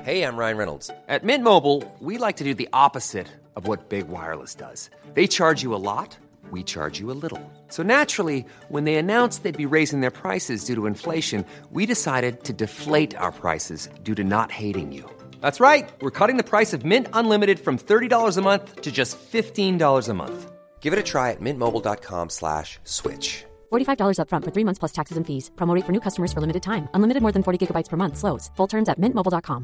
Hey, I'm Ryan Reynolds. At Mint Mobile, we like to do the opposite of what Big Wireless does. They charge you a lot, we charge you a little. So naturally, when they announced they'd be raising their prices due to inflation, we decided to deflate our prices due to not hating you. That's right. We're cutting the price of Mint Unlimited from $30 a month to just $15 a month. Give it a try at mintmobile.com/switch. $45 up front for 3 months plus taxes and fees. Promo rate for new customers for limited time. Unlimited more than 40 gigabytes per month. Slows full terms at mintmobile.com.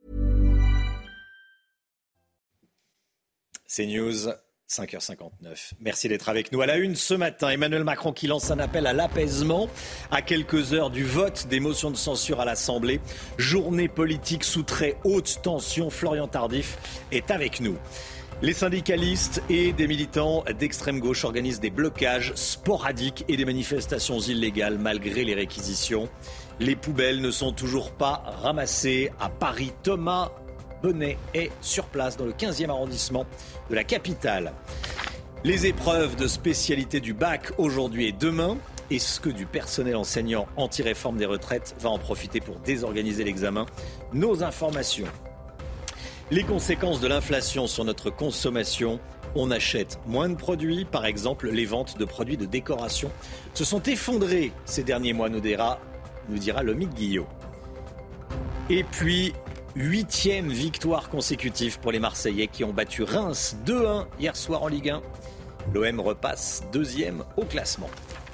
C'est News, 5h59. Merci d'être avec nous. À la une ce matin, Emmanuel Macron qui lance un appel à l'apaisement à quelques heures du vote des motions de censure à l'Assemblée. Journée politique sous très haute tension. Florian Tardif est avec nous. Les syndicalistes et des militants d'extrême gauche organisent des blocages sporadiques et des manifestations illégales malgré les réquisitions. Les poubelles ne sont toujours pas ramassées à Paris. Thomas Bonnet est sur place dans le 15e arrondissement de la capitale. Les épreuves de spécialité du bac aujourd'hui et demain. Est-ce que du personnel enseignant anti-réforme des retraites va en profiter pour désorganiser l'examen ? Nos informations. Les conséquences de l'inflation sur notre consommation. On achète moins de produits. Par exemple, les ventes de produits de décoration se sont effondrées ces derniers mois, nous dira Lomique Guillot. Et puis, 8e victoire consécutive pour les Marseillais qui ont battu Reims 2-1 hier soir en Ligue 1. L'OM repasse 2e au classement.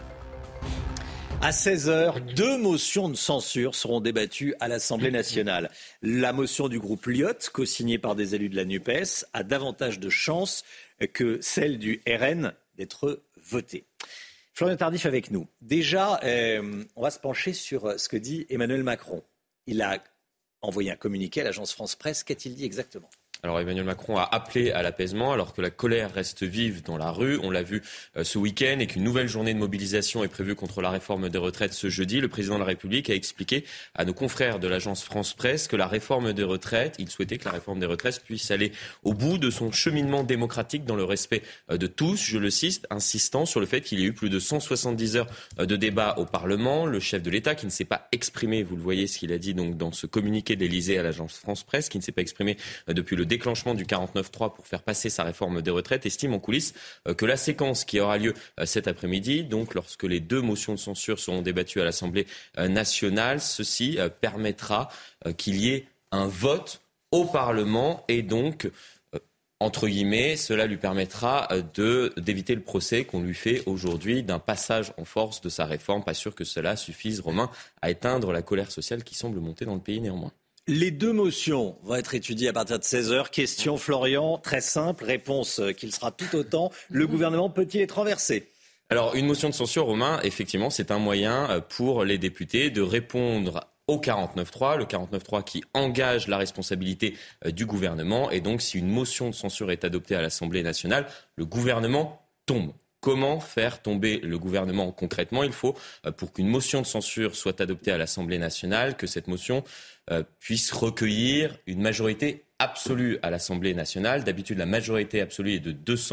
À 16h, 2 motions de censure seront débattues à l'Assemblée nationale. La motion du groupe Lyot, co-signée par des élus de la NUPES, a davantage de chances que celle du RN d'être votée. Florian Tardif avec nous. Déjà, on va se pencher sur ce que dit Emmanuel Macron. Il a envoyé un communiqué à l'agence France Presse. Qu'a-t-il dit exactement ? Alors Emmanuel Macron a appelé à l'apaisement alors que la colère reste vive dans la rue. On l'a vu ce week-end et qu'une nouvelle journée de mobilisation est prévue contre la réforme des retraites ce jeudi. Le président de la République a expliqué à nos confrères de l'agence France Presse que la réforme des retraites, il souhaitait que la réforme des retraites puisse aller au bout de son cheminement démocratique dans le respect de tous. Je le cite, insistant sur le fait qu'il y a eu plus de 170 heures de débat au Parlement. Le chef de l'État qui ne s'est pas exprimé, vous le voyez ce qu'il a dit donc dans ce communiqué d'Élysée à l'agence France Presse, qui ne s'est pas exprimé depuis le déclenchement du 49.3 pour faire passer sa réforme des retraites, estime en coulisses que la séquence qui aura lieu cet après-midi, donc lorsque les 2 motions de censure seront débattues à l'Assemblée nationale, ceci permettra qu'il y ait un vote au Parlement et donc, entre guillemets, cela lui permettra d'éviter le procès qu'on lui fait aujourd'hui d'un passage en force de sa réforme. Pas sûr que cela suffise, Romain, à éteindre la colère sociale qui semble monter dans le pays néanmoins. Les 2 motions vont être étudiées à partir de 16h. Question, Florian, très simple. Réponse qu'il sera tout autant. Le gouvernement peut-il être renversé ? Alors, une motion de censure, Romain, effectivement, c'est un moyen pour les députés de répondre au 49.3, le 49.3 qui engage la responsabilité du gouvernement. Et donc, si une motion de censure est adoptée à l'Assemblée nationale, le gouvernement tombe. Comment faire tomber le gouvernement concrètement ? Il faut, pour qu'une motion de censure soit adoptée à l'Assemblée nationale, que cette motion puisse recueillir une majorité absolue à l'Assemblée nationale. D'habitude, la majorité absolue est de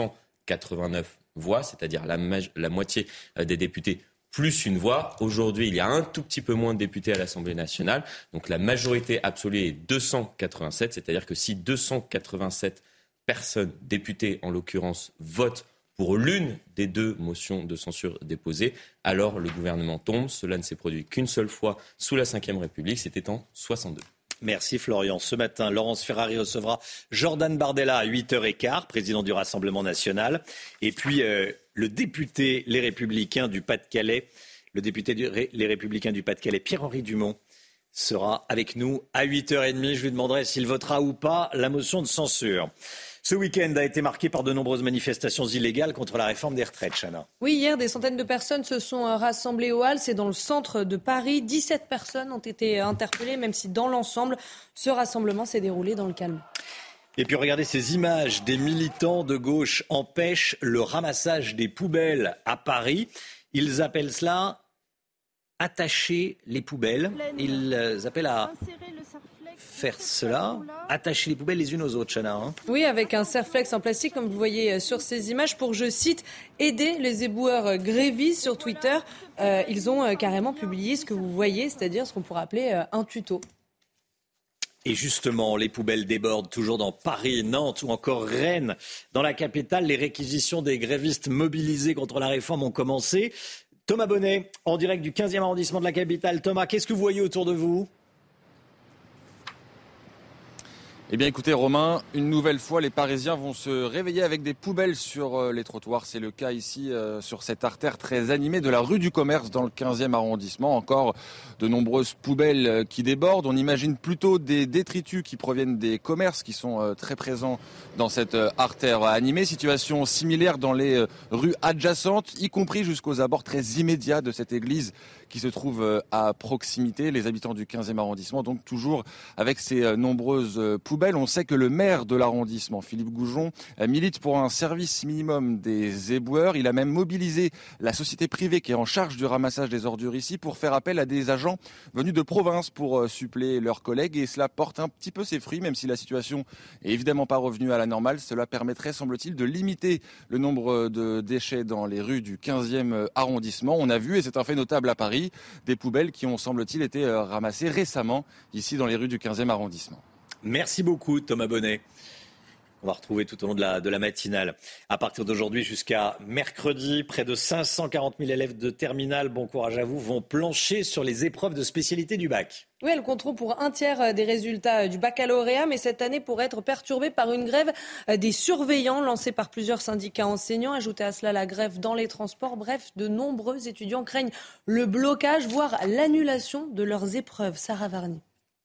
289 voix, c'est-à-dire la moitié des députés plus une voix. Aujourd'hui, il y a un tout petit peu moins de députés à l'Assemblée nationale. Donc la majorité absolue est 287, c'est-à-dire que si 287 personnes, députés en l'occurrence, votent pour l'une des 2 motions de censure déposées, alors le gouvernement tombe. Cela ne s'est produit qu'une seule fois sous la Ve République, c'était en 62. Merci Florian. Ce matin, Laurence Ferrari recevra Jordan Bardella à 8h15, président du Rassemblement national. Et puis le député Les Républicains du Pas-de-Calais, Pierre-Henri Dumont, sera avec nous à 8h30. Je lui demanderai s'il votera ou pas la motion de censure. Ce week-end a été marqué par de nombreuses manifestations illégales contre la réforme des retraites, Chana. Oui, hier, des centaines de personnes se sont rassemblées au Halles. C'est dans le centre de Paris. 17 personnes ont été interpellées, même si dans l'ensemble, ce rassemblement s'est déroulé dans le calme. Et puis regardez ces images. Des militants de gauche empêchent le ramassage des poubelles à Paris. Ils appellent cela attacher les poubelles. Ils appellent à faire cela, attacher les poubelles les unes aux autres, Chana. Oui, avec un serre-flex en plastique, comme vous voyez sur ces images, pour, je cite, aider les éboueurs grévistes sur Twitter. Ils ont carrément publié ce que vous voyez, c'est-à-dire ce qu'on pourrait appeler un tuto. Et justement, les poubelles débordent toujours dans Paris, Nantes ou encore Rennes. Dans la capitale, les réquisitions des grévistes mobilisés contre la réforme ont commencé. Thomas Bonnet, en direct du 15e arrondissement de la capitale. Thomas, qu'est-ce que vous voyez autour de vous ? Eh bien écoutez Romain, une nouvelle fois les Parisiens vont se réveiller avec des poubelles sur les trottoirs. C'est le cas ici sur cette artère très animée de la rue du Commerce dans le 15e arrondissement. Encore de nombreuses poubelles qui débordent. On imagine plutôt des détritus qui proviennent des commerces qui sont très présents dans cette artère animée. Situation similaire dans les rues adjacentes, y compris jusqu'aux abords très immédiats de cette église qui se trouve à proximité. Les habitants du 15e arrondissement, donc toujours avec ces nombreuses poubelles. On sait que le maire de l'arrondissement, Philippe Goujon, milite pour un service minimum des éboueurs. Il a même mobilisé la société privée qui est en charge du ramassage des ordures ici pour faire appel à des agents venus de province pour suppléer leurs collègues. Et cela porte un petit peu ses fruits, même si la situation est évidemment pas revenue à la normale. Cela permettrait, semble-t-il, de limiter le nombre de déchets dans les rues du 15e arrondissement. On a vu, et c'est un fait notable à Paris, des poubelles qui ont, semble-t-il, été ramassées récemment ici dans les rues du 15e arrondissement. Merci beaucoup Thomas Bonnet. On va retrouver tout au long de la matinale. À partir d'aujourd'hui jusqu'à mercredi, près de 540 000 élèves de terminale, bon courage à vous, vont plancher sur les épreuves de spécialité du bac. Oui, elles compteront pour un tiers des résultats du baccalauréat, mais cette année pourrait être perturbée par une grève des surveillants lancée par plusieurs syndicats enseignants. Ajoutez à cela la grève dans les transports. Bref, de nombreux étudiants craignent le blocage, voire l'annulation de leurs épreuves. Sarah Varny.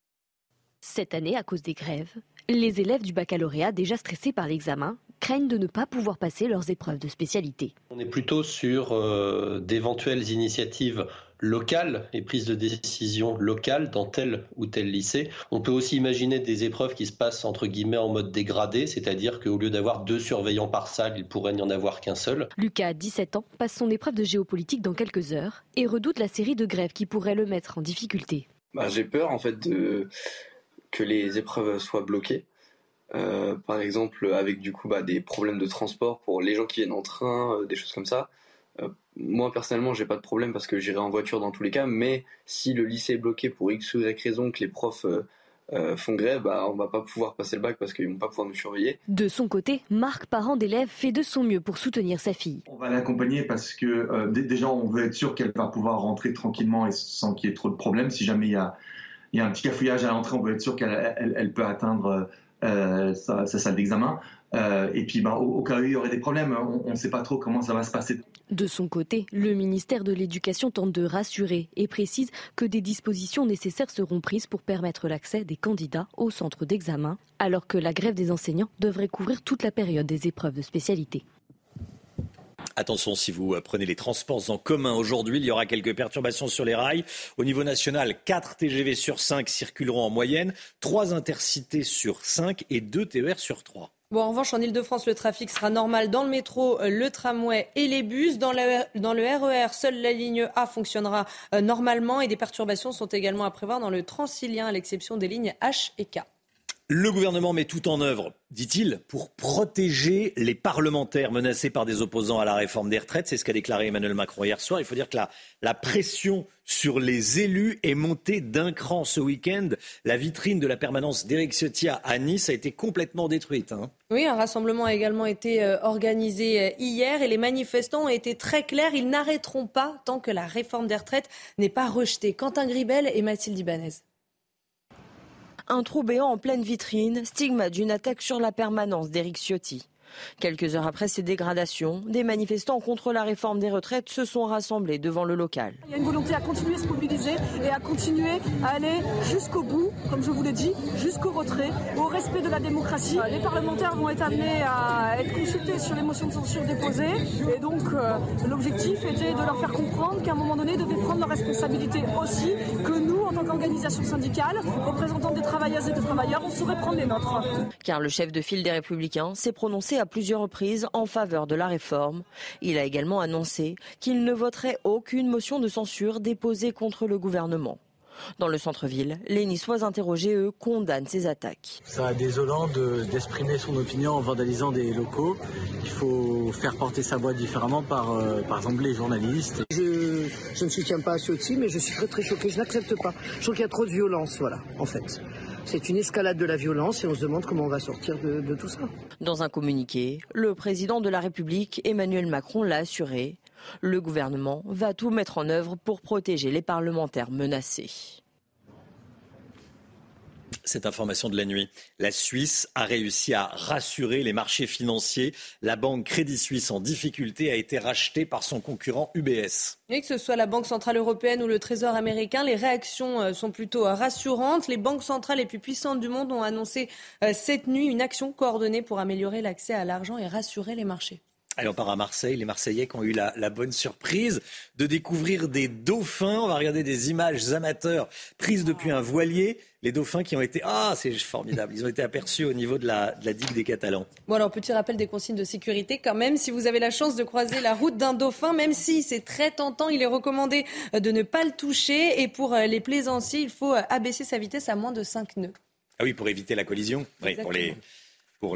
Cette année, à cause des grèves, les élèves du baccalauréat, déjà stressés par l'examen, craignent de ne pas pouvoir passer leurs épreuves de spécialité. On est plutôt sur d'éventuelles initiatives locales et prises de décision locales dans tel ou tel lycée. On peut aussi imaginer des épreuves qui se passent entre guillemets en mode dégradé, c'est-à-dire qu'au lieu d'avoir 2 surveillants par salle, il pourrait n'y en avoir qu'un seul. Lucas, 17 ans, passe son épreuve de géopolitique dans quelques heures et redoute la série de grèves qui pourraient le mettre en difficulté. J'ai peur en fait que les épreuves soient bloquées. Par exemple avec du coup des problèmes de transport pour les gens qui viennent en train, des choses comme ça. Moi personnellement j'ai pas de problème parce que j'irai en voiture dans tous les cas, mais si le lycée est bloqué pour X ou Y raison, que les profs font grève, on va pas pouvoir passer le bac parce qu'ils vont pas pouvoir nous surveiller. De son côté, Marc, parent d'élève, fait de son mieux pour soutenir sa fille. On va l'accompagner parce que déjà on veut être sûr qu'elle va pouvoir rentrer tranquillement et sans qu'il y ait trop de problèmes. Si jamais il y a un petit cafouillage à l'entrée, on veut être sûr qu'elle peut atteindre sa salle d'examen. Et puis au cas où il y aurait des problèmes, on ne sait pas trop comment ça va se passer. De son côté, le ministère de l'Éducation tente de rassurer et précise que des dispositions nécessaires seront prises pour permettre l'accès des candidats au centre d'examen, alors que la grève des enseignants devrait couvrir toute la période des épreuves de spécialité. Attention, si vous prenez les transports en commun aujourd'hui, il y aura quelques perturbations sur les rails. Au niveau national, 4 TGV sur 5 circuleront en moyenne, 3 intercités sur 5 et 2 TER sur 3. Bon, en revanche, en Ile-de-France, le trafic sera normal dans le métro, le tramway et les bus. Dans le RER, seule la ligne A fonctionnera normalement et des perturbations sont également à prévoir dans le Transilien, à l'exception des lignes H et K. Le gouvernement met tout en œuvre, dit-il, pour protéger les parlementaires menacés par des opposants à la réforme des retraites. C'est ce qu'a déclaré Emmanuel Macron hier soir. Il faut dire que la pression sur les élus est montée d'un cran ce week-end. La vitrine de la permanence d'Éric Ciotti à Nice a été complètement détruite. Oui, un rassemblement a également été organisé hier et les manifestants ont été très clairs. Ils n'arrêteront pas tant que la réforme des retraites n'est pas rejetée. Quentin Gribel et Mathilde Ibanez. Un trou béant en pleine vitrine, stigmate d'une attaque sur la permanence d'Éric Ciotti. Quelques heures après ces dégradations, des manifestants contre la réforme des retraites se sont rassemblés devant le local. Il y a une volonté à continuer à se mobiliser et à continuer à aller jusqu'au bout, comme je vous l'ai dit, jusqu'au retrait, au respect de la démocratie. Les parlementaires vont être amenés à être consultés sur les motions de censure déposées et donc l'objectif était de leur faire comprendre qu'à un moment donné, ils devaient prendre leurs responsabilités aussi, que nous, en tant qu'organisation syndicale, représentants des travailleuses et des travailleurs, on saurait prendre les nôtres. Car le chef de file des Républicains s'est prononcé à plusieurs reprises en faveur de la réforme. Il a également annoncé qu'il ne voterait aucune motion de censure déposée contre le gouvernement. Dans le centre-ville, les Niçois interrogés, eux, condamnent ces attaques. Ça désolant d'exprimer son opinion en vandalisant des locaux. Il faut faire porter sa voix différemment par exemple les journalistes. Je Je ne soutiens pas Ciotti, mais je suis très très choquée. Je n'accepte pas. Je trouve qu'il y a trop de violence, voilà, en fait. C'est une escalade de la violence et on se demande comment on va sortir de tout ça. Dans un communiqué, le président de la République, Emmanuel Macron, l'a assuré. Le gouvernement va tout mettre en œuvre pour protéger les parlementaires menacés. Cette information de la nuit. La Suisse a réussi à rassurer les marchés financiers. La banque Crédit Suisse en difficulté a été rachetée par son concurrent UBS. Et que ce soit la Banque centrale européenne ou le Trésor américain, les réactions sont plutôt rassurantes. Les banques centrales les plus puissantes du monde ont annoncé cette nuit une action coordonnée pour améliorer l'accès à l'argent et rassurer les marchés. Allez, on part à Marseille. Les Marseillais qui ont eu la bonne surprise de découvrir des dauphins. On va regarder des images amateurs prises depuis un voilier. Les dauphins qui ont été... Ah, c'est formidable. Ils ont été aperçus au niveau de la digue des Catalans. Bon, alors, petit rappel des consignes de sécurité. Quand même, si vous avez la chance de croiser la route d'un dauphin, même si c'est très tentant, il est recommandé de ne pas le toucher. Et pour les plaisanciers, il faut abaisser sa vitesse à moins de 5 nœuds. Ah oui, pour éviter la collision. Oui, pour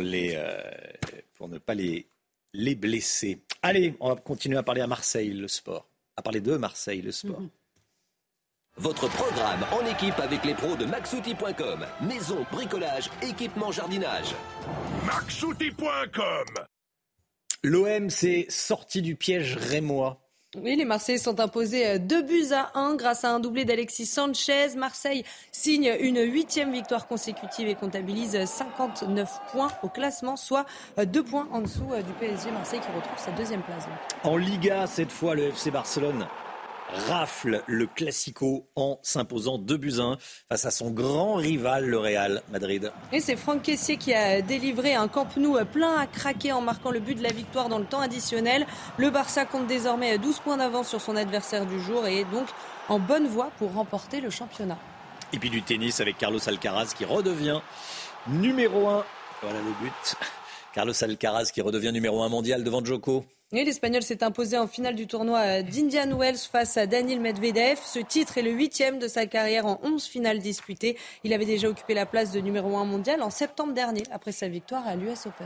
ne pas les blessés. Allez, on va continuer à parler à Marseille, le sport. À parler de Marseille, le sport. Votre programme en équipe avec les pros de maxouti.com. Maison, bricolage, équipement, jardinage. maxouti.com. L'OM s'est sorti du piège rémois. Oui, les Marseillais sont imposés 2-1 grâce à un doublé d'Alexis Sanchez. Marseille signe une 8e victoire consécutive et comptabilise 59 points au classement, soit 2 points en dessous du PSG. Marseille qui retrouve sa 2e place. En Liga, cette fois, le FC Barcelone rafle le Classico en s'imposant 2-1 face à son grand rival, le Real Madrid. Et c'est Franck Kessié qui a délivré un Camp Nou plein à craquer en marquant le but de la victoire dans le temps additionnel. Le Barça compte désormais 12 points d'avance sur son adversaire du jour et est donc en bonne voie pour remporter le championnat. Et puis du tennis avec Carlos Alcaraz qui redevient numéro 1. Voilà le but. Carlos Alcaraz qui redevient numéro 1 mondial devant Djoko. Et l'Espagnol s'est imposé en finale du tournoi d'Indian Wells face à Daniil Medvedev. Ce titre est le 8e de sa carrière en 11 finales disputées. Il avait déjà occupé la place de numéro 1 mondial en septembre dernier, après sa victoire à l'US Open.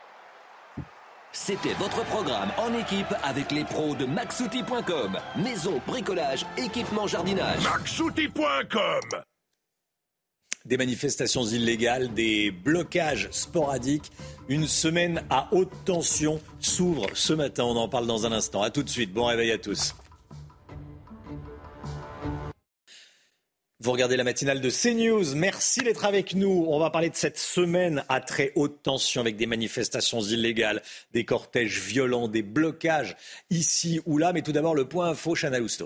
C'était votre programme en équipe avec les pros de maxouti.com. Maison, bricolage, équipement, jardinage. maxouti.com. Des manifestations illégales, des blocages sporadiques. Une semaine à haute tension s'ouvre ce matin. On en parle dans un instant. A tout de suite. Bon réveil à tous. Vous regardez la matinale de CNews. Merci d'être avec nous. On va parler de cette semaine à très haute tension avec des manifestations illégales, des cortèges violents, des blocages ici ou là. Mais tout d'abord, le point info, Chana Lousteau.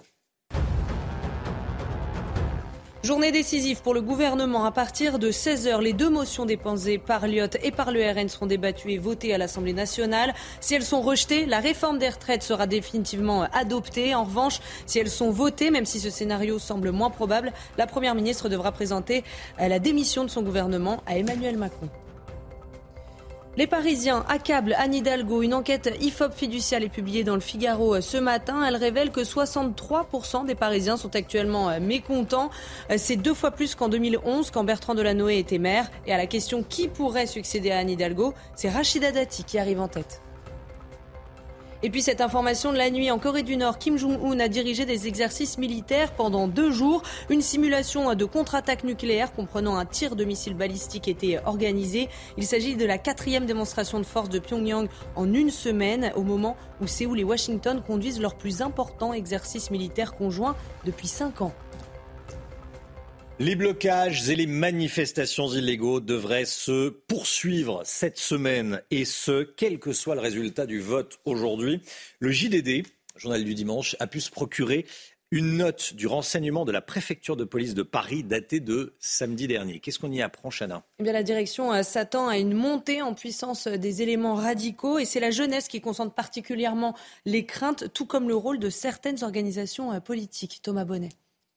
Journée décisive pour le gouvernement. À partir de 16h, les 2 motions déposées par Lyotte et par le RN seront débattues et votées à l'Assemblée nationale. Si elles sont rejetées, la réforme des retraites sera définitivement adoptée. En revanche, si elles sont votées, même si ce scénario semble moins probable, la Première ministre devra présenter la démission de son gouvernement à Emmanuel Macron. Les Parisiens accablent Anne Hidalgo. Une enquête IFOP fiduciale est publiée dans le Figaro ce matin. Elle révèle que 63% des Parisiens sont actuellement mécontents. C'est 2 fois plus qu'en 2011, quand Bertrand Delanoë était maire. Et à la question qui pourrait succéder à Anne Hidalgo, c'est Rachida Dati qui arrive en tête. Et puis cette information de la nuit, en Corée du Nord, Kim Jong-un a dirigé des exercices militaires pendant 2 jours. Une simulation de contre-attaque nucléaire comprenant un tir de missiles balistiques était organisée. Il s'agit de la 4e démonstration de force de Pyongyang en une semaine, au moment où Séoul et Washington conduisent leur plus important exercice militaire conjoint depuis 5 ans. Les blocages et les manifestations illégaux devraient se poursuivre cette semaine, et ce, quel que soit le résultat du vote aujourd'hui. Le JDD, journal du dimanche, a pu se procurer une note du renseignement de la préfecture de police de Paris datée de samedi dernier. Qu'est-ce qu'on y apprend, Chana ? Eh bien, la direction s'attend à une montée en puissance des éléments radicaux, et c'est la jeunesse qui concentre particulièrement les craintes, tout comme le rôle de certaines organisations politiques. Thomas Bonnet.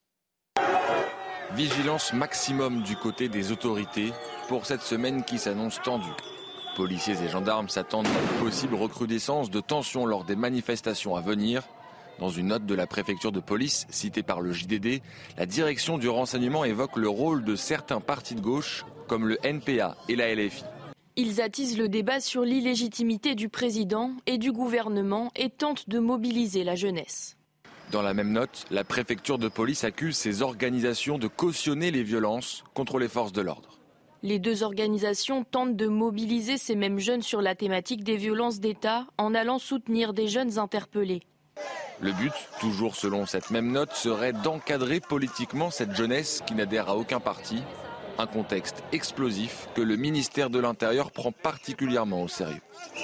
Vigilance maximum du côté des autorités pour cette semaine qui s'annonce tendue. Policiers et gendarmes s'attendent à une possible recrudescence de tensions lors des manifestations à venir. Dans une note de la préfecture de police citée par le JDD, la direction du renseignement évoque le rôle de certains partis de gauche comme le NPA et la LFI. Ils attisent le débat sur l'illégitimité du président et du gouvernement et tentent de mobiliser la jeunesse. Dans la même note, la préfecture de police accuse ces organisations de cautionner les violences contre les forces de l'ordre. Les deux organisations tentent de mobiliser ces mêmes jeunes sur la thématique des violences d'État en allant soutenir des jeunes interpellés. Le but, toujours selon cette même note, serait d'encadrer politiquement cette jeunesse qui n'adhère à aucun parti. Un contexte explosif que le ministère de l'Intérieur prend particulièrement au sérieux.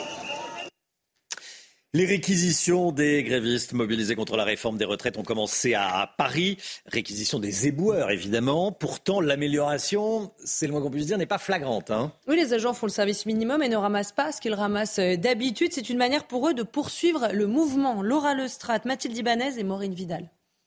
Les réquisitions des grévistes mobilisés contre la réforme des retraites ont commencé à Paris. Réquisition des éboueurs, évidemment. Pourtant, l'amélioration, c'est le moins qu'on puisse dire, n'est pas flagrante. Oui, les agents font le service minimum et ne ramassent pas ce qu'ils ramassent d'habitude. C'est une manière pour eux de poursuivre le mouvement. Laura Lestrade, Mathilde Ibanez et Maureen Vidal.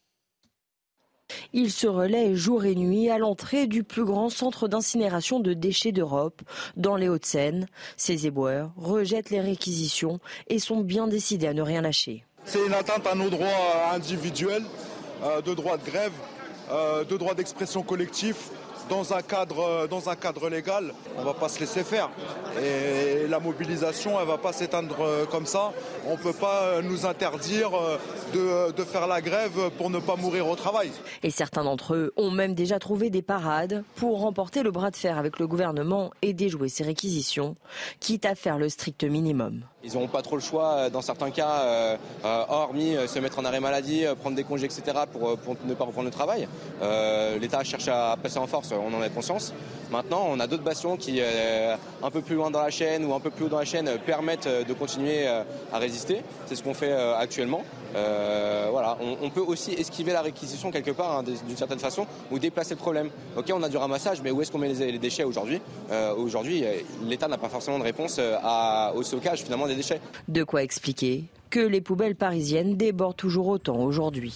Ils se relaient jour et nuit à l'entrée du plus grand centre d'incinération de déchets d'Europe, dans les Hauts-de-Seine. Ces éboueurs rejettent les réquisitions et sont bien décidés à ne rien lâcher. C'est une atteinte à nos droits individuels, de droits de grève, de droits d'expression collectif. Dans un cadre légal, on ne va pas se laisser faire. Et la mobilisation, elle ne va pas s'éteindre comme ça. On ne peut pas nous interdire de faire la grève pour ne pas mourir au travail. Et certains d'entre eux ont même déjà trouvé des parades pour remporter le bras de fer avec le gouvernement et déjouer ces réquisitions, quitte à faire le strict minimum. Ils n'auront pas trop le choix dans certains cas, hormis se mettre en arrêt maladie, prendre des congés, etc. pour ne pas reprendre le travail. L'État cherche à passer en force, on en a conscience. Maintenant, on a d'autres bastions qui, un peu plus loin dans la chaîne ou un peu plus haut dans la chaîne, permettent de continuer à résister. C'est ce qu'on fait actuellement. Voilà. On peut aussi esquiver la réquisition quelque part, d'une certaine façon, ou déplacer le problème. Ok, on a du ramassage, mais où est-ce qu'on met les déchets aujourd'hui ? Aujourd'hui, l'État n'a pas forcément de réponse au stockage finalement des déchets. De quoi expliquer que les poubelles parisiennes débordent toujours autant aujourd'hui.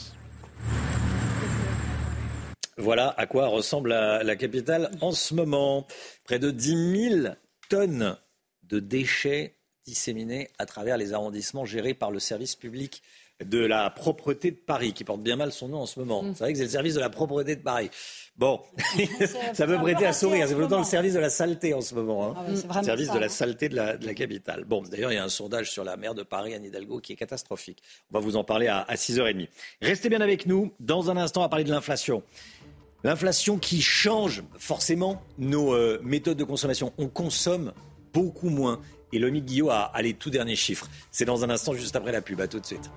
Voilà à quoi ressemble la capitale en ce moment. Près de 10 000 tonnes de déchets disséminés à travers les arrondissements gérés par le service public de la propreté de Paris, qui porte bien mal son nom en ce moment. C'est vrai que c'est le service de la propreté de Paris. Bon, ça peut prêter à sourire. C'est plutôt le service de la saleté en ce moment. Le service de la saleté de la capitale. Bon, d'ailleurs, il y a un sondage sur la maire de Paris, Anne Hidalgo, qui est catastrophique. On va vous en parler à 6h30. Restez bien avec nous. Dans un instant, on va parler de l'inflation. L'inflation qui change forcément nos méthodes de consommation. On consomme beaucoup moins. Et Lomique Guillot a les tout derniers chiffres. C'est dans un instant, juste après la pub. À tout de suite.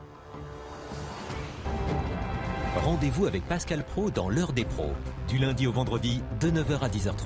Rendez-vous avec Pascal Praud dans l'heure des pros, du lundi au vendredi de 9h à 10h30.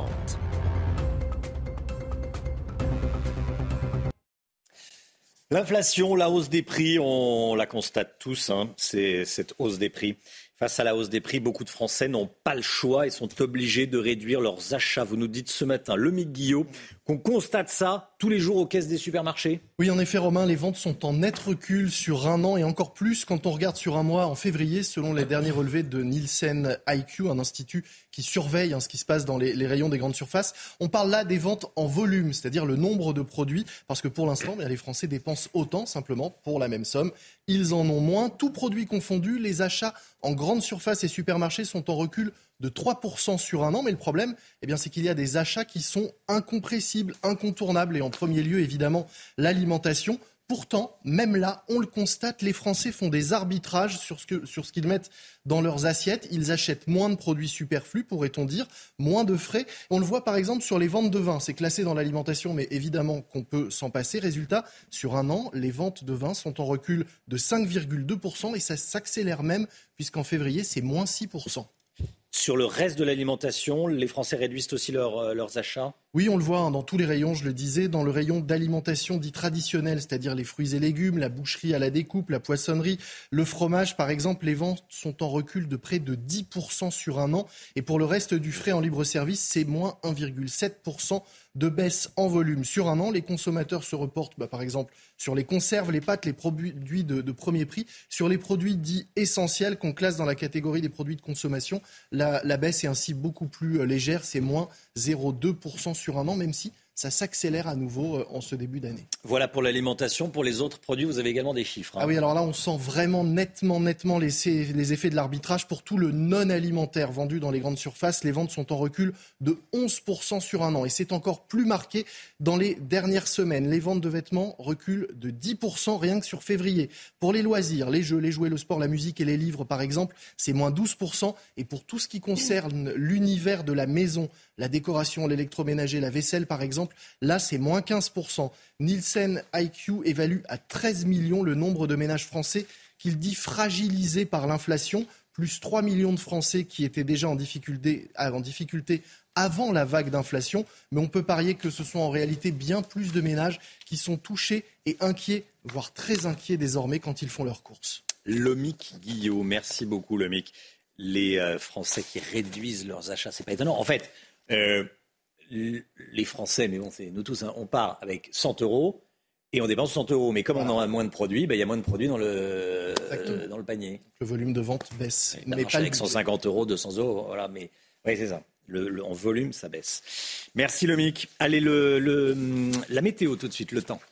L'inflation, la hausse des prix, on la constate tous, c'est cette hausse des prix. Face à la hausse des prix, beaucoup de Français n'ont pas le choix et sont obligés de réduire leurs achats. Vous nous dites ce matin, Lomique Guillot, qu'on constate ça tous les jours aux caisses des supermarchés ? Oui, en effet, Romain, les ventes sont en net recul sur un an et encore plus quand on regarde sur un mois en février, selon les derniers relevés de Nielsen IQ, un institut qui surveille ce qui se passe dans les rayons des grandes surfaces. On parle là des ventes en volume, c'est-à-dire le nombre de produits, parce que pour l'instant, les Français dépensent autant simplement pour la même somme. Ils en ont moins. Tout produit confondu, les achats en grande surface et supermarchés sont en recul de 3% sur un an. Mais le problème, c'est qu'il y a des achats qui sont incompressibles, incontournables. Et en premier lieu, évidemment, l'alimentation. Pourtant, même là, on le constate, les Français font des arbitrages sur ce qu'ils mettent dans leurs assiettes. Ils achètent moins de produits superflus, pourrait-on dire, moins de frais. On le voit par exemple sur les ventes de vin. C'est classé dans l'alimentation, mais évidemment qu'on peut s'en passer. Résultat, sur un an, les ventes de vin sont en recul de 5,2% et ça s'accélère même, puisqu'en février, c'est moins 6%. Sur le reste de l'alimentation, les Français réduisent aussi leurs achats ? Oui, on le voit dans tous les rayons, je le disais. Dans le rayon d'alimentation dit traditionnel, c'est-à-dire les fruits et légumes, la boucherie à la découpe, la poissonnerie, le fromage, par exemple, les ventes sont en recul de près de 10% sur un an. Et pour le reste du frais en libre-service, c'est moins 1,7% de baisse en volume. Sur un an, les consommateurs se reportent, par exemple, sur les conserves, les pâtes, les produits de premier prix. Sur les produits dits essentiels qu'on classe dans la catégorie des produits de consommation, la baisse est ainsi beaucoup plus légère. C'est moins 0,2% sur un an, même si ça s'accélère à nouveau en ce début d'année. Voilà pour l'alimentation. Pour les autres produits, vous avez également des chiffres. Ah oui, alors là, on sent vraiment nettement les effets de l'arbitrage. Pour tout le non-alimentaire vendu dans les grandes surfaces, les ventes sont en recul de 11% sur un an. Et c'est encore plus marqué dans les dernières semaines. Les ventes de vêtements reculent de 10% rien que sur février. Pour les loisirs, les jeux, les jouets, le sport, la musique et les livres, par exemple, c'est moins 12%. Et pour tout ce qui concerne l'univers de la maison, la décoration, l'électroménager, la vaisselle, par exemple, là, c'est moins 15%. Nielsen IQ évalue à 13 millions le nombre de ménages français qu'il dit fragilisés par l'inflation, plus 3 millions de Français qui étaient déjà en difficulté avant la vague d'inflation. Mais on peut parier que ce sont en réalité bien plus de ménages qui sont touchés et inquiets, voire très inquiets désormais quand ils font leurs courses. Lomic Guillot, merci beaucoup Lomic. Les Français qui réduisent leurs achats, c'est pas étonnant. En fait, les Français, mais bon, c'est nous tous, hein, on part avec 100 € et on dépense 100 €. Mais comme on en a moins de produits, il y a moins de produits dans le panier. Le volume de vente baisse. Mais pas avec 150 €, 200 €, voilà. Mais oui, c'est ça. En volume, ça baisse. Merci Lomic. Allez, la météo tout de suite, le temps.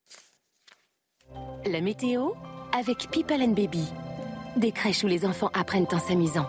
La météo avec People & Baby. Des crèches où les enfants apprennent en s'amusant.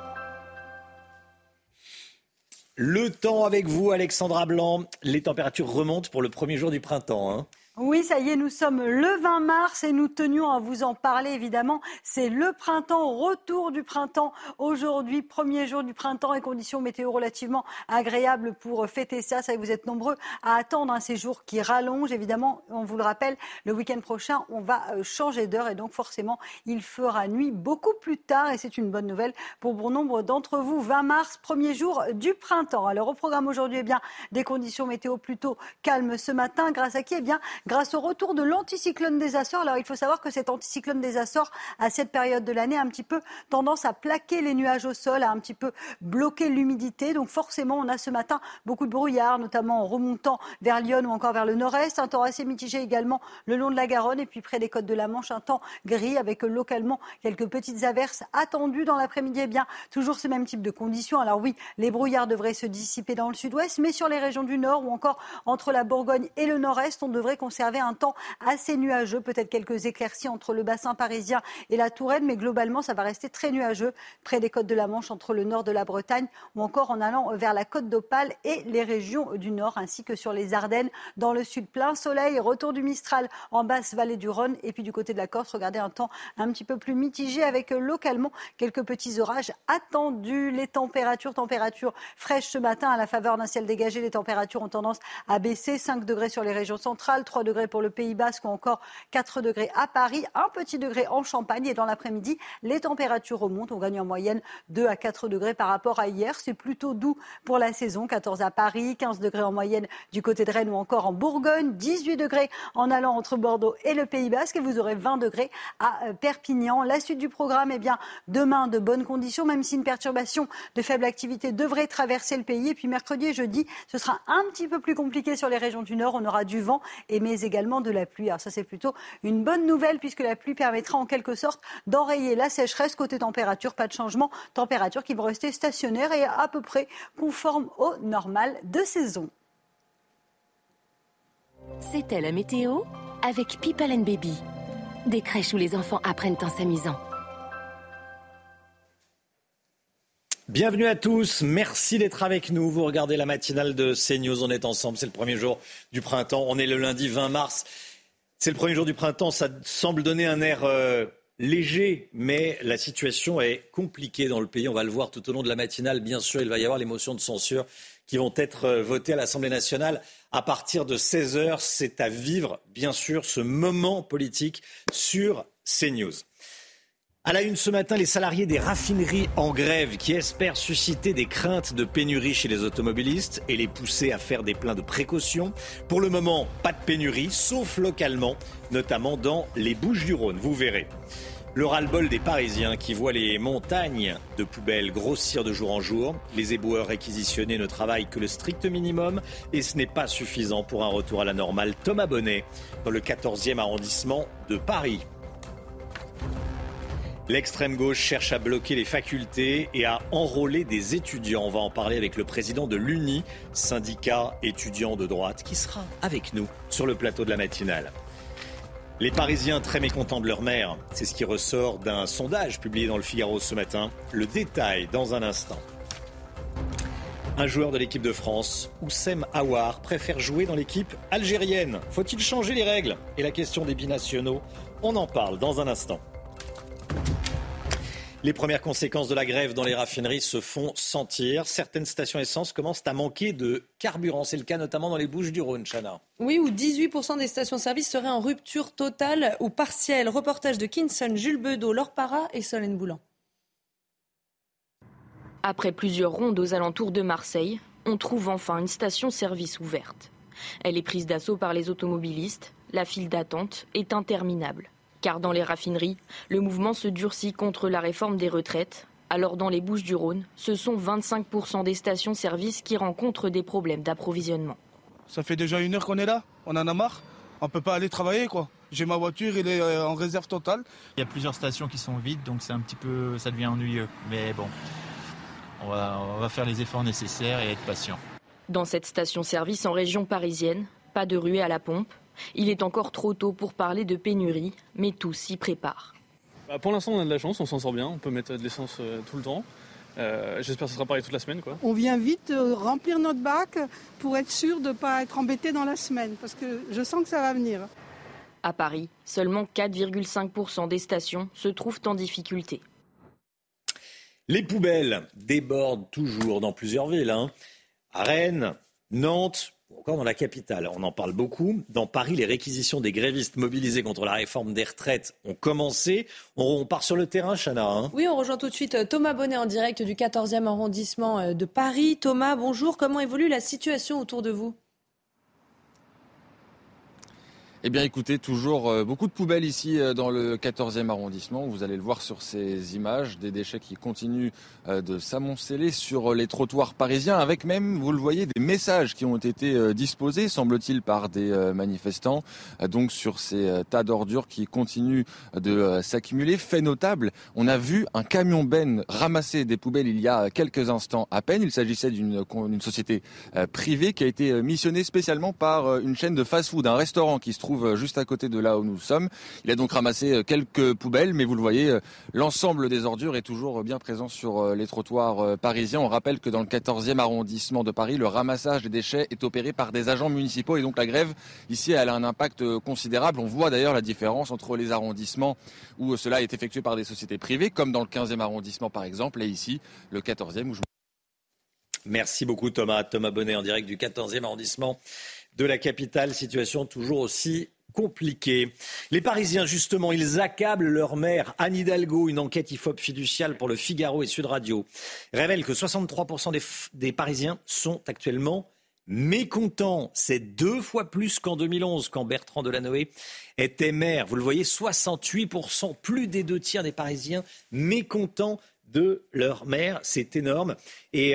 Le temps avec vous, Alexandra Blanc. Les températures remontent pour le premier jour du printemps, hein. Oui, ça y est, nous sommes le 20 mars et nous tenions à vous en parler, évidemment. C'est le printemps, retour du printemps. Aujourd'hui, premier jour du printemps et conditions météo relativement agréables pour fêter ça. Ça, vous êtes nombreux à attendre ces jours qui rallongent. Évidemment, on vous le rappelle, le week-end prochain, on va changer d'heure et donc forcément, il fera nuit beaucoup plus tard et c'est une bonne nouvelle pour bon nombre d'entre vous. 20 mars, premier jour du printemps. Alors, au programme aujourd'hui, des conditions météo plutôt calmes ce matin. Grâce à qui? Grâce au retour de l'anticyclone des Açores. Alors, il faut savoir que cet anticyclone des Açores, à cette période de l'année, a un petit peu tendance à plaquer les nuages au sol, à un petit peu bloquer l'humidité. Donc, forcément, on a ce matin beaucoup de brouillard, notamment en remontant vers Lyon ou encore vers le nord-est. Un temps assez mitigé également le long de la Garonne et puis près des côtes de la Manche, un temps gris avec localement quelques petites averses attendues dans l'après-midi. Toujours ce même type de conditions. Alors oui, les brouillards devraient se dissiper dans le sud-ouest, mais sur les régions du nord ou encore entre la Bourgogne et le nord-est, on devrait conserver un temps assez nuageux, peut-être quelques éclaircies entre le bassin parisien et la Touraine, mais globalement ça va rester très nuageux près des côtes de la Manche, entre le nord de la Bretagne ou encore en allant vers la côte d'Opale et les régions du nord, ainsi que sur les Ardennes. Dans le sud, plein soleil, retour du Mistral en basse vallée du Rhône et puis du côté de la Corse, regardez un temps un petit peu plus mitigé avec localement quelques petits orages attendus. Les températures fraîches ce matin à la faveur d'un ciel dégagé, les températures ont tendance à baisser, 5 degrés sur les régions centrales, 3 degrés pour le Pays Basque ou encore 4 degrés à Paris, un petit degré en Champagne et dans l'après-midi, les températures remontent. On gagne en moyenne 2 à 4 degrés par rapport à hier. C'est plutôt doux pour la saison, 14 à Paris, 15 degrés en moyenne du côté de Rennes ou encore en Bourgogne, 18 degrés en allant entre Bordeaux et le Pays Basque et vous aurez 20 degrés à Perpignan. La suite du programme, demain de bonnes conditions, même si une perturbation de faible activité devrait traverser le pays. Et puis mercredi et jeudi, ce sera un petit peu plus compliqué sur les régions du Nord. On aura du vent mais également de la pluie. Alors ça, c'est plutôt une bonne nouvelle puisque la pluie permettra en quelque sorte d'enrayer la sécheresse. Côté température, pas de changement. Températures qui vont rester stationnaires et à peu près conformes au normal de saison. C'était la météo avec People & Baby. Des crèches où les enfants apprennent en s'amusant. Bienvenue à tous, merci d'être avec nous. Vous regardez la matinale de CNews, on est ensemble, c'est le premier jour du printemps. On est le lundi 20 mars, c'est le premier jour du printemps, ça semble donner un air léger, mais la situation est compliquée dans le pays. On va le voir tout au long de la matinale, bien sûr, il va y avoir les motions de censure qui vont être votées à l'Assemblée nationale à partir de 16h. C'est à vivre, bien sûr, ce moment politique sur CNews. À la une ce matin, les salariés des raffineries en grève qui espèrent susciter des craintes de pénurie chez les automobilistes et les pousser à faire des pleins de précaution. Pour le moment, pas de pénurie, sauf localement, notamment dans les Bouches-du-Rhône, vous verrez. Le ras-le-bol des Parisiens qui voient les montagnes de poubelles grossir de jour en jour. Les éboueurs réquisitionnés ne travaillent que le strict minimum et ce n'est pas suffisant pour un retour à la normale. Thomas Bonnet, dans le 14e arrondissement de Paris. L'extrême gauche cherche à bloquer les facultés et à enrôler des étudiants. On va en parler avec le président de l'UNI, syndicat étudiant de droite, qui sera avec nous sur le plateau de la matinale. Les Parisiens très mécontents de leur maire, c'est ce qui ressort d'un sondage publié dans le Figaro ce matin. Le détail dans un instant. Un joueur de l'équipe de France, Oussem Aouar, préfère jouer dans l'équipe algérienne. Faut-il changer les règles ? Et la question des binationaux, on en parle dans un instant. Les premières conséquences de la grève dans les raffineries se font sentir. Certaines stations essence commencent à manquer de carburant. C'est le cas notamment dans les Bouches-du-Rhône, Chana. Oui, où 18% des stations-service seraient en rupture totale ou partielle. Reportage de Kinson, Jules Bedeau, Laure Parra et Solène Boulan. Après plusieurs rondes aux alentours de Marseille, on trouve enfin une station-service ouverte. Elle est prise d'assaut par les automobilistes. La file d'attente est interminable. Car dans les raffineries, le mouvement se durcit contre la réforme des retraites. Alors dans les Bouches-du-Rhône, ce sont 25% des stations-service qui rencontrent des problèmes d'approvisionnement. Ça fait déjà 1 heure qu'on est là, on en a marre. On ne peut pas aller travailler, quoi. J'ai ma voiture, elle est en réserve totale. Il y a plusieurs stations qui sont vides, donc ça devient ennuyeux. Mais bon, on va faire les efforts nécessaires et être patient. Dans cette station-service en région parisienne, pas de ruée à la pompe. Il est encore trop tôt pour parler de pénurie, mais tout s'y prépare. Pour l'instant, on a de la chance, on s'en sort bien, on peut mettre de l'essence tout le temps. J'espère que ce sera pareil toute la semaine, quoi. On vient vite remplir notre bac pour être sûr de ne pas être embêté dans la semaine, parce que je sens que ça va venir. À Paris, seulement 4,5% des stations se trouvent en difficulté. Les poubelles débordent toujours dans plusieurs villes. À Rennes, Nantes, ou encore dans la capitale. On en parle beaucoup. Dans Paris, les réquisitions des grévistes mobilisés contre la réforme des retraites ont commencé. On part sur le terrain, Chana. Oui, on rejoint tout de suite Thomas Bonnet en direct du 14e arrondissement de Paris. Thomas, bonjour. Comment évolue la situation autour de vous ? Eh bien écoutez, toujours beaucoup de poubelles ici dans le 14e arrondissement. Vous allez le voir sur ces images, des déchets qui continuent de s'amonceler sur les trottoirs parisiens, avec même, vous le voyez, des messages qui ont été disposés, semble-t-il, par des manifestants, donc sur ces tas d'ordures qui continuent de s'accumuler. Fait notable, on a vu un camion-ben ramasser des poubelles il y a quelques instants à peine. Il s'agissait d'une société privée qui a été missionnée spécialement par une chaîne de fast-food, un restaurant qui se trouve juste à côté de là où nous sommes. Il a donc ramassé quelques poubelles, mais vous le voyez, l'ensemble des ordures est toujours bien présent sur les trottoirs parisiens. On rappelle que dans le 14e arrondissement de Paris, le ramassage des déchets est opéré par des agents municipaux et donc la grève ici, elle a un impact considérable. On voit d'ailleurs la différence entre les arrondissements où cela est effectué par des sociétés privées, comme dans le 15e arrondissement par exemple, et ici, le 14e où je... Merci beaucoup Thomas. Thomas Bonnet en direct du 14e arrondissement de la capitale. Situation toujours aussi compliquée. Les Parisiens, justement, ils accablent leur maire. Anne Hidalgo, une enquête IFOP fiduciale pour le Figaro et Sud Radio, révèle que 63% des Parisiens sont actuellement mécontents. C'est 2 fois plus qu'en 2011, quand Bertrand Delanoë était maire. Vous le voyez, 68%, plus des 2 tiers des Parisiens mécontents de leur maire. C'est énorme. Et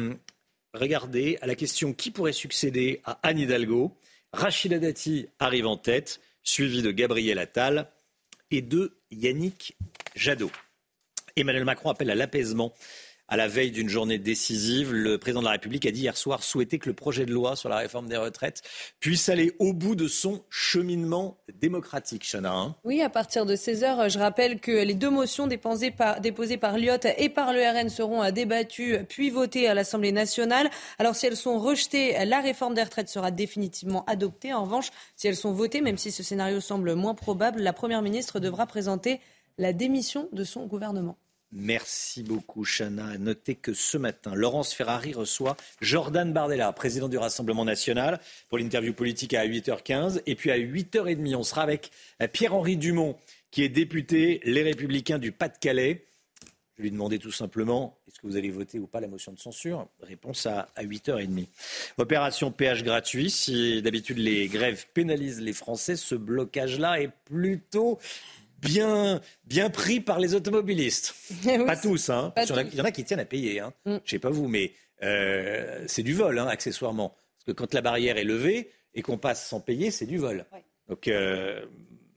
regardez, à la question qui pourrait succéder à Anne Hidalgo, Rachida Dati arrive en tête, suivi de Gabriel Attal et de Yannick Jadot. Emmanuel Macron appelle à l'apaisement à la veille d'une journée décisive. Le président de la République a dit hier soir souhaiter que le projet de loi sur la réforme des retraites puisse aller au bout de son cheminement démocratique. Chana. Oui, à partir de 16h, je rappelle que les 2 motions déposées par Lyotte et par le RN seront débattues puis votées à l'Assemblée nationale. Alors si elles sont rejetées, la réforme des retraites sera définitivement adoptée. En revanche, si elles sont votées, même si ce scénario semble moins probable, la Première ministre devra présenter la démission de son gouvernement. Merci beaucoup, Chana. Notez que ce matin, Laurence Ferrari reçoit Jordan Bardella, président du Rassemblement national, pour l'interview politique à 8h15. Et puis à 8h30, on sera avec Pierre-Henri Dumont, qui est député Les Républicains du Pas-de-Calais. Je lui demandais tout simplement, est-ce que vous allez voter ou pas la motion de censure ? Réponse à 8h30. Opération péage gratuit. Si d'habitude les grèves pénalisent les Français, ce blocage-là est plutôt bien pris par les automobilistes. Oui, pas tous, hein. Pas tous. Il y en a qui tiennent à payer. Hein. Je ne sais pas vous, mais c'est du vol, hein, accessoirement. Parce que quand la barrière est levée et qu'on passe sans payer, c'est du vol. Ouais. Donc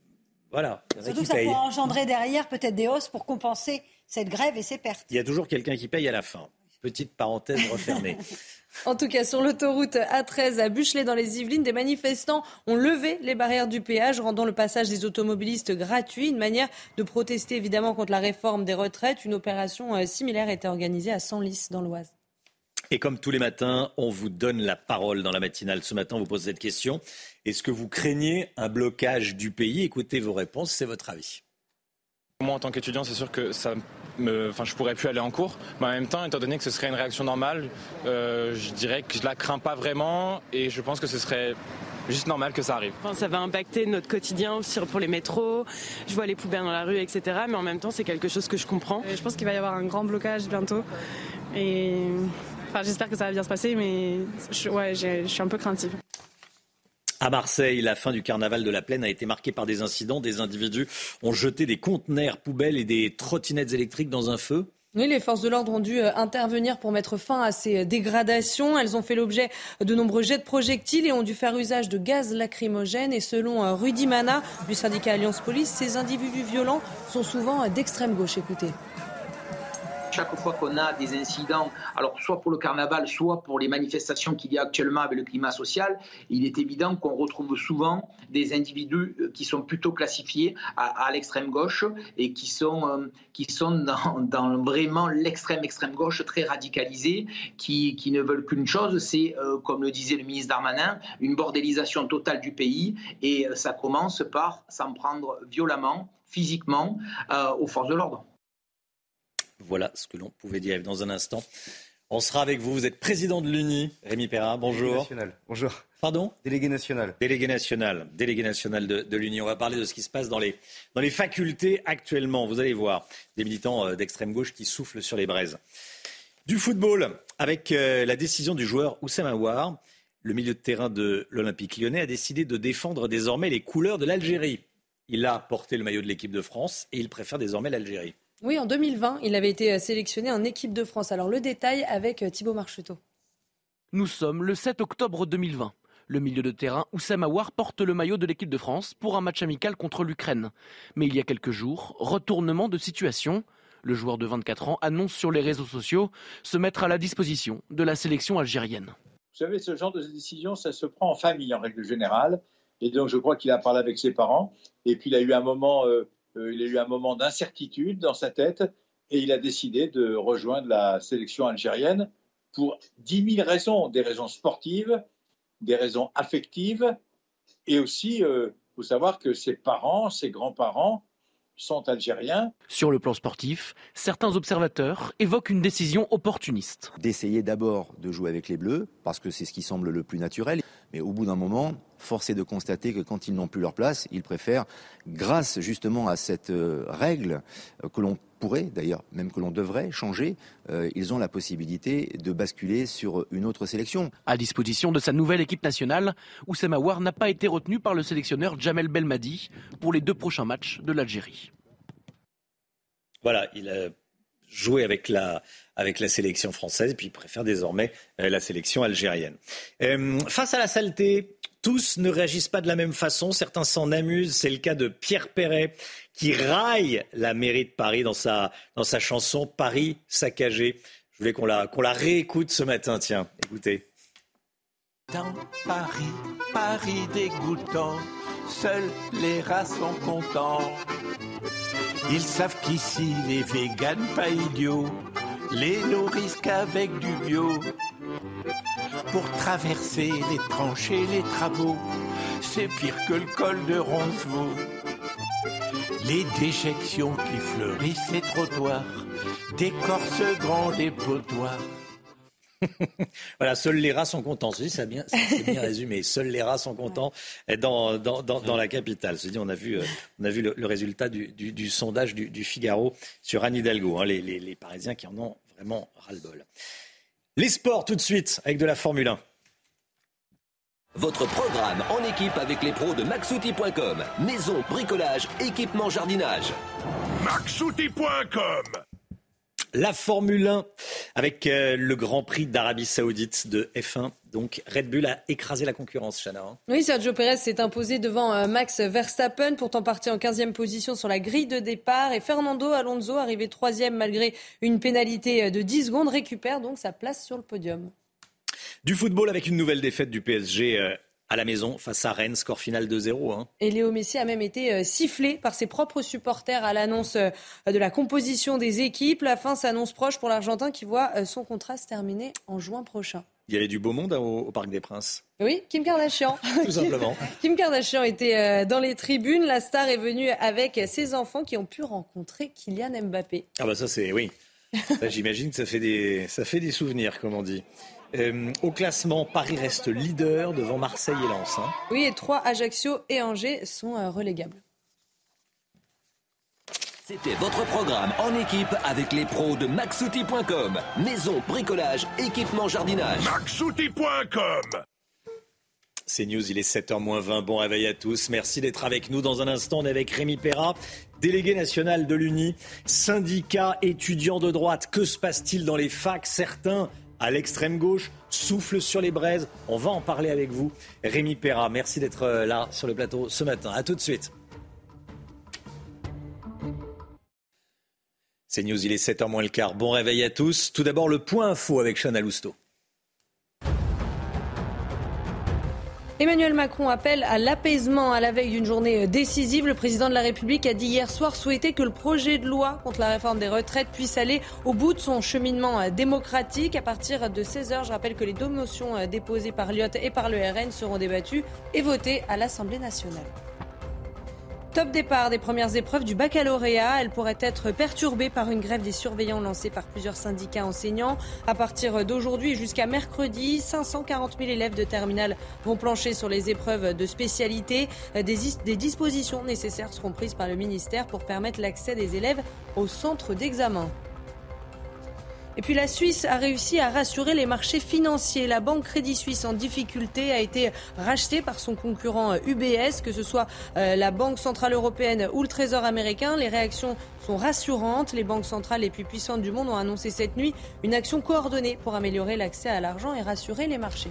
Voilà. Surtout que ça pourrait engendrer derrière peut-être des hausses pour compenser cette grève et ses pertes. Il y a toujours quelqu'un qui paye à la fin. Petite parenthèse refermée. En tout cas, sur l'autoroute A13 à Buchelay dans les Yvelines, des manifestants ont levé les barrières du péage, rendant le passage des automobilistes gratuit. Une manière de protester évidemment contre la réforme des retraites. Une opération similaire était organisée à Senlis dans l'Oise. Et comme tous les matins, on vous donne la parole dans la matinale. Ce matin, on vous pose cette question. Est-ce que vous craignez un blocage du pays ? Écoutez vos réponses, c'est votre avis. Moi, en tant qu'étudiant, c'est sûr que je pourrais plus aller en cours. Mais en même temps, étant donné que ce serait une réaction normale, je dirais que je la crains pas vraiment et je pense que ce serait juste normal que ça arrive. Ça va impacter notre quotidien aussi pour les métros. Je vois les poubelles dans la rue, etc. Mais en même temps, c'est quelque chose que je comprends. Je pense qu'il va y avoir un grand blocage bientôt. Et j'espère que ça va bien se passer, mais je suis un peu craintive. À Marseille, la fin du carnaval de la Plaine a été marquée par des incidents. Des individus ont jeté des conteneurs poubelles et des trottinettes électriques dans un feu. Oui, les forces de l'ordre ont dû intervenir pour mettre fin à ces dégradations. Elles ont fait l'objet de nombreux jets de projectiles et ont dû faire usage de gaz lacrymogène. Et selon Rudy Mana du syndicat Alliance Police, ces individus violents sont souvent d'extrême gauche. Écoutez. Chaque fois qu'on a des incidents, alors soit pour le carnaval, soit pour les manifestations qu'il y a actuellement avec le climat social, il est évident qu'on retrouve souvent des individus qui sont plutôt classifiés à l'extrême gauche et qui sont dans vraiment l'extrême gauche très radicalisés, qui ne veulent qu'une chose, c'est, comme le disait le ministre Darmanin, une bordélisation totale du pays, et ça commence par s'en prendre violemment, physiquement, aux forces de l'ordre. Voilà ce que l'on pouvait dire. Dans un instant, on sera avec vous. Vous êtes président de l'UNI, Rémi Perrin. Bonjour. Délégué national. Bonjour. Pardon ? Délégué national. Délégué national de l'UNI. On va parler de ce qui se passe dans les facultés actuellement. Vous allez voir des militants d'extrême gauche qui soufflent sur les braises. Du football, avec la décision du joueur Oussem Aouar, le milieu de terrain de l'Olympique lyonnais a décidé de défendre désormais les couleurs de l'Algérie. Il a porté le maillot de l'équipe de France et il préfère désormais l'Algérie. Oui, en 2020, il avait été sélectionné en équipe de France. Alors le détail avec Thibaut Marcheteau. Nous sommes le 7 octobre 2020. Le milieu de terrain Oussem Aouar porte le maillot de l'équipe de France pour un match amical contre l'Ukraine. Mais il y a quelques jours, retournement de situation. Le joueur de 24 ans annonce sur les réseaux sociaux se mettre à la disposition de la sélection algérienne. Vous savez, ce genre de décision, ça se prend en famille en règle générale. Et donc je crois qu'il a parlé avec ses parents. Et puis il a eu un moment d'incertitude dans sa tête et il a décidé de rejoindre la sélection algérienne pour 10 000 raisons, des raisons sportives, des raisons affectives et aussi, faut savoir que ses parents, ses grands-parents sont algériens. Sur le plan sportif, certains observateurs évoquent une décision opportuniste. D'essayer d'abord de jouer avec les Bleus, parce que c'est ce qui semble le plus naturel. Mais au bout d'un moment, force est de constater que quand ils n'ont plus leur place, ils préfèrent, grâce justement à cette règle que l'on pourrait, d'ailleurs, même que l'on devrait changer, ils ont la possibilité de basculer sur une autre sélection. À disposition de sa nouvelle équipe nationale, Oussem Aouar n'a pas été retenu par le sélectionneur Djamel Belmadi pour les 2 prochains matchs de l'Algérie. Voilà, il a joué avec la sélection française et puis il préfère désormais la sélection algérienne. Face à la saleté, tous ne réagissent pas de la même façon. Certains s'en amusent. C'est le cas de Pierre Perret qui raille la mairie de Paris dans sa chanson « Paris saccagé ». Je voulais qu'on la réécoute ce matin. Tiens, écoutez. Dans Paris dégoûtant, seuls les rats sont contents. Ils savent qu'ici les véganes pas idiots les nourrissent qu'avec du bio. Pour traverser les tranchées, les travaux, c'est pire que le col de Roncevaux. Les déjections qui fleurissent les trottoirs, décorent ce grand dépotoir. Voilà, seuls les rats sont contents. C'est bien résumé. Seuls les rats sont contents dans la capitale. C'est dit, on a vu le résultat du sondage du Figaro sur Anne Hidalgo. Hein, les Parisiens qui en ont vraiment ras-le-bol. Les sports tout de suite avec de la Formule 1. Votre programme en équipe avec les pros de maxouti.com. Maison, bricolage, équipement, jardinage. maxouti.com. La Formule 1 avec le Grand Prix d'Arabie Saoudite de F1. Donc Red Bull a écrasé la concurrence, Chana. Oui, Sergio Pérez s'est imposé devant Max Verstappen, pourtant parti en 15e position sur la grille de départ. Et Fernando Alonso, arrivé 3e malgré une pénalité de 10 secondes, récupère donc sa place sur le podium. Du football avec une nouvelle défaite du PSG à la maison face à Rennes, score final 2-0. Et Léo Messi a même été sifflé par ses propres supporters à l'annonce de la composition des équipes. La fin s'annonce proche pour l'Argentin qui voit son contrat se terminer en juin prochain. Il y avait du beau monde au Parc des Princes. Oui, Kim Kardashian. Tout simplement. Kim Kardashian était dans les tribunes. La star est venue avec ses enfants qui ont pu rencontrer Kylian Mbappé. Ah bah ça c'est, oui. Ça, j'imagine que ça fait des souvenirs, comme on dit. Au classement, Paris reste leader devant Marseille et Lens. Oui, et 3 Ajaccio et Angers sont relégables. C'était votre programme en équipe avec les pros de maxouti.com. Maison, bricolage, équipement, jardinage. maxouti.com. C'est News, il est 7h-20. Bon réveil à tous. Merci d'être avec nous. Dans un instant, on est avec Rémi Perra, délégué national de l'UNI, syndicat étudiant de droite. Que se passe-t-il dans les facs ? Certains, à l'extrême gauche, soufflent sur les braises. On va en parler avec vous. Rémi Perra, merci d'être là sur le plateau ce matin. À tout de suite. C'est News, il est 7h-15. Bon réveil à tous. Tout d'abord, le point info avec Chana Lousteau. Emmanuel Macron appelle à l'apaisement à la veille d'une journée décisive. Le président de la République a dit hier soir souhaiter que le projet de loi contre la réforme des retraites puisse aller au bout de son cheminement démocratique. À partir de 16h, je rappelle que les 2 motions déposées par Liot et par le RN seront débattues et votées à l'Assemblée nationale. Top départ des premières épreuves du baccalauréat. Elles pourraient être perturbées par une grève des surveillants lancée par plusieurs syndicats enseignants. À partir d'aujourd'hui et jusqu'à mercredi, 540 000 élèves de terminale vont plancher sur les épreuves de spécialité. Des dispositions nécessaires seront prises par le ministère pour permettre l'accès des élèves au centre d'examen. Et puis la Suisse a réussi à rassurer les marchés financiers. La banque Crédit Suisse en difficulté a été rachetée par son concurrent UBS, que ce soit la Banque Centrale Européenne ou le Trésor américain. Les réactions sont rassurantes. Les banques centrales les plus puissantes du monde ont annoncé cette nuit une action coordonnée pour améliorer l'accès à l'argent et rassurer les marchés.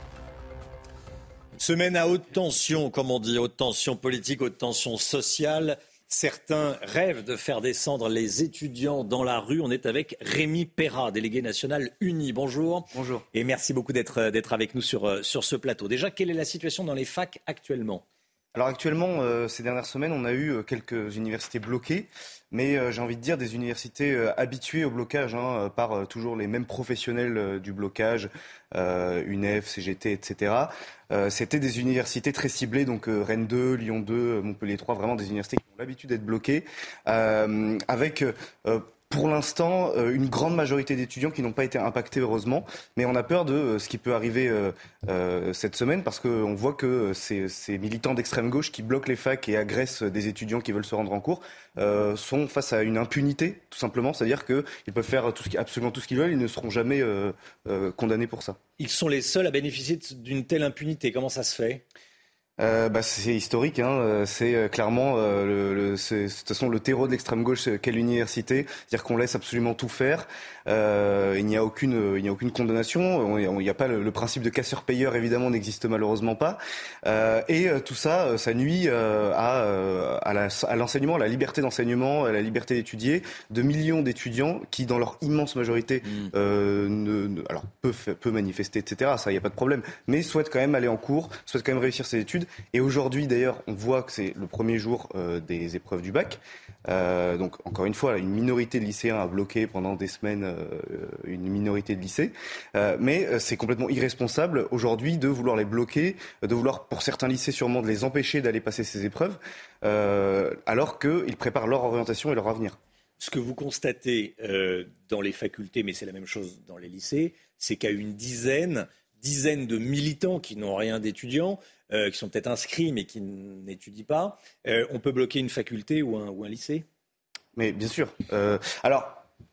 Semaine à haute tension, comme on dit, haute tension politique, haute tension sociale. Certains rêvent de faire descendre les étudiants dans la rue. On est avec Rémi Perra, délégué national UNI. Bonjour. Bonjour. Et merci beaucoup d'être avec nous sur ce plateau. Déjà, quelle est la situation dans les facs actuellement ? Alors actuellement, ces dernières semaines, on a eu quelques universités bloquées, mais j'ai envie de dire des universités habituées au blocage par toujours les mêmes professionnels du blocage, UNEF, CGT, etc. C'était des universités très ciblées, donc Rennes 2, Lyon 2, Montpellier 3, vraiment des universités qui ont l'habitude d'être bloquées, avec... pour l'instant, une grande majorité d'étudiants qui n'ont pas été impactés, heureusement. Mais on a peur de ce qui peut arriver cette semaine, parce qu'on voit que ces militants d'extrême gauche qui bloquent les facs et agressent des étudiants qui veulent se rendre en cours sont face à une impunité, tout simplement. C'est-à-dire qu'ils peuvent faire absolument tout ce qu'ils veulent, ils ne seront jamais condamnés pour ça. Ils sont les seuls à bénéficier d'une telle impunité. Comment ça se fait ? C'est historique, c'est clairement de toute façon le terreau de l'extrême gauche qu'est l'université, c'est-à-dire qu'on laisse absolument tout faire. Il n'y a aucune condamnation, il n'y a pas le principe de casseur-payeur, évidemment, n'existe malheureusement pas. Et tout ça, ça nuit à l'enseignement, à la liberté d'enseignement, à la liberté d'étudier de millions d'étudiants qui, dans leur immense majorité, peuvent manifester, etc. Ça, il n'y a pas de problème, mais souhaitent quand même aller en cours, souhaitent quand même réussir ses études. Et aujourd'hui, d'ailleurs, on voit que c'est le premier jour des épreuves du bac. Donc, encore une fois, une minorité de lycéens a bloqué pendant des semaines une minorité de lycées. Mais c'est complètement irresponsable aujourd'hui de vouloir les bloquer, de vouloir, pour certains lycées sûrement, de les empêcher d'aller passer ces épreuves, alors qu'ils préparent leur orientation et leur avenir. Ce que vous constatez dans les facultés, mais c'est la même chose dans les lycées, c'est qu'il y a une dizaine de militants qui n'ont rien d'étudiants, qui sont peut-être inscrits mais qui n'étudient pas. On peut bloquer une faculté ou un lycée ? Mais bien sûr. Alors,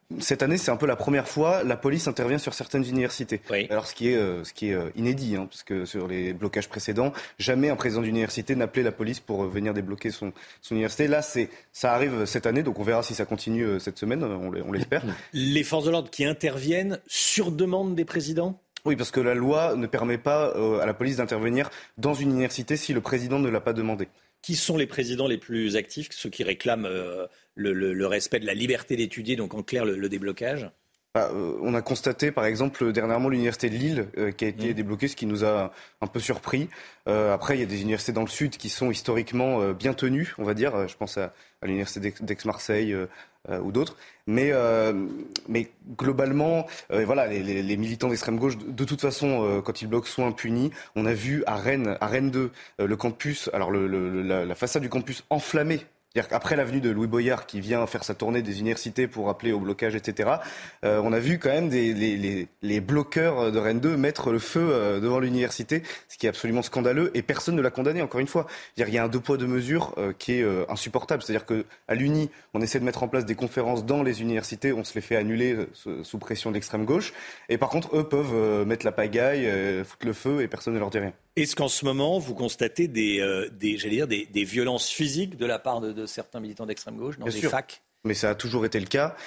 cette année, c'est un peu la première fois la police intervient sur certaines universités. Oui. Alors ce qui est inédit, parce que sur les blocages précédents, jamais un président d'université n'appelait la police pour venir débloquer son université. Là, ça arrive cette année, donc on verra si ça continue cette semaine, on l'espère. Les forces de l'ordre qui interviennent sur demande des présidents ? Oui, parce que la loi ne permet pas à la police d'intervenir dans une université si le président ne l'a pas demandé. Qui sont les présidents les plus actifs, ceux qui réclament le respect de la liberté d'étudier, donc en clair le déblocage ? On a constaté par exemple dernièrement l'université de Lille qui a été débloquée, ce qui nous a un peu surpris. Après, il y a des universités dans le sud qui sont historiquement bien tenues, on va dire. Je pense à l'université d'Aix-Marseille ou d'autres. Mais globalement, voilà, les militants d'extrême gauche, de toute façon, quand ils bloquent, sont impunis. On a vu à Rennes 2, le campus, alors la façade du campus enflammée. C'est-à-dire qu'après l'avenue de Louis Boyard qui vient faire sa tournée des universités pour appeler au blocage, etc., on a vu quand même les bloqueurs de Rennes 2 mettre le feu devant l'université, ce qui est absolument scandaleux, et personne ne l'a condamné, encore une fois. Il y a un deux poids, deux mesures qui est insupportable. C'est-à-dire qu'à l'Uni, on essaie de mettre en place des conférences dans les universités, on se les fait annuler sous pression de l'extrême gauche, et par contre, eux peuvent mettre la pagaille, foutre le feu, et personne ne leur dit rien. Est-ce qu'en ce moment, vous constatez des violences physiques de la part de certains militants d'extrême gauche dans les facs ? Mais ça a toujours été le cas.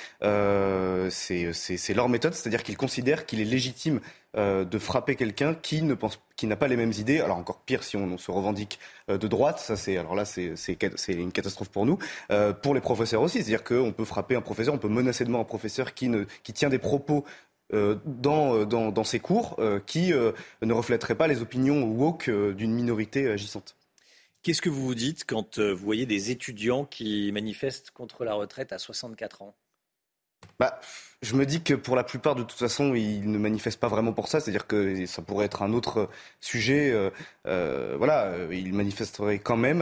C'est leur méthode, c'est-à-dire qu'ils considèrent qu'il est légitime de frapper quelqu'un qui n'a pas les mêmes idées. Alors encore pire si on se revendique de droite, c'est une catastrophe pour nous. Pour les professeurs aussi, c'est-à-dire qu'on peut frapper un professeur, on peut menacer de mort un professeur qui tient des propos dans ses cours qui ne reflèteraient pas les opinions woke d'une minorité agissante. Qu'est-ce que vous vous dites quand vous voyez des étudiants qui manifestent contre la retraite à 64 ans ? Je me dis que pour la plupart, de toute façon, ils ne manifestent pas vraiment pour ça. C'est-à-dire que ça pourrait être un autre sujet. Ils manifesteraient quand même.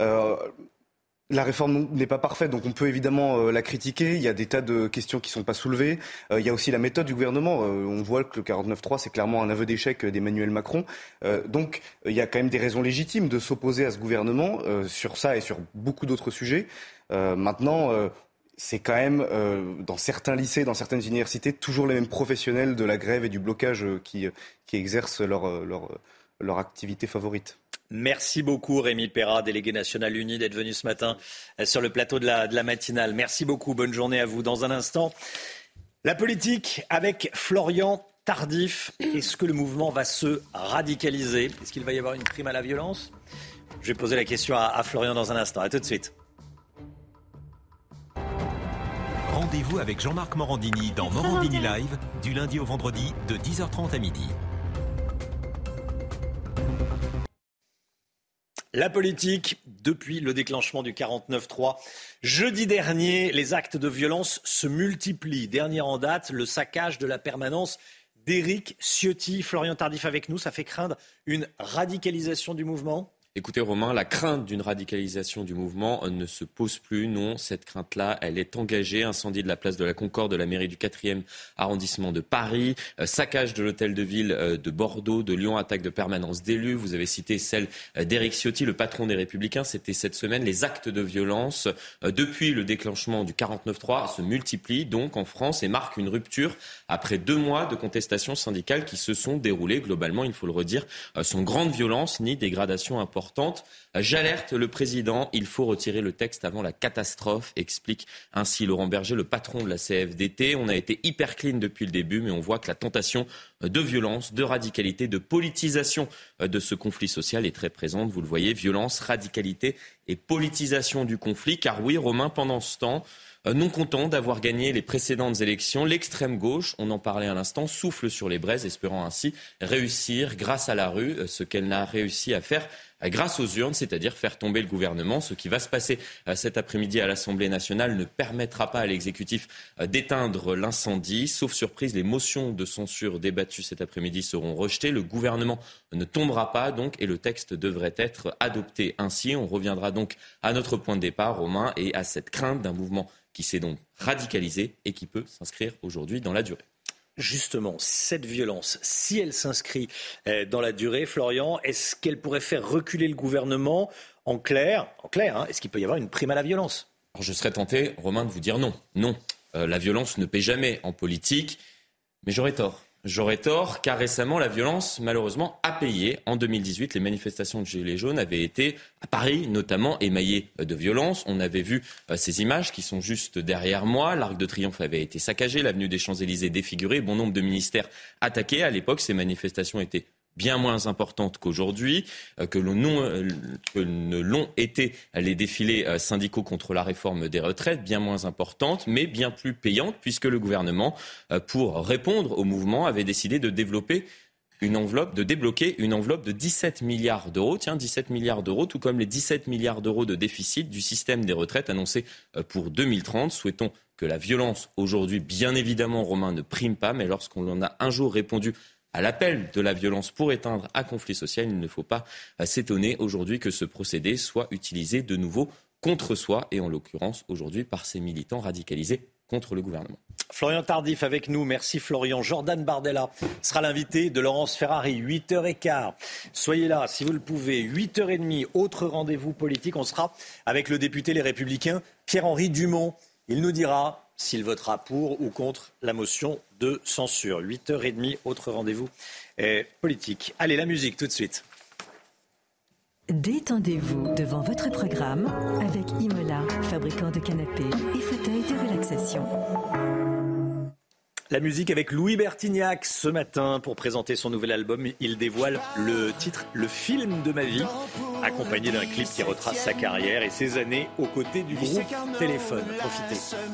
La réforme n'est pas parfaite, donc on peut évidemment la critiquer. Il y a des tas de questions qui ne sont pas soulevées. Il y a aussi la méthode du gouvernement. On voit que le 49.3, c'est clairement un aveu d'échec d'Emmanuel Macron. Donc il y a quand même des raisons légitimes de s'opposer à ce gouvernement sur ça et sur beaucoup d'autres sujets. Maintenant, c'est quand même, dans certains lycées, dans certaines universités, toujours les mêmes professionnels de la grève et du blocage qui exercent leur activité favorite. Merci beaucoup Rémi Perra, délégué national uni, d'être venu ce matin sur le plateau de la matinale. Merci beaucoup, bonne journée à vous. Dans un instant, la politique avec Florian Tardif. Est-ce que le mouvement va se radicaliser ? Est-ce qu'il va y avoir une prime à la violence ? Je vais poser la question à Florian dans un instant. À tout de suite. Rendez-vous avec Jean-Marc Morandini dans Morandini Live, du lundi au vendredi, de 10h30 à midi. La politique, depuis le déclenchement du 49.3, jeudi dernier, les actes de violence se multiplient. Dernier en date, le saccage de la permanence d'Éric Ciotti. Florian Tardif avec nous, ça fait craindre une radicalisation du mouvement ? Écoutez Romain, la crainte d'une radicalisation du mouvement ne se pose plus. Non, cette crainte-là, elle est engagée. Incendie de la place de la Concorde, de la mairie du 4e arrondissement de Paris, saccage de l'hôtel de ville de Bordeaux, de Lyon, attaque de permanence d'élus. Vous avez cité celle d'Éric Ciotti, le patron des Républicains. C'était cette semaine. Les actes de violence, depuis le déclenchement du 49.3, se multiplient donc en France et marquent une rupture après 2 mois de contestations syndicales qui se sont déroulées. Globalement, il faut le redire, sans grande violence ni dégradation importante. J'alerte le président, il faut retirer le texte avant la catastrophe, explique ainsi Laurent Berger, le patron de la CFDT. On a été hyper clean depuis le début, mais on voit que la tentation de violence, de radicalité, de politisation de ce conflit social est très présente. Vous le voyez, violence, radicalité et politisation du conflit. Car oui, Romain, pendant ce temps, non content d'avoir gagné les précédentes élections, l'extrême gauche, on en parlait à l'instant, souffle sur les braises, espérant ainsi réussir grâce à la rue ce qu'elle n'a réussi à faire grâce aux urnes, c'est-à-dire faire tomber le gouvernement. Ce qui va se passer cet après-midi à l'Assemblée nationale ne permettra pas à l'exécutif d'éteindre l'incendie. Sauf surprise, les motions de censure débattues cet après-midi seront rejetées. Le gouvernement ne tombera pas donc et le texte devrait être adopté ainsi. On reviendra donc à notre point de départ, Romain, et à cette crainte d'un mouvement qui s'est donc radicalisé et qui peut s'inscrire aujourd'hui dans la durée. Justement, cette violence, si elle s'inscrit dans la durée, Florian, est-ce qu'elle pourrait faire reculer le gouvernement ? En clair, est-ce qu'il peut y avoir une prime à la violence ? Alors je serais tenté, Romain, de vous dire non. Non. la violence ne paie jamais en politique, mais j'aurais tort. J'aurais tort, car récemment, la violence, malheureusement, a payé. En 2018, les manifestations de Gilets jaunes avaient été, à Paris notamment, émaillées de violence. On avait vu ces images qui sont juste derrière moi. L'Arc de Triomphe avait été saccagé, l'avenue des Champs-Élysées défigurée, bon nombre de ministères attaqués. À l'époque, ces manifestations étaient bien moins importantes qu'aujourd'hui, que ne l'ont été les défilés syndicaux contre la réforme des retraites, bien moins importantes, mais bien plus payantes, puisque le gouvernement, pour répondre au mouvement, avait décidé de débloquer une enveloppe de 17 milliards d'euros. Tiens, 17 milliards d'euros, tout comme les 17 milliards d'euros de déficit du système des retraites annoncé pour 2030. Souhaitons que la violence, aujourd'hui, bien évidemment, Romain, ne prime pas, mais lorsqu'on en a un jour répondu à l'appel de la violence pour éteindre un conflit social, il ne faut pas s'étonner aujourd'hui que ce procédé soit utilisé de nouveau contre soi, et en l'occurrence aujourd'hui par ces militants radicalisés contre le gouvernement. Florian Tardif avec nous, merci Florian. Jordan Bardella sera l'invité de Laurence Ferrari, 8h15. Soyez là si vous le pouvez, 8h30, autre rendez-vous politique. On sera avec le député Les Républicains, Pierre-Henri Dumont. Il nous dira s'il votera pour ou contre la motion de censure. 8h30, autre rendez-vous politique. Allez, la musique tout de suite. Détendez-vous devant votre programme avec Imola, fabricant de canapés et fauteuils de relaxation. La musique avec Louis Bertignac ce matin pour présenter son nouvel album. Il dévoile le titre « Le film de ma vie », accompagné d'un clip qui retrace sa carrière et ses années aux côtés du groupe Téléphone. Profitez.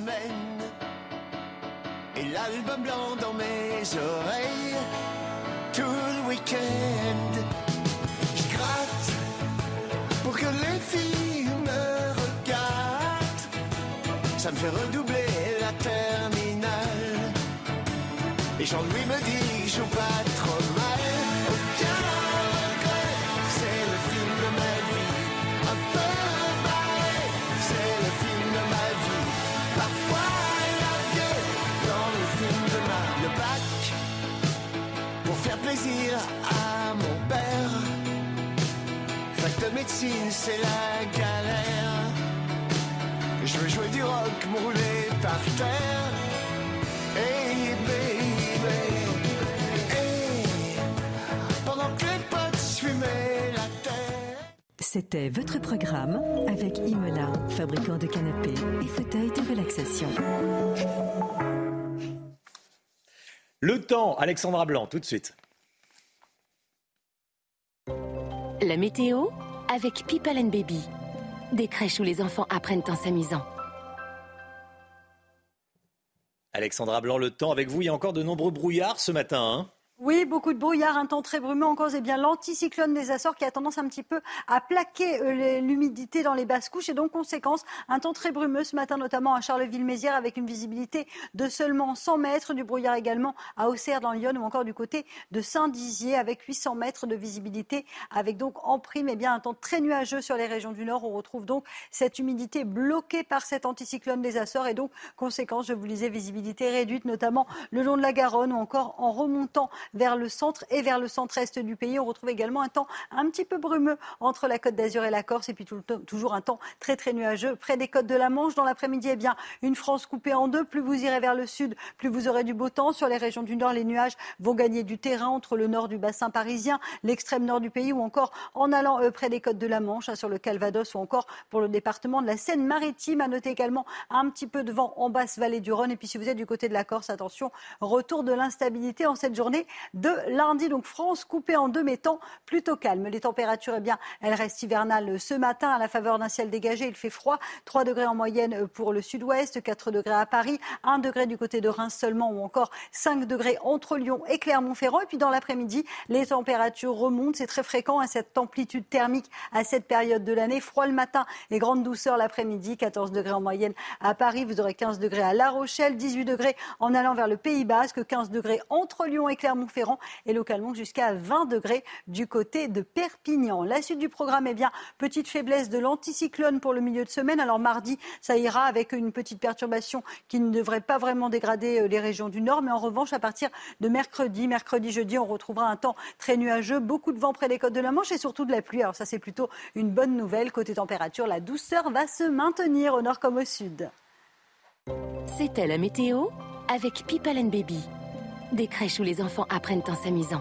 Et l'album blanc dans mes oreilles, tout le week-end, je gratte pour que les filles me regardent. Ça me fait redoubler la terminale. Et Jean-Louis me dit que je joue pas trop mal. Aucun regret, c'est le film de ma vie. Un peu barré, c'est le film de ma vie. Parfois largué dans le film de le bac, pour faire plaisir à mon père. Fac de médecine, c'est la galère. Je veux jouer du rock, me rouler par terre. Hey baby, hey, pendant que les potes fumaient la terre. C'était votre programme avec Imola, fabricant de canapés et fauteuils de relaxation. Le temps, Alexandra Blanc, tout de suite. La météo avec People & Baby. Des crèches où les enfants apprennent en s'amusant. Alexandra Blanc, le temps avec vous. Il y a encore de nombreux brouillards ce matin, hein. Oui, beaucoup de brouillard, un temps très brumeux. En cause, l'anticyclone des Açores qui a tendance un petit peu à plaquer l'humidité dans les basses couches. Et donc, conséquence, un temps très brumeux ce matin, notamment à Charleville-Mézières, avec une visibilité de seulement 100 mètres. Du brouillard également à Auxerre dans l'Yonne ou encore du côté de Saint-Dizier avec 800 mètres de visibilité. Avec donc en prime un temps très nuageux sur les régions du Nord. On retrouve donc cette humidité bloquée par cet anticyclone des Açores. Et donc, conséquence, je vous le disais, visibilité réduite, notamment le long de la Garonne ou encore en remontant vers le centre et vers le centre-est du pays. On retrouve également un temps un petit peu brumeux entre la Côte d'Azur et la Corse et puis toujours un temps très très nuageux près des côtes de la Manche. Dans l'après-midi, une France coupée en deux. Plus vous irez vers le sud, plus vous aurez du beau temps. Sur les régions du Nord, les nuages vont gagner du terrain entre le nord du bassin parisien, l'extrême nord du pays ou encore en allant près des côtes de la Manche, sur le Calvados ou encore pour le département de la Seine-Maritime. À noter également un petit peu de vent en basse vallée du Rhône. Et puis si vous êtes du côté de la Corse, attention, retour de l'instabilité en cette journée de lundi. Donc France coupée en deux, mais temps plutôt calme. Les températures, elles restent hivernales ce matin à la faveur d'un ciel dégagé. Il fait froid, 3 degrés en moyenne pour le sud-ouest, 4 degrés à Paris, 1 degré du côté de Reims seulement ou encore 5 degrés entre Lyon et Clermont-Ferrand. Et puis dans l'après-midi, les températures remontent. C'est très fréquent, cette amplitude thermique à cette période de l'année. Froid le matin et grande douceur l'après-midi, 14 degrés en moyenne à Paris. Vous aurez 15 degrés à La Rochelle, 18 degrés en allant vers le Pays Basque, 15 degrés entre Lyon et Clermont-Ferrand et localement jusqu'à 20 degrés du côté de Perpignan. La suite du programme, petite faiblesse de l'anticyclone pour le milieu de semaine. Alors mardi, ça ira avec une petite perturbation qui ne devrait pas vraiment dégrader les régions du Nord. Mais en revanche, à partir de mercredi, jeudi, on retrouvera un temps très nuageux, beaucoup de vent près des côtes de la Manche et surtout de la pluie. Alors ça, c'est plutôt une bonne nouvelle. Côté température, la douceur va se maintenir au nord comme au sud. C'était la météo avec People and Baby. Des crèches où les enfants apprennent en s'amusant.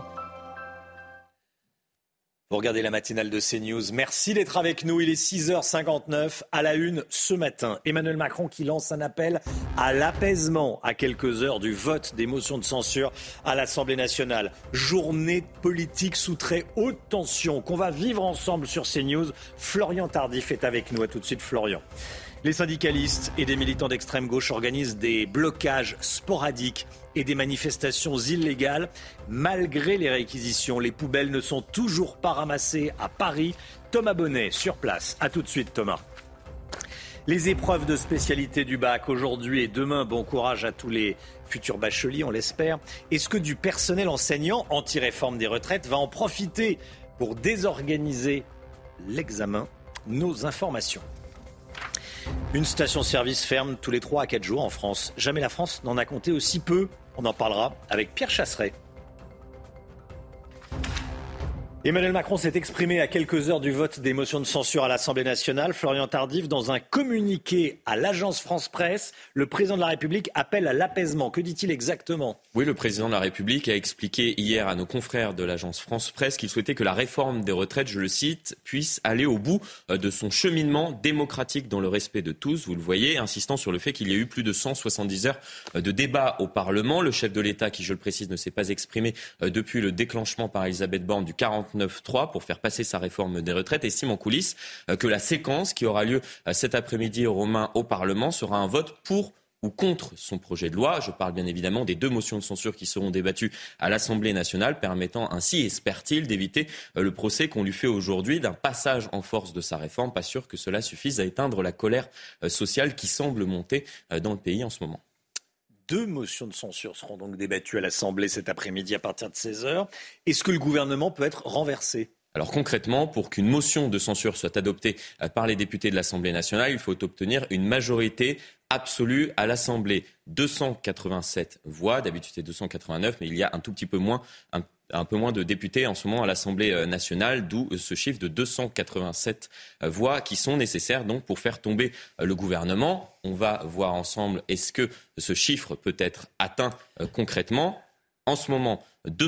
Vous regardez la matinale de CNews. Merci d'être avec nous. Il est 6h59 à la une ce matin. Emmanuel Macron qui lance un appel à l'apaisement à quelques heures du vote des motions de censure à l'Assemblée nationale. Journée politique sous très haute tension qu'on va vivre ensemble sur CNews. Florian Tardif est avec nous. À tout de suite, Florian. Les syndicalistes et des militants d'extrême gauche organisent des blocages sporadiques et des manifestations illégales. Malgré les réquisitions, les poubelles ne sont toujours pas ramassées à Paris. Thomas Bonnet sur place. A tout de suite, Thomas. Les épreuves de spécialité du bac aujourd'hui et demain. Bon courage à tous les futurs bacheliers, on l'espère. Est-ce que du personnel enseignant anti-réforme des retraites va en profiter pour désorganiser l'examen? Nos informations. Une station-service ferme tous les 3 à 4 jours en France. Jamais la France n'en a compté aussi peu. On en parlera avec Pierre Chasseret. Emmanuel Macron s'est exprimé à quelques heures du vote des motions de censure à l'Assemblée nationale. Florian Tardif, dans un communiqué à l'agence France-Presse, le président de la République appelle à l'apaisement. Que dit-il exactement ? Oui, le président de la République a expliqué hier à nos confrères de l'agence France-Presse qu'il souhaitait que la réforme des retraites, je le cite, puisse aller au bout de son cheminement démocratique dans le respect de tous. Vous le voyez, insistant sur le fait qu'il y a eu plus de 170 heures de débat au Parlement. Le chef de l'État, qui je le précise, ne s'est pas exprimé depuis le déclenchement par Elisabeth Borne du 49.3 pour faire passer sa réforme des retraites, estime en coulisses que la séquence qui aura lieu cet après-midi au Parlement sera un vote pour ou contre son projet de loi. Je parle bien évidemment des 2 motions de censure qui seront débattues à l'Assemblée nationale, permettant ainsi, espère-t-il, d'éviter le procès qu'on lui fait aujourd'hui d'un passage en force de sa réforme. Pas sûr que cela suffise à éteindre la colère sociale qui semble monter dans le pays en ce moment. 2 motions de censure seront donc débattues à l'Assemblée cet après-midi à partir de 16h. Est-ce que le gouvernement peut être renversé ? Alors concrètement, pour qu'une motion de censure soit adoptée par les députés de l'Assemblée nationale, il faut obtenir une majorité absolue à l'Assemblée. 287 voix, d'habitude c'est 289, mais il y a un tout petit peu moins, un peu moins de députés en ce moment à l'Assemblée nationale, d'où ce chiffre de 287 voix qui sont nécessaires donc pour faire tomber le gouvernement. On va voir ensemble est-ce que ce chiffre peut être atteint concrètement. En ce moment,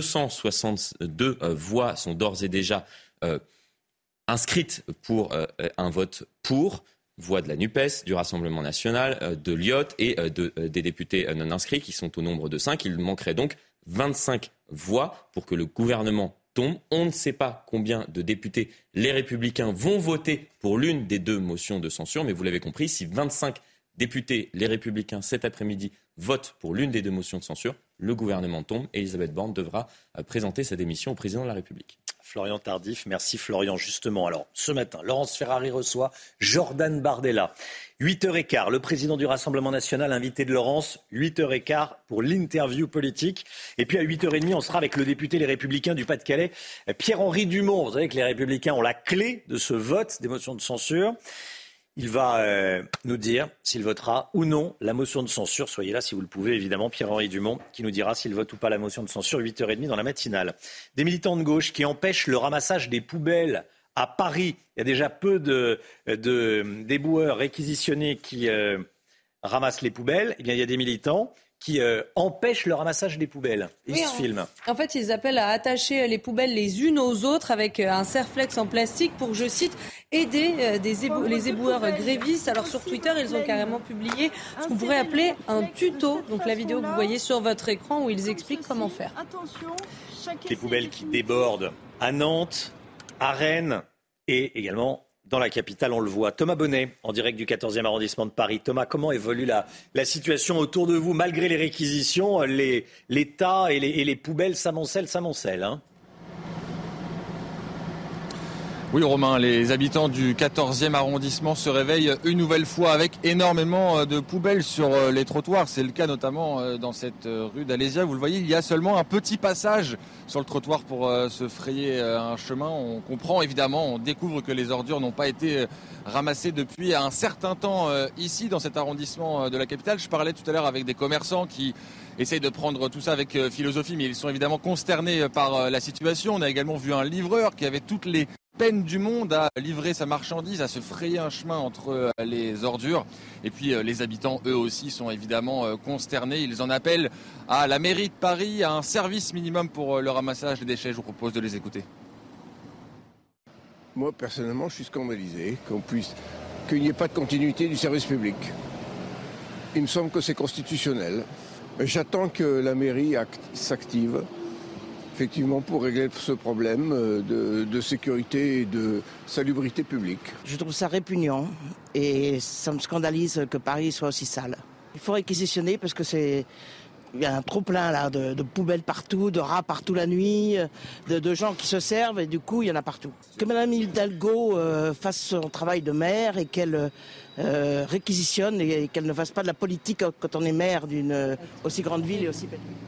262 voix sont d'ores et déjà inscrites pour un vote pour. Voix de la NUPES, du Rassemblement national, de l'IOT et des députés non inscrits qui sont au nombre de 5. Il manquerait donc 25 voix pour que le gouvernement tombe. On ne sait pas combien de députés les Républicains vont voter pour l'une des 2 motions de censure, mais vous l'avez compris, si 25 députés les Républicains cet après-midi votent pour l'une des 2 motions de censure, le gouvernement tombe et Elisabeth Borne devra présenter sa démission au président de la République. Florian Tardif, merci Florian. Justement, alors ce matin, Laurence Ferrari reçoit Jordan Bardella. 8h15, le président du Rassemblement national, invité de Laurence, 8h15 pour l'interview politique. Et puis à 8h30, on sera avec le député Les Républicains du Pas-de-Calais, Pierre-Henri Dumont. Vous savez que les Républicains ont la clé de ce vote des motions de censure. Il va nous dire s'il votera ou non la motion de censure. Soyez là si vous le pouvez, évidemment. Pierre-Henri Dumont qui nous dira s'il vote ou pas la motion de censure, 8h30 dans la matinale. Des militants de gauche qui empêchent le ramassage des poubelles à Paris. Il y a déjà peu d'éboueurs réquisitionnés qui ramassent les poubelles. Eh bien, il y a des militants qui empêchent le ramassage des poubelles. Ils se filment. En fait, ils appellent à attacher les poubelles les unes aux autres avec un serre-flex en plastique pour, je cite, aider les éboueurs grévistes. Alors sur Twitter, ils ont carrément publié ce qu'on pourrait appeler un tuto. Donc la vidéo que vous voyez sur votre écran où ils expliquent comment faire. Les poubelles qui débordent à Nantes, à Rennes et également dans la capitale, on le voit. Thomas Bonnet, en direct du 14e arrondissement de Paris. Thomas, comment évolue la situation autour de vous? Malgré les réquisitions, les tas et les poubelles s'amoncellent, hein? Oui, Romain, les habitants du 14e arrondissement se réveillent une nouvelle fois avec énormément de poubelles sur les trottoirs. C'est le cas notamment dans cette rue d'Alésia. Vous le voyez, il y a seulement un petit passage sur le trottoir pour se frayer un chemin. On comprend évidemment, on découvre que les ordures n'ont pas été ramassées depuis un certain temps ici dans cet arrondissement de la capitale. Je parlais tout à l'heure avec des commerçants qui essayent de prendre tout ça avec philosophie, mais ils sont évidemment consternés par la situation. On a également vu un livreur qui avait toutes les peine du monde à livrer sa marchandise, à se frayer un chemin entre les ordures. Et puis les habitants, eux aussi, sont évidemment consternés. Ils en appellent à la mairie de Paris, à un service minimum pour le ramassage des déchets. Je vous propose de les écouter. Moi, personnellement, je suis scandalisé qu'il n'y ait pas de continuité du service public. Il me semble que c'est constitutionnel. J'attends que la mairie s'active, effectivement, pour régler ce problème de sécurité et de salubrité publique. Je trouve ça répugnant et ça me scandalise que Paris soit aussi sale. Il faut réquisitionner parce que il y a un trop plein là de poubelles partout, de rats partout la nuit, de gens qui se servent et du coup il y en a partout. Que Mme Hidalgo fasse son travail de maire et qu'elle réquisitionne et qu'elle ne fasse pas de la politique quand on est maire d'une aussi grande ville et aussi belle ville.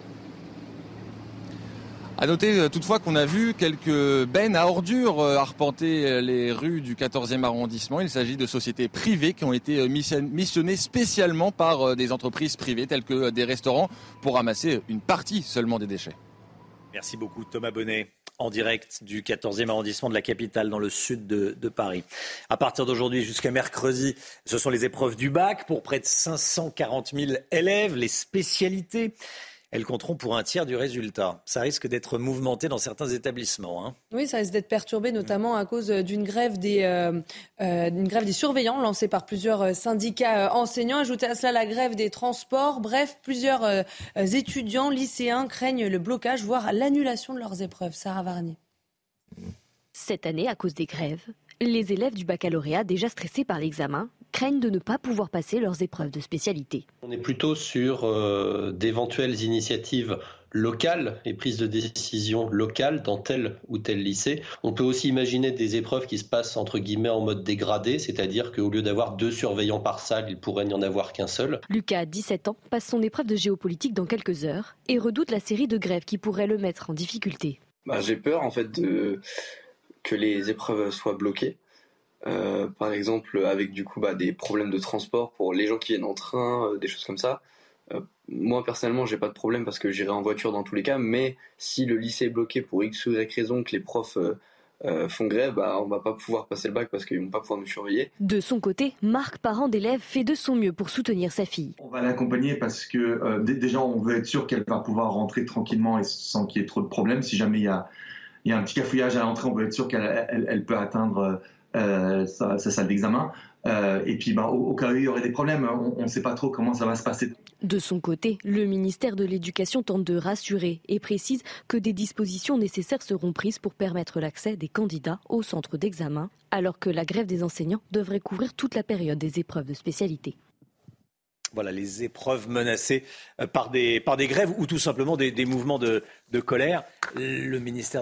À noter toutefois qu'on a vu quelques bennes à ordures arpenter les rues du 14e arrondissement. Il s'agit de sociétés privées qui ont été missionnées spécialement par des entreprises privées telles que des restaurants pour ramasser une partie seulement des déchets. Merci beaucoup Thomas Bonnet, en direct du 14e arrondissement de la capitale dans le sud de Paris. À partir d'aujourd'hui jusqu'à mercredi, ce sont les épreuves du bac pour près de 540 000 élèves, les spécialités. Elles compteront pour un tiers du résultat. Ça risque d'être mouvementé dans certains établissements. Hein. Oui, ça risque d'être perturbé, notamment à cause d'une grève des surveillants lancée par plusieurs syndicats enseignants. Ajoutez à cela la grève des transports. Bref, plusieurs étudiants, lycéens craignent le blocage, voire l'annulation de leurs épreuves. Sarah Varnier. Cette année, à cause des grèves, les élèves du baccalauréat, déjà stressés par l'examen, craignent de ne pas pouvoir passer leurs épreuves de spécialité. On est plutôt sur d'éventuelles initiatives locales et prises de décision locales dans tel ou tel lycée. On peut aussi imaginer des épreuves qui se passent entre guillemets en mode dégradé, c'est-à-dire qu'au lieu d'avoir 2 surveillants par salle, il pourrait n'y en avoir qu'un seul. Lucas, 17 ans, passe son épreuve de géopolitique dans quelques heures et redoute la série de grèves qui pourraient le mettre en difficulté. J'ai peur en fait que les épreuves soient bloquées. Par exemple avec du coup des problèmes de transport pour les gens qui viennent en train, des choses comme ça. Moi personnellement j'ai pas de problème parce que j'irai en voiture dans tous les cas, mais si le lycée est bloqué pour X ou Y raison, que les profs font grève, on va pas pouvoir passer le bac parce qu'ils vont pas pouvoir nous surveiller. De son côté, Marc, parent d'élève, fait de son mieux pour soutenir sa fille. On va l'accompagner parce que déjà on veut être sûr qu'elle va pouvoir rentrer tranquillement et sans qu'il y ait trop de problèmes. Si jamais il y a un petit cafouillage à l'entrée, on veut être sûr qu'elle peut atteindre sa salle d'examen. Et puis au cas où il y aurait des problèmes, on ne sait pas trop comment ça va se passer. De son côté, le ministère de l'Éducation tente de rassurer et précise que des dispositions nécessaires seront prises pour permettre l'accès des candidats au centre d'examen, alors que la grève des enseignants devrait couvrir toute la période des épreuves de spécialité. Voilà, les épreuves menacées par des grèves ou tout simplement des mouvements de colère. Le ministère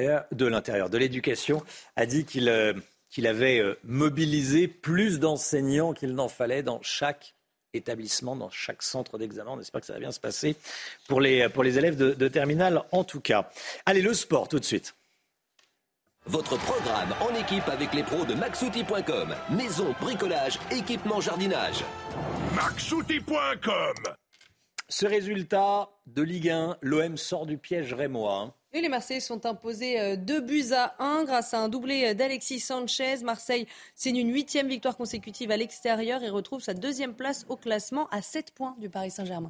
de l'Éducation a dit qu'il avait mobilisé plus d'enseignants qu'il n'en fallait dans chaque établissement, dans chaque centre d'examen. On espère que ça va bien se passer pour les élèves de terminale en tout cas. Allez, le sport tout de suite. Votre programme en équipe avec les pros de maxouti.com. Maison, bricolage, équipement, jardinage. maxouti.com. Ce résultat de Ligue 1, l'OM sort du piège rémois. Et les Marseillais sont imposés 2-1 grâce à un doublé d'Alexis Sanchez. Marseille signe une 8e victoire consécutive à l'extérieur et retrouve sa 2e place au classement à 7 points du Paris Saint-Germain.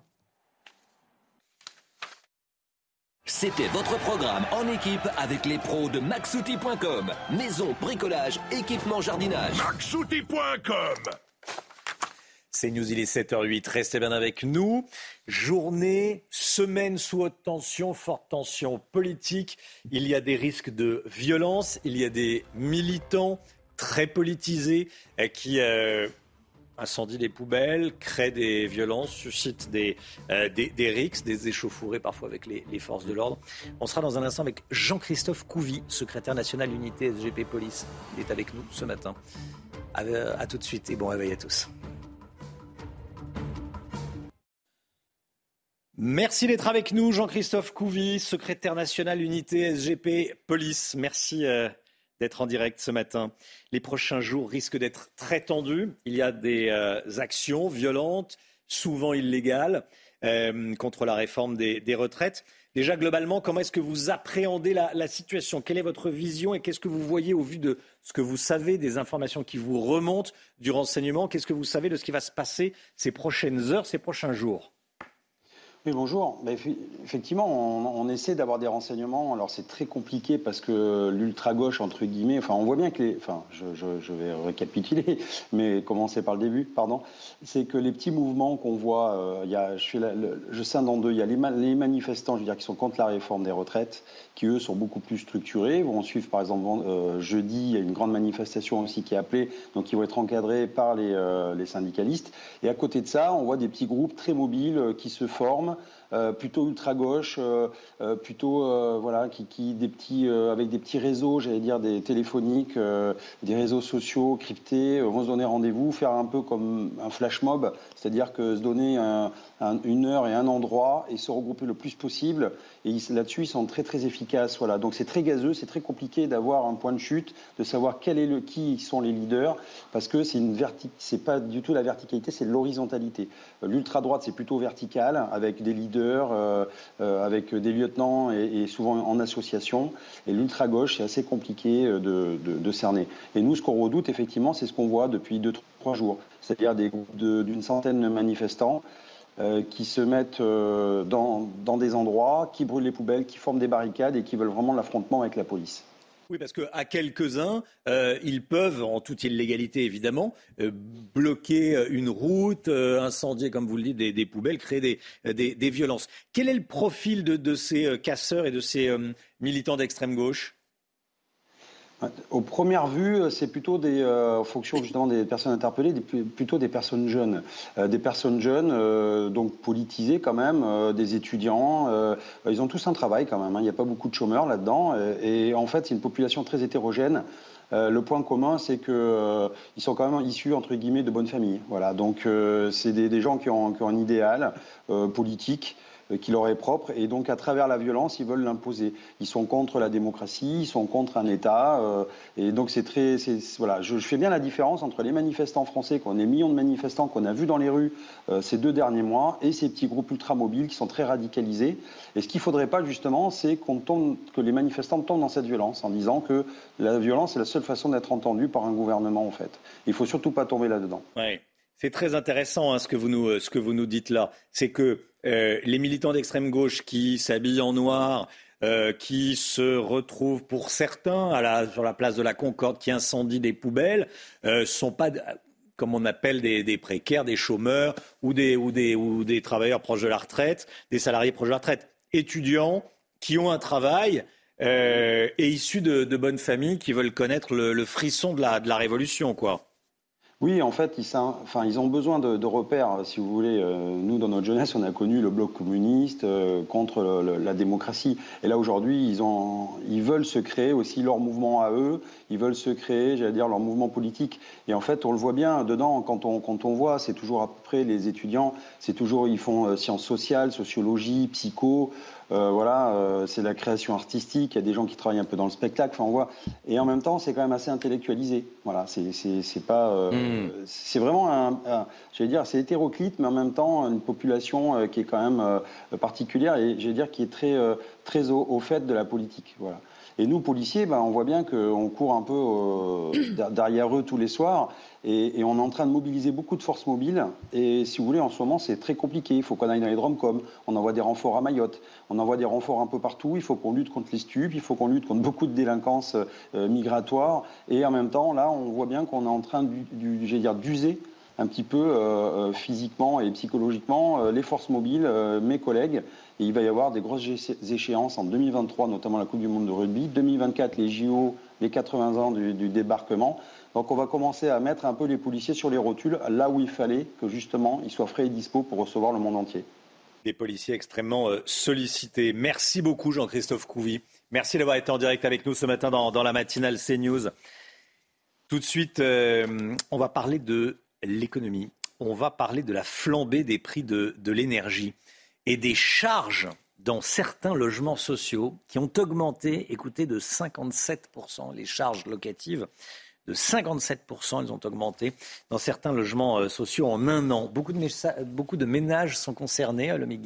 C'était votre programme en équipe avec les pros de maxouti.com. Maison, bricolage, équipement, jardinage. maxouti.com. C'est News, il est 7h08. Restez bien avec nous. Journée, semaine sous haute tension, forte tension politique. Il y a des risques de violence. Il y a des militants très politisés qui incendient des poubelles, créent des violences, suscitent des rixes, des échauffourées parfois avec les forces de l'ordre. On sera dans un instant avec Jean-Christophe Couvi, secrétaire national unité SGP Police. Il est avec nous ce matin. À tout de suite et bon réveil à tous. Merci d'être avec nous, Jean-Christophe Couvi, secrétaire national unité SGP Police. Merci d'être en direct ce matin. Les prochains jours risquent d'être très tendus. Il y a des actions violentes, souvent illégales, contre la réforme des retraites. Déjà, globalement, comment est-ce que vous appréhendez la situation? Quelle est votre vision et qu'est-ce que vous voyez au vu de ce que vous savez, des informations qui vous remontent du renseignement? Qu'est-ce que vous savez de ce qui va se passer ces prochaines heures, ces prochains jours? Oui, bonjour. Effectivement, on essaie d'avoir des renseignements. Alors, c'est très compliqué parce que l'ultra-gauche, entre guillemets, on voit bien que je vais récapituler, mais commencer par le début, pardon. C'est que les petits mouvements qu'on voit, je scinde en deux. Il y a les manifestants, qui sont contre la réforme des retraites, qui, eux, sont beaucoup plus structurés. Vont suivre, par exemple, jeudi, il y a une grande manifestation aussi qui est appelée, donc ils vont être encadrés par les syndicalistes. Et à côté de ça, on voit des petits groupes très mobiles qui se forment, plutôt ultra-gauche, avec des petits réseaux, des téléphoniques, des réseaux sociaux cryptés, vont se donner rendez-vous, faire un peu comme un flash mob, c'est-à-dire que se donner une heure et un endroit et se regrouper le plus possible. Et là-dessus, ils sont très très efficaces. Voilà. Donc c'est très gazeux, c'est très compliqué d'avoir un point de chute, de savoir qui sont les leaders, parce que c'est pas du tout la verticalité, c'est l'horizontalité. L'ultra-droite, c'est plutôt vertical, avec des leaders, avec des lieutenants et souvent en association. Et l'ultra-gauche, c'est assez compliqué de cerner. Et nous, ce qu'on redoute, effectivement, c'est ce qu'on voit depuis 2-3 jours. C'est-à-dire des groupes d'une centaine de manifestants qui se mettent dans des endroits, qui brûlent les poubelles, qui forment des barricades et qui veulent vraiment l'affrontement avec la police. Oui, parce qu'à quelques-uns, ils peuvent, en toute illégalité évidemment, bloquer une route, incendier, comme vous le dites, des poubelles, créer des violences. Quel est le profil de ces casseurs et de ces militants d'extrême gauche ? Aux premières vues, c'est plutôt en fonction justement des personnes interpellées, plutôt des personnes jeunes. Donc politisées quand même, des étudiants. Ils ont tous un travail quand même, hein. Il n'y a pas beaucoup de chômeurs là-dedans. Et en fait, c'est une population très hétérogène. Le point commun, c'est qu'ils sont quand même issus, entre guillemets, de bonnes familles. Voilà. Donc c'est des gens qui ont un idéal politique qui leur est propre, et donc à travers la violence, ils veulent l'imposer. Ils sont contre la démocratie, ils sont contre un État, et donc je fais bien la différence entre les manifestants français, qu'on est millions de manifestants qu'on a vus dans les rues ces 2 derniers mois, et ces petits groupes ultramobiles qui sont très radicalisés. Et ce qu'il ne faudrait pas justement, c'est que les manifestants tombent dans cette violence, en disant que la violence est la seule façon d'être entendue par un gouvernement, en fait. Il ne faut surtout pas tomber là-dedans. Ouais. C'est très intéressant ce que vous nous dites là. C'est que les militants d'extrême gauche qui s'habillent en noir, qui se retrouvent pour certains sur la place de la Concorde, qui incendient des poubelles, sont pas, comme on appelle, des précaires, des chômeurs ou des travailleurs proches de la retraite, des salariés proches de la retraite, étudiants qui ont un travail et issus de bonnes familles qui veulent connaître le frisson de la révolution, quoi. Oui, en fait, ils ont besoin de repères, si vous voulez. Nous, dans notre jeunesse, on a connu le bloc communiste contre la démocratie. Et là, aujourd'hui, ils veulent se créer aussi leur mouvement à eux. Ils veulent se créer, leur mouvement politique. Et en fait, on le voit bien dedans, quand on voit, c'est toujours à peu près les étudiants, ils font sciences sociales, sociologie, psycho. C'est la création artistique. Il y a des gens qui travaillent un peu dans le spectacle. On voit. Et en même temps, c'est quand même assez intellectualisé. Voilà, c'est pas. C'est vraiment c'est hétéroclite, mais en même temps une population qui est quand même particulière et qui est très très au fait de la politique. Voilà. Et nous, policiers, on voit bien qu'on court un peu derrière eux tous les soirs et on est en train de mobiliser beaucoup de forces mobiles. Et si vous voulez, en ce moment, c'est très compliqué. Il faut qu'on aille dans les DROMCOM. On envoie des renforts à Mayotte. On envoie des renforts un peu partout. Il faut qu'on lutte contre les stupes. Il faut qu'on lutte contre beaucoup de délinquance migratoire. Et en même temps, là, on voit bien qu'on est en train d'user un petit peu physiquement et psychologiquement les forces mobiles, mes collègues. Et il va y avoir des grosses échéances en 2023, notamment la Coupe du Monde de rugby, 2024 les JO, les 80 ans du débarquement. Donc on va commencer à mettre un peu les policiers sur les rotules, là où il fallait que justement ils soient frais et dispo pour recevoir le monde entier. Des policiers extrêmement sollicités. Merci beaucoup Jean-Christophe Couvi. Merci d'avoir été en direct avec nous ce matin dans la matinale CNews. Tout de suite, on va parler de l'économie. On va parler de la flambée des prix de l'énergie et des charges dans certains logements sociaux qui ont augmenté, écoutez, de 57%. Les charges locatives, de 57%, elles ont augmenté dans certains logements sociaux en un an. Beaucoup de ménages sont concernés, Lomi Guillot.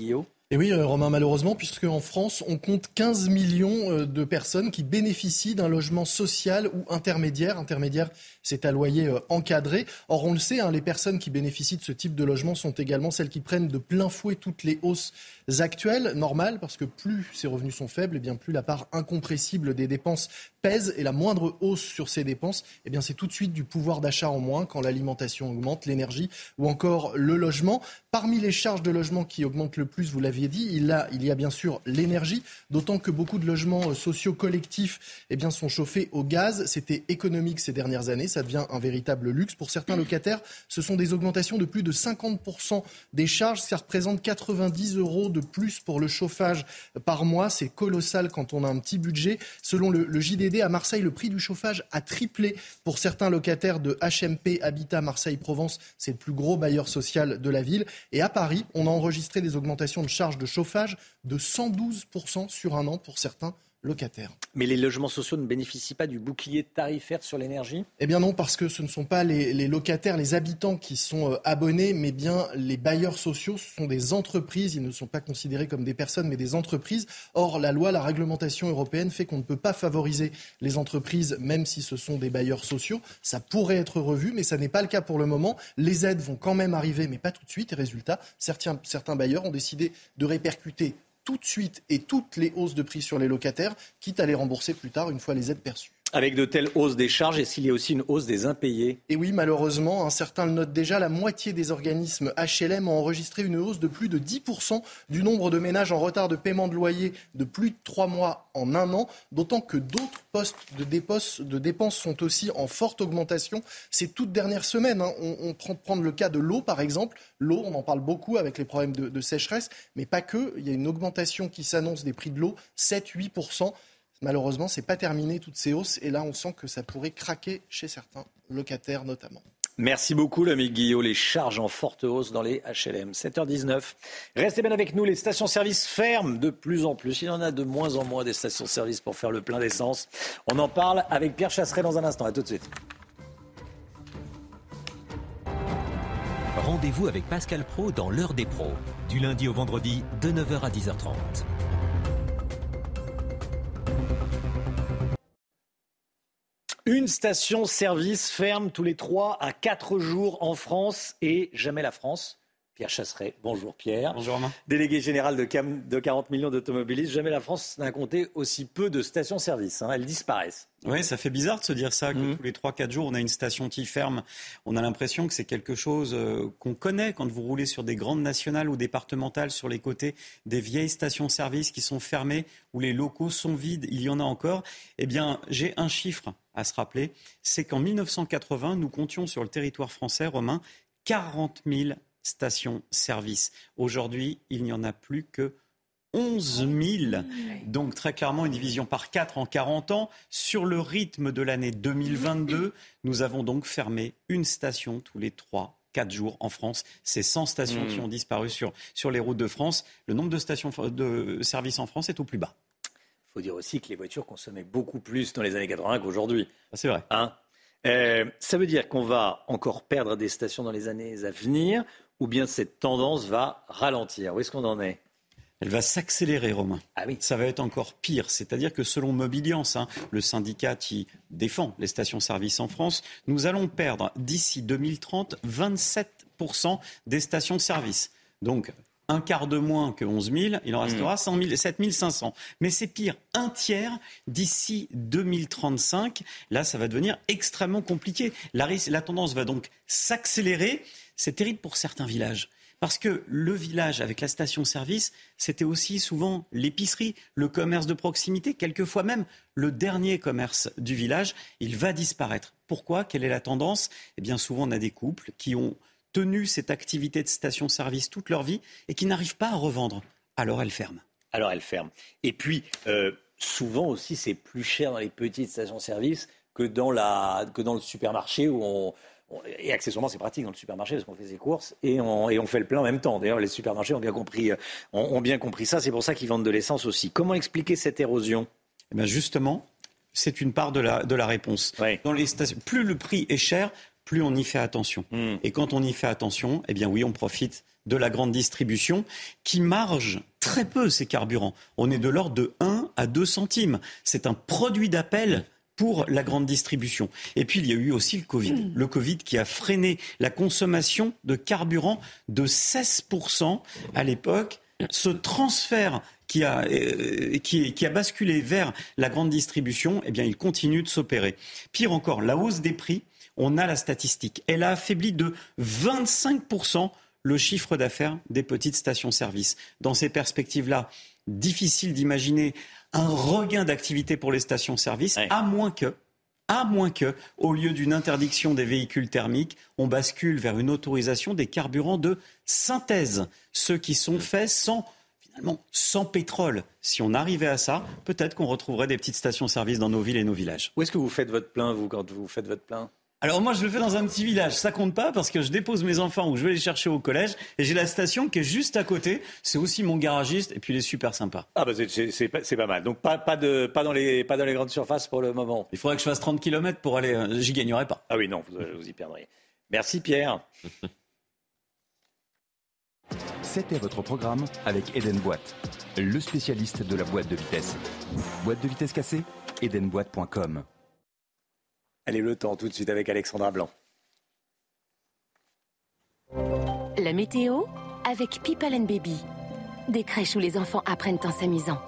Et oui, Romain, malheureusement, puisque en France, on compte 15 millions de personnes qui bénéficient d'un logement social ou intermédiaire. Intermédiaire, c'est à loyer encadré. Or, on le sait, les personnes qui bénéficient de ce type de logement sont également celles qui prennent de plein fouet toutes les hausses actuelles. Normal, parce que plus ces revenus sont faibles, et bien plus la part incompressible des dépenses pèse. Et la moindre hausse sur ces dépenses, eh bien, c'est tout de suite du pouvoir d'achat en moins quand l'alimentation augmente, l'énergie ou encore le logement. Parmi les charges de logement qui augmentent le plus, vous l'avez dit, il y a bien sûr l'énergie, d'autant que beaucoup de logements sociaux collectifs sont chauffés au gaz. C'était économique ces dernières années, ça devient un véritable luxe. Pour certains locataires, ce sont des augmentations de plus de 50% des charges. Ça représente 90 € de plus pour le chauffage par mois. C'est colossal quand on a un petit budget. Selon le JDD, à Marseille, le prix du chauffage a triplé pour certains locataires de HMP Habitat Marseille-Provence. C'est le plus gros bailleur social de la ville. Et à Paris, on a enregistré des augmentations de charges de chauffage de 112% sur un an pour certains locataires. Mais les logements sociaux ne bénéficient pas du bouclier tarifaire sur l'énergie ? Eh bien non, parce que ce ne sont pas les locataires, les habitants qui sont abonnés, mais bien les bailleurs sociaux. Ce sont des entreprises, ils ne sont pas considérés comme des personnes, mais des entreprises. Or, la réglementation européenne fait qu'on ne peut pas favoriser les entreprises, même si ce sont des bailleurs sociaux. Ça pourrait être revu, mais ça n'est pas le cas pour le moment. Les aides vont quand même arriver, mais pas tout de suite. Et résultat, certains bailleurs ont décidé de répercuter tout de suite et toutes les hausses de prix sur les locataires, quitte à les rembourser plus tard une fois les aides perçues. Avec de telles hausses des charges, est-ce qu'il y a aussi une hausse des impayés ? Et oui, malheureusement, certains le notent déjà, la moitié des organismes HLM ont enregistré une hausse de plus de 10% du nombre de ménages en retard de paiement de loyer de plus de 3 mois en un an, d'autant que d'autres postes de dépenses sont aussi en forte augmentation ces toutes dernières semaines. On prend le cas de l'eau, par exemple. L'eau, on en parle beaucoup avec les problèmes de sécheresse, mais pas que. Il y a une augmentation qui s'annonce des prix de l'eau, 7-8%. Malheureusement, ce n'est pas terminé, toutes ces hausses. Et là, on sent que ça pourrait craquer chez certains locataires notamment. Merci beaucoup, l'ami Guillaume. Les charges en forte hausse dans les HLM. 7h19. Restez bien avec nous. Les stations-service ferment de plus en plus. Il y en a de moins en moins des stations-service pour faire le plein d'essence. On en parle avec Pierre Chasseret dans un instant. À tout de suite. Rendez-vous avec Pascal Praud dans l'heure des pros. Du lundi au vendredi, de 9h à 10h30. Une station-service ferme tous les 3 à 4 jours en France et jamais la France. Pierre Chasseret, bonjour Pierre. Bonjour Romain. Délégué général de 40 millions d'automobilistes. Jamais la France n'a compté aussi peu de stations-service. Elles disparaissent. Oui, ça fait bizarre de se dire ça, que tous les 3-4 jours, on a une station qui ferme. On a l'impression que c'est quelque chose qu'on connaît quand vous roulez sur des grandes nationales ou départementales sur les côtés des vieilles stations-service qui sont fermées, où les locaux sont vides. Il y en a encore. Eh bien, j'ai un chiffre à se rappeler. C'est qu'en 1980, nous comptions sur le territoire français, Romain, 40 000 stations-service. Aujourd'hui, il n'y en a plus que 11 000. Donc très clairement une division par 4 en 40 ans. Sur le rythme de l'année 2022, nous avons donc fermé une station tous les 3-4 jours en France. C'est 100 stations qui ont disparu sur les routes de France. Le nombre de stations de service en France est au plus bas. Il faut dire aussi que les voitures consommaient beaucoup plus dans les années 80 qu'aujourd'hui. C'est vrai. Ça veut dire qu'on va encore perdre des stations dans les années à venir, ou bien cette tendance va ralentir? Où est-ce qu'on en est? Elle va s'accélérer, Romain. Ah oui. Ça va être encore pire. C'est-à-dire que selon Mobiliance, le syndicat qui défend les stations-service en France, nous allons perdre d'ici 2030 27% des stations-service. Donc, un quart de moins que 11 000, il en restera 7 500. Mais c'est pire, un tiers d'ici 2035. Là, ça va devenir extrêmement compliqué. La tendance va donc s'accélérer. C'est terrible pour certains villages. Parce que le village avec la station-service, c'était aussi souvent l'épicerie, le commerce de proximité, quelquefois même le dernier commerce du village. Il va disparaître. Pourquoi? Quelle est la tendance? Eh bien, souvent, on a des couples qui ont tenu cette activité de station-service toute leur vie et qui n'arrivent pas à revendre. Alors, elle ferme. Et puis, souvent aussi, c'est plus cher dans les petites stations-service que dans le supermarché où et accessoirement, c'est pratique dans le supermarché parce qu'on fait ses courses et on fait le plein en même temps. D'ailleurs, les supermarchés ont bien compris ça. C'est pour ça qu'ils vendent de l'essence aussi. Comment expliquer cette érosion? Eh bien justement, c'est une part de la réponse. Oui. Dans les stations, plus le prix est cher, plus on y fait attention. Et quand on y fait attention, eh bien oui, on profite de la grande distribution qui margent très peu ces carburants. On est de l'ordre de 1 à 2 centimes. C'est un produit d'appel pour la grande distribution. Et puis, il y a eu aussi le Covid. Le Covid qui a freiné la consommation de carburant de 16% à l'époque. Ce transfert qui a basculé vers la grande distribution, eh bien, il continue de s'opérer. Pire encore, la hausse des prix, on a la statistique. Elle a affaibli de 25% le chiffre d'affaires des petites stations-service. Dans ces perspectives-là, difficile d'imaginer un regain d'activité pour les stations-service, à moins que, au lieu d'une interdiction des véhicules thermiques, on bascule vers une autorisation des carburants de synthèse, ceux qui sont faits sans pétrole. Si on arrivait à ça, peut-être qu'on retrouverait des petites stations-service dans nos villes et nos villages. Où est-ce que vous faites votre plein, vous, quand vous faites votre plein ? Alors moi, je le fais dans un petit village. Ça compte pas parce que je dépose mes enfants ou je vais les chercher au collège et j'ai la station qui est juste à côté. C'est aussi mon garagiste et puis il est super sympa. Ah bah c'est pas mal. Donc pas dans les grandes surfaces pour le moment. Il faudrait que je fasse 30 km pour aller. J'y gagnerai pas. Ah oui, non, vous y perdriez. Merci Pierre. C'était votre programme avec Eden Boîte, le spécialiste de la boîte de vitesse. Boîte de vitesse cassée, edenboîte.com. Allez, le temps tout de suite avec Alexandra Blanc. La météo avec People & Baby. Des crèches où les enfants apprennent en s'amusant.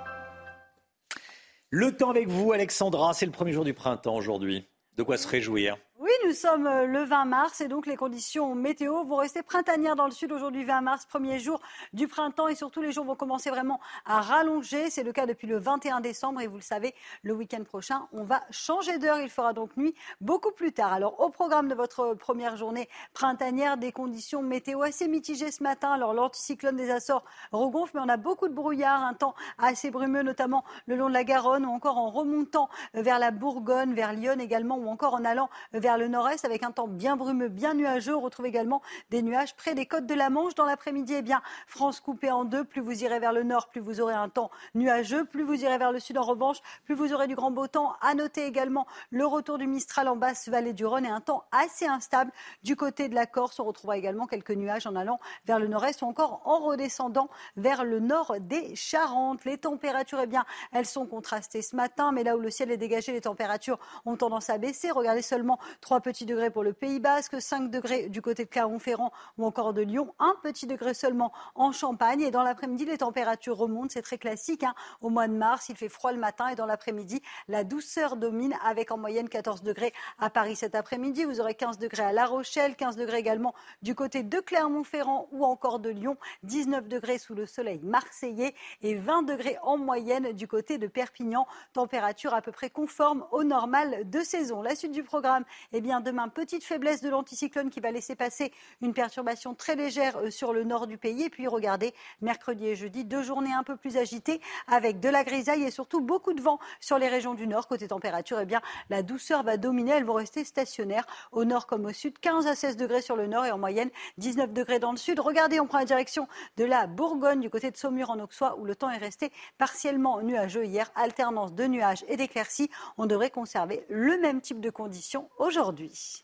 Le temps avec vous, Alexandra. C'est le premier jour du printemps aujourd'hui. De quoi se réjouir. Oui, nous sommes le 20 mars et donc les conditions météo vont rester printanières dans le sud aujourd'hui 20 mars, premier jour du printemps et surtout les jours vont commencer vraiment à rallonger. C'est le cas depuis le 21 décembre et vous le savez, le week-end prochain, on va changer d'heure. Il fera donc nuit beaucoup plus tard. Alors au programme de votre première journée printanière, des conditions météo assez mitigées ce matin. Alors l'anticyclone des Açores regonfle mais on a beaucoup de brouillard, un temps assez brumeux notamment le long de la Garonne ou encore en remontant vers la Bourgogne, vers Lyon également ou encore en allant vers le nord-est avec un temps bien brumeux, bien nuageux. On retrouve également des nuages près des côtes de la Manche. Dans l'après-midi, eh bien, France coupée en deux. Plus vous irez vers le nord, plus vous aurez un temps nuageux. Plus vous irez vers le sud, en revanche, plus vous aurez du grand beau temps. À noter également le retour du Mistral en basse vallée du Rhône et un temps assez instable du côté de la Corse. On retrouvera également quelques nuages en allant vers le nord-est ou encore en redescendant vers le nord des Charentes. Les températures, eh bien, elles sont contrastées ce matin, mais là où le ciel est dégagé, les températures ont tendance à baisser. Regardez seulement 3 petits degrés pour le Pays Basque, 5 degrés du côté de Clermont-Ferrand ou encore de Lyon, 1 petit degré seulement en Champagne. Et dans l'après-midi, les températures remontent, c'est très classique. Au mois de mars, il fait froid le matin et dans l'après-midi, la douceur domine avec en moyenne 14 degrés à Paris cet après-midi. Vous aurez 15 degrés à La Rochelle, 15 degrés également du côté de Clermont-Ferrand ou encore de Lyon, 19 degrés sous le soleil marseillais et 20 degrés en moyenne du côté de Perpignan. Température à peu près conforme au normal de saison. La suite du programme, eh bien demain, petite faiblesse de l'anticyclone qui va laisser passer une perturbation très légère sur le nord du pays. Et puis regardez, mercredi et jeudi, 2 journées un peu plus agitées avec de la grisaille et surtout beaucoup de vent sur les régions du nord. Côté température, eh bien la douceur va dominer, elles vont rester stationnaires au nord comme au sud, 15 à 16 degrés sur le nord et en moyenne 19 degrés dans le sud. Regardez, on prend la direction de la Bourgogne du côté de Saumur en Auxois où le temps est resté partiellement nuageux hier, alternance de nuages et d'éclaircies. On devrait conserver le même type de conditions aujourd'hui.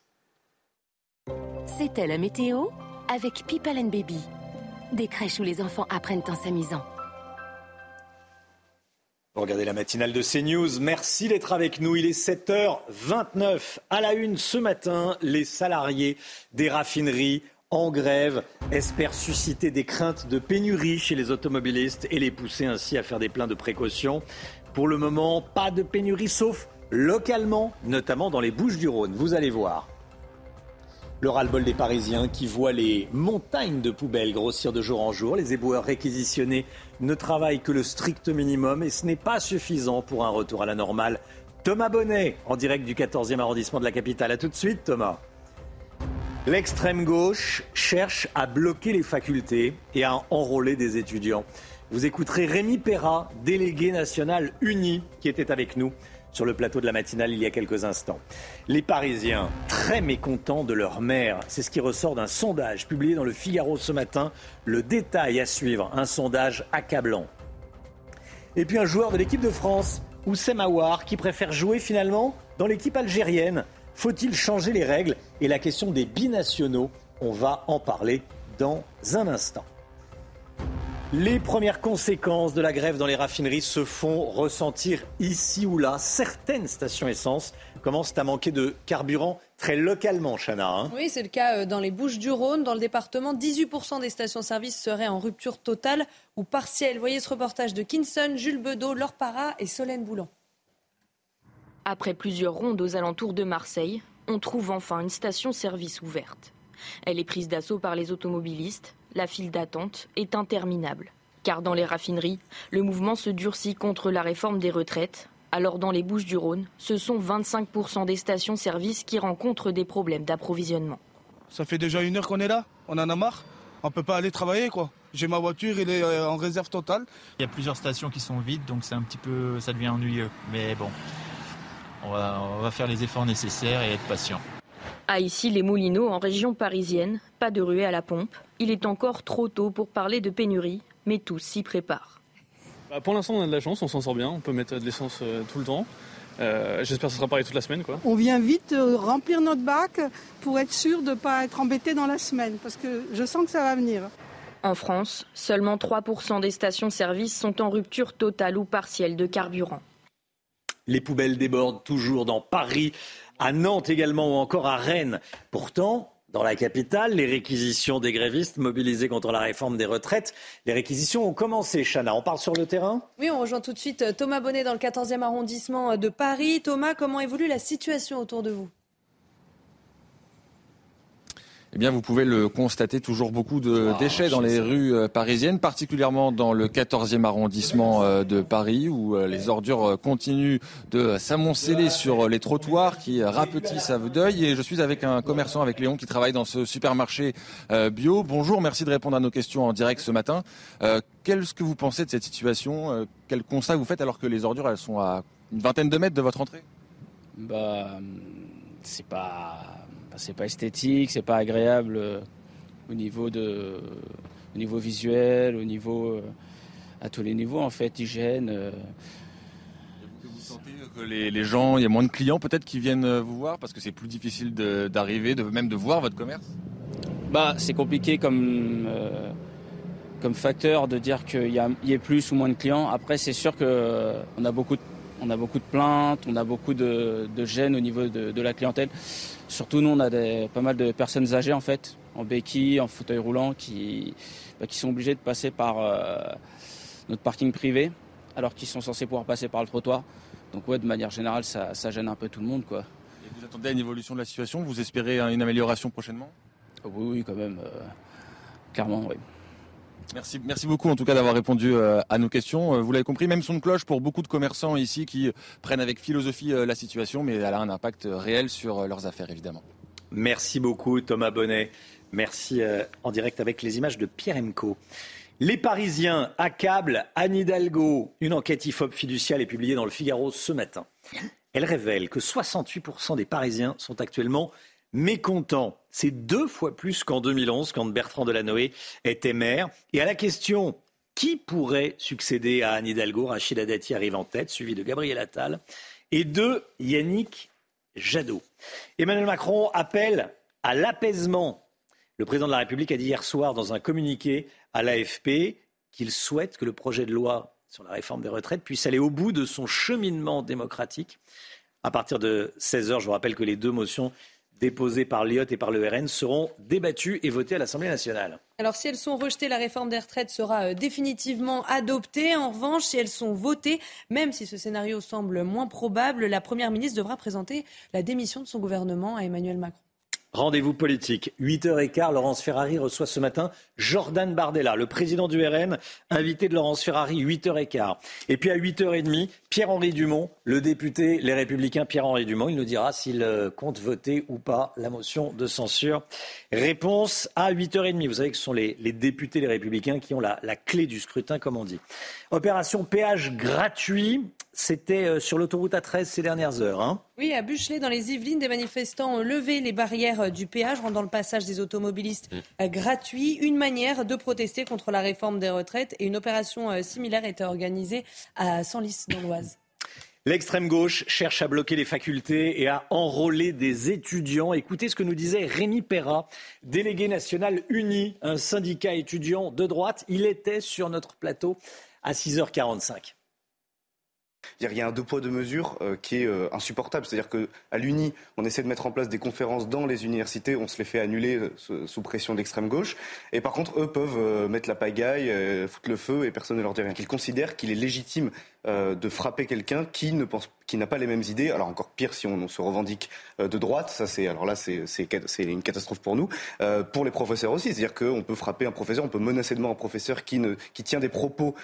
C'était la météo avec People & Baby. Des crèches où les enfants apprennent en s'amusant. Regardez la matinale de CNews. Merci d'être avec nous. Il est 7h29. À la une ce matin, les salariés des raffineries en grève espèrent susciter des craintes de pénurie chez les automobilistes et les pousser ainsi à faire des pleins de précaution. Pour le moment, pas de pénurie sauf localement, notamment dans les Bouches-du-Rhône. Vous allez voir. Le ras-le-bol des Parisiens qui voient les montagnes de poubelles grossir de jour en jour. Les éboueurs réquisitionnés ne travaillent que le strict minimum et ce n'est pas suffisant pour un retour à la normale. Thomas Bonnet, en direct du 14e arrondissement de la capitale. A tout de suite, Thomas. L'extrême gauche cherche à bloquer les facultés et à enrôler des étudiants. Vous écouterez Rémi Perra, délégué national uni, qui était avec nous sur le plateau de la matinale il y a quelques instants. Les Parisiens, très mécontents de leur maire. C'est ce qui ressort d'un sondage publié dans le Figaro ce matin. Le détail à suivre, un sondage accablant. Et puis un joueur de l'équipe de France, Oussem Aouar, qui préfère jouer finalement dans l'équipe algérienne. Faut-il changer les règles ? Et la question des binationaux, on va en parler dans un instant. Les premières conséquences de la grève dans les raffineries se font ressentir ici ou là. Certaines stations essence commencent à manquer de carburant très localement, Chana. Oui, c'est le cas dans les Bouches-du-Rhône. Dans le département, 18% des stations-service seraient en rupture totale ou partielle. Voyez ce reportage de Kinson, Jules Bedeau, Laure Parra et Solène Boulan. Après plusieurs rondes aux alentours de Marseille, on trouve enfin une station-service ouverte. Elle est prise d'assaut par les automobilistes. La file d'attente est interminable. Car dans les raffineries, le mouvement se durcit contre la réforme des retraites. Alors dans les Bouches-du-Rhône, ce sont 25% des stations-service qui rencontrent des problèmes d'approvisionnement. Ça fait déjà 1 heure qu'on est là, on en a marre. On ne peut pas aller travailler, quoi. J'ai ma voiture, elle est en réserve totale. Il y a plusieurs stations qui sont vides, donc ça devient ennuyeux. Mais bon, on va faire les efforts nécessaires et être patient. À Issy-les-Moulineaux, en région parisienne, pas de ruée à la pompe. Il est encore trop tôt pour parler de pénurie, mais tous s'y préparent. Pour l'instant, on a de la chance, on s'en sort bien, on peut mettre de l'essence tout le temps. J'espère que ce sera pareil toute la semaine, quoi. On vient vite remplir notre bac pour être sûr de ne pas être embêté dans la semaine, parce que je sens que ça va venir. En France, seulement 3% des stations-service sont en rupture totale ou partielle de carburant. Les poubelles débordent toujours dans Paris, à Nantes également ou encore à Rennes. Pourtant, dans la capitale, les réquisitions des grévistes mobilisés contre la réforme des retraites, les réquisitions ont commencé. Chana, on part sur le terrain ? Oui, on rejoint tout de suite Thomas Bonnet dans le 14e arrondissement de Paris. Thomas, comment évolue la situation autour de vous ? Eh bien, vous pouvez le constater, toujours beaucoup de déchets dans les rues parisiennes, particulièrement dans le 14e arrondissement de Paris, où les ordures continuent de s'amonceler sur les trottoirs qui rapetissent à vue d'œil. Et je suis avec un commerçant, avec Léon, qui travaille dans ce supermarché bio. Bonjour, merci de répondre à nos questions en direct ce matin. Qu'est-ce que vous pensez de cette situation ? Quel constat vous faites alors que les ordures, elles sont à une vingtaine de mètres de votre entrée ? C'est pas esthétique, c'est pas agréable au niveau visuel, au niveau à tous les niveaux en fait, hygiène. Vous sentez que les gens, il y a moins de clients peut-être qui viennent vous voir parce que c'est plus difficile d'arriver, même de voir votre commerce ? C'est compliqué comme facteur de dire qu'il y ait plus ou moins de clients. Après, c'est sûr qu'on a beaucoup de plaintes, on a beaucoup de gêne au niveau de la clientèle. Surtout, nous, on a pas mal de personnes âgées, en fait, en béquille, en fauteuil roulant, qui sont obligées de passer par notre parking privé, alors qu'ils sont censés pouvoir passer par le trottoir. Donc, de manière générale, ça gêne un peu tout le monde, quoi. Et vous attendez à une évolution de la situation ? Vous espérez une amélioration prochainement ? Oui, quand même. Clairement, oui. Merci beaucoup en tout cas d'avoir répondu à nos questions. Vous l'avez compris, même son de cloche pour beaucoup de commerçants ici qui prennent avec philosophie la situation, mais elle a un impact réel sur leurs affaires évidemment. Merci beaucoup Thomas Bonnet. Merci en direct avec les images de Pierre Emco. Les Parisiens accablent Anne Hidalgo. Une enquête IFOP fiduciale est publiée dans le Figaro ce matin. Elle révèle que 68% des Parisiens sont actuellement mécontents. C'est 2 fois plus qu'en 2011, quand Bertrand Delanoë était maire. Et à la question « Qui pourrait succéder à Anne Hidalgo ?», Rachida Dati arrive en tête, suivi de Gabriel Attal et de Yannick Jadot. Emmanuel Macron appelle à l'apaisement. Le président de la République a dit hier soir dans un communiqué à l'AFP qu'il souhaite que le projet de loi sur la réforme des retraites puisse aller au bout de son cheminement démocratique. À partir de 16h, je vous rappelle que les 2 motions déposées par l'IOT et par le RN seront débattues et votées à l'Assemblée nationale. Alors si elles sont rejetées, la réforme des retraites sera définitivement adoptée. En revanche, si elles sont votées, même si ce scénario semble moins probable, la Première ministre devra présenter la démission de son gouvernement à Emmanuel Macron. Rendez-vous politique. 8h15, Laurence Ferrari reçoit ce matin Jordan Bardella, le président du RN, invité de Laurence Ferrari, 8h15. Et puis à 8h30, Pierre-Henri Dumont, le député Les Républicains Pierre-Henri Dumont. Il nous dira s'il compte voter ou pas la motion de censure. Réponse à 8h30. Vous savez que ce sont les députés Les Républicains qui ont la clé du scrutin, comme on dit. Opération péage gratuit. C'était sur l'autoroute A13 ces dernières heures. Oui, à Buchelay, dans les Yvelines, des manifestants ont levé les barrières du péage, rendant le passage des automobilistes gratuit. Une manière de protester contre la réforme des retraites. Et une opération similaire était organisée à Senlis, dans l'Oise. L'extrême gauche cherche à bloquer les facultés et à enrôler des étudiants. Écoutez ce que nous disait Rémi Perra, délégué national uni, un syndicat étudiant de droite. Il était sur notre plateau à 6h45. Il y a un deux poids deux mesures qui est insupportable. C'est-à-dire qu'à l'Uni, on essaie de mettre en place des conférences dans les universités, on se les fait annuler sous pression de l'extrême gauche. Et par contre, eux peuvent mettre la pagaille, foutre le feu et personne ne leur dit rien. Qu'ils considèrent qu'il est légitime de frapper quelqu'un qui n'a pas les mêmes idées. Alors encore pire si on se revendique de droite. Ça c'est une catastrophe pour nous, pour les professeurs aussi. C'est-à-dire qu'on peut frapper un professeur, on peut menacer de mort un professeur qui tient des propos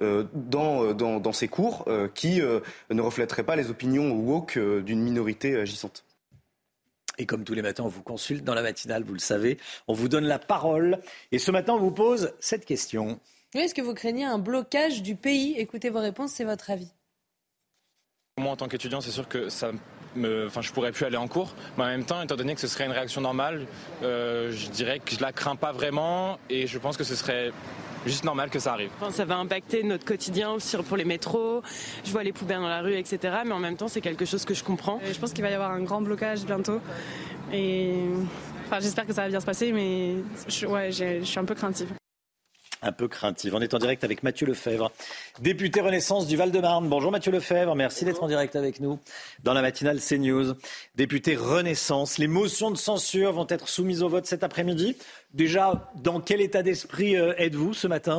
dans ses cours qui ne reflèteraient pas les opinions woke d'une minorité agissante. Et comme tous les matins, on vous consulte dans la matinale, vous le savez, on vous donne la parole. Et ce matin, on vous pose cette question. Oui, est-ce que vous craignez un blocage du pays ? Écoutez vos réponses, c'est votre avis. Moi, en tant qu'étudiant, c'est sûr que je pourrais plus aller en cours. Mais en même temps, étant donné que ce serait une réaction normale, je dirais que je la crains pas vraiment. Et je pense que ce serait juste normal que ça arrive. Ça va impacter notre quotidien aussi pour les métros. Je vois les poubelles dans la rue, etc. Mais en même temps, c'est quelque chose que je comprends. Je pense qu'il va y avoir un grand blocage bientôt. Et j'espère que ça va bien se passer, mais je suis un peu craintive. Un peu craintive. On est en direct avec Mathieu Lefebvre, député Renaissance du Val-de-Marne. Bonjour Mathieu Lefebvre, merci d'être en direct avec nous dans la matinale CNews. Député Renaissance, les motions de censure vont être soumises au vote cet après-midi. Déjà, dans quel état d'esprit êtes-vous ce matin ?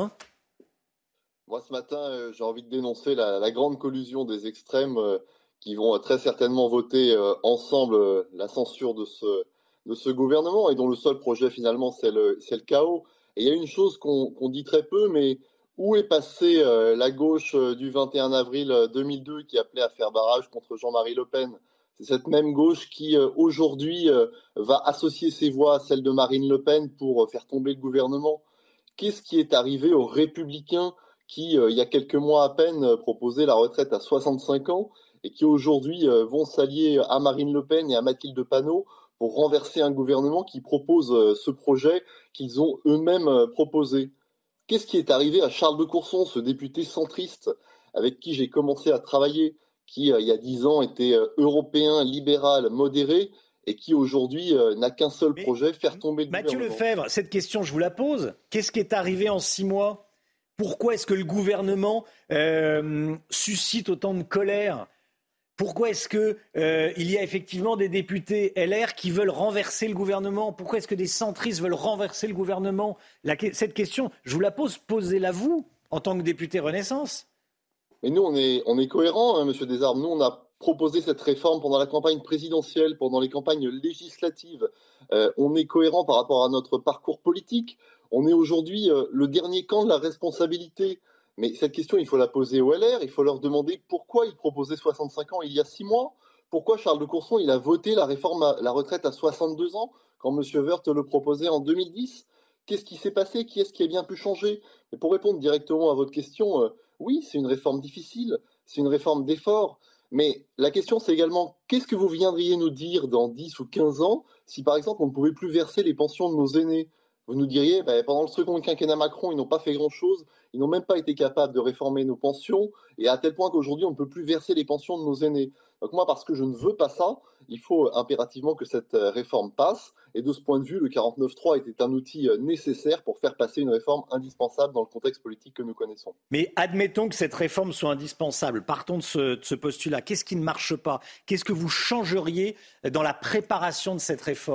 Moi ce matin, j'ai envie de dénoncer la grande collusion des extrêmes qui vont très certainement voter ensemble la censure de ce gouvernement et dont le seul projet finalement c'est le chaos. Et il y a une chose qu'on dit très peu, mais où est passée la gauche du 21 avril 2002 qui appelait à faire barrage contre Jean-Marie Le Pen ? C'est cette même gauche qui, aujourd'hui, va associer ses voix à celles de Marine Le Pen pour faire tomber le gouvernement. Qu'est-ce qui est arrivé aux Républicains qui, il y a quelques mois à peine, proposaient la retraite à 65 ans et qui, aujourd'hui, vont s'allier à Marine Le Pen et à Mathilde Panot pour renverser un gouvernement qui propose ce projet qu'ils ont eux-mêmes proposé. Qu'est-ce qui est arrivé à Charles de Courson, ce député centriste avec qui j'ai commencé à travailler, qui, il y a 10 ans, était européen, libéral, modéré, et qui, aujourd'hui, n'a qu'un seul projet, faire tomber le Mathieu gouvernement. Lefebvre, cette question, je vous la pose. Qu'est-ce qui est arrivé en 6 mois ? Pourquoi est-ce que le gouvernement suscite autant de colère ? Pourquoi est-ce qu'il y a effectivement des députés LR qui veulent renverser le gouvernement ? Pourquoi est-ce que des centristes veulent renverser le gouvernement ? Cette question, je vous la pose, posez-la vous, en tant que député Renaissance. Mais nous, on est cohérents, hein, Monsieur Desarmes. Nous, on a proposé cette réforme pendant la campagne présidentielle, pendant les campagnes législatives. On est cohérents par rapport à notre parcours politique. On est aujourd'hui le dernier camp de la responsabilité. Mais cette question, il faut la poser au LR, il faut leur demander pourquoi ils proposaient 65 ans il y a 6 mois. Pourquoi Charles de Courson il a voté la réforme à la retraite à 62 ans quand M. Woerth le proposait en 2010 ? Qu'est-ce qui s'est passé ? Qui est-ce qui a bien pu changer ? Et pour répondre directement à votre question, oui, c'est une réforme difficile, c'est une réforme d'effort. Mais la question, c'est également, qu'est-ce que vous viendriez nous dire dans 10 ou 15 ans si, par exemple, on ne pouvait plus verser les pensions de nos aînés ? Vous nous diriez, pendant le second quinquennat Macron, ils n'ont pas fait grand-chose, ils n'ont même pas été capables de réformer nos pensions, et à tel point qu'aujourd'hui, on ne peut plus verser les pensions de nos aînés. Donc moi, parce que je ne veux pas ça, il faut impérativement que cette réforme passe, et de ce point de vue, le 49.3 était un outil nécessaire pour faire passer une réforme indispensable dans le contexte politique que nous connaissons. Mais admettons que cette réforme soit indispensable, partons de ce postulat. Qu'est-ce qui ne marche pas ? Qu'est-ce que vous changeriez dans la préparation de cette réforme ?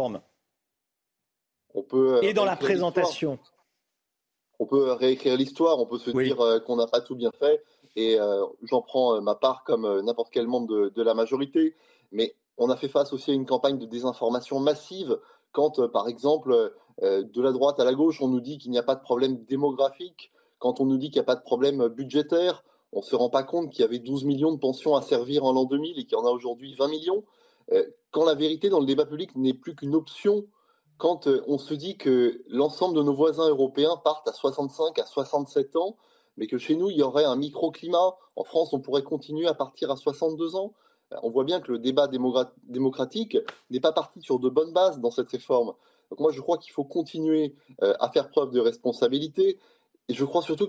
Et dans la présentation. On peut réécrire l'histoire, on peut se dire qu'on n'a pas tout bien fait, et j'en prends ma part comme n'importe quel membre de la majorité, mais on a fait face aussi à une campagne de désinformation massive quand, par exemple, de la droite à la gauche, on nous dit qu'il n'y a pas de problème démographique, quand on nous dit qu'il n'y a pas de problème budgétaire, on ne se rend pas compte qu'il y avait 12 millions de pensions à servir en l'an 2000 et qu'il y en a aujourd'hui 20 millions. Quand la vérité dans le débat public n'est plus qu'une option, quand on se dit que l'ensemble de nos voisins européens partent à 65, à 67 ans, mais que chez nous, il y aurait un microclimat. En France, on pourrait continuer à partir à 62 ans. On voit bien que le débat démocratique n'est pas parti sur de bonnes bases dans cette réforme. Donc moi, je crois qu'il faut continuer à faire preuve de responsabilité. Et je crois surtout qu'il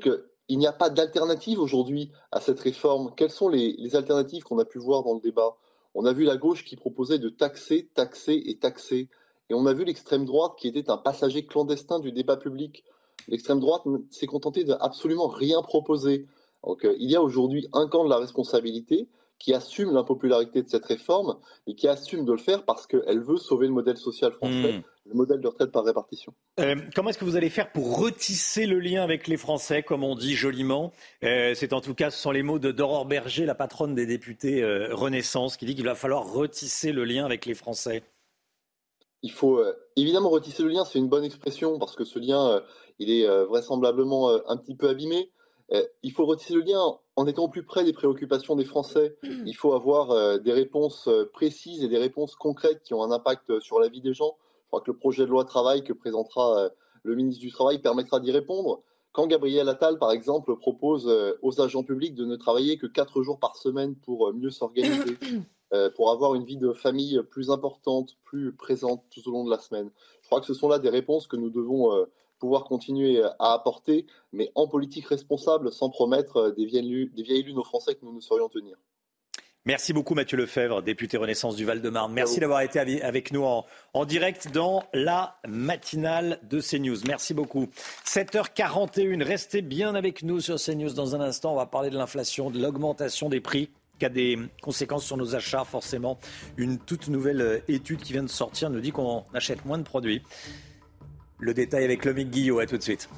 il n'y a pas d'alternative aujourd'hui à cette réforme. Quelles sont les alternatives qu'on a pu voir dans le débat? On a vu la gauche qui proposait de taxer, taxer et taxer. Et on a vu l'extrême droite qui était un passager clandestin du débat public. L'extrême droite s'est contentée d'absolument rien proposer. Donc, il y a aujourd'hui un camp de la responsabilité qui assume l'impopularité de cette réforme et qui assume de le faire parce qu'elle veut sauver le modèle social français, le modèle de retraite par répartition. Comment est-ce que vous allez faire pour retisser le lien avec les Français, comme on dit joliment? C'est en tout cas, ce sont les mots d'Aurore Berger, la patronne des députés Renaissance, qui dit qu'il va falloir retisser le lien avec les Français. Il faut évidemment retisser le lien, c'est une bonne expression parce que ce lien, il est vraisemblablement un petit peu abîmé. Il faut retisser le lien en étant au plus près des préoccupations des Français. Il faut avoir des réponses précises et des réponses concrètes qui ont un impact sur la vie des gens. Je crois que le projet de loi travail que présentera le ministre du Travail permettra d'y répondre. Quand Gabriel Attal, par exemple, propose aux agents publics de ne travailler que 4 jours par semaine pour mieux s'organiser, pour avoir une vie de famille plus importante, plus présente tout au long de la semaine. Je crois que ce sont là des réponses que nous devons pouvoir continuer à apporter, mais en politique responsable, sans promettre des vieilles lunes aux Français que nous ne saurions tenir. Merci beaucoup Mathieu Lefebvre, député Renaissance du Val-de-Marne. Merci d'avoir été avec nous en direct dans la matinale de CNews. Merci beaucoup. 7h41, restez bien avec nous sur CNews. Dans un instant, on va parler de l'inflation, de l'augmentation des prix qui a des conséquences sur nos achats, forcément. Une toute nouvelle étude qui vient de sortir nous dit qu'on achète moins de produits. Le détail avec Lomique Guillot, à tout de suite.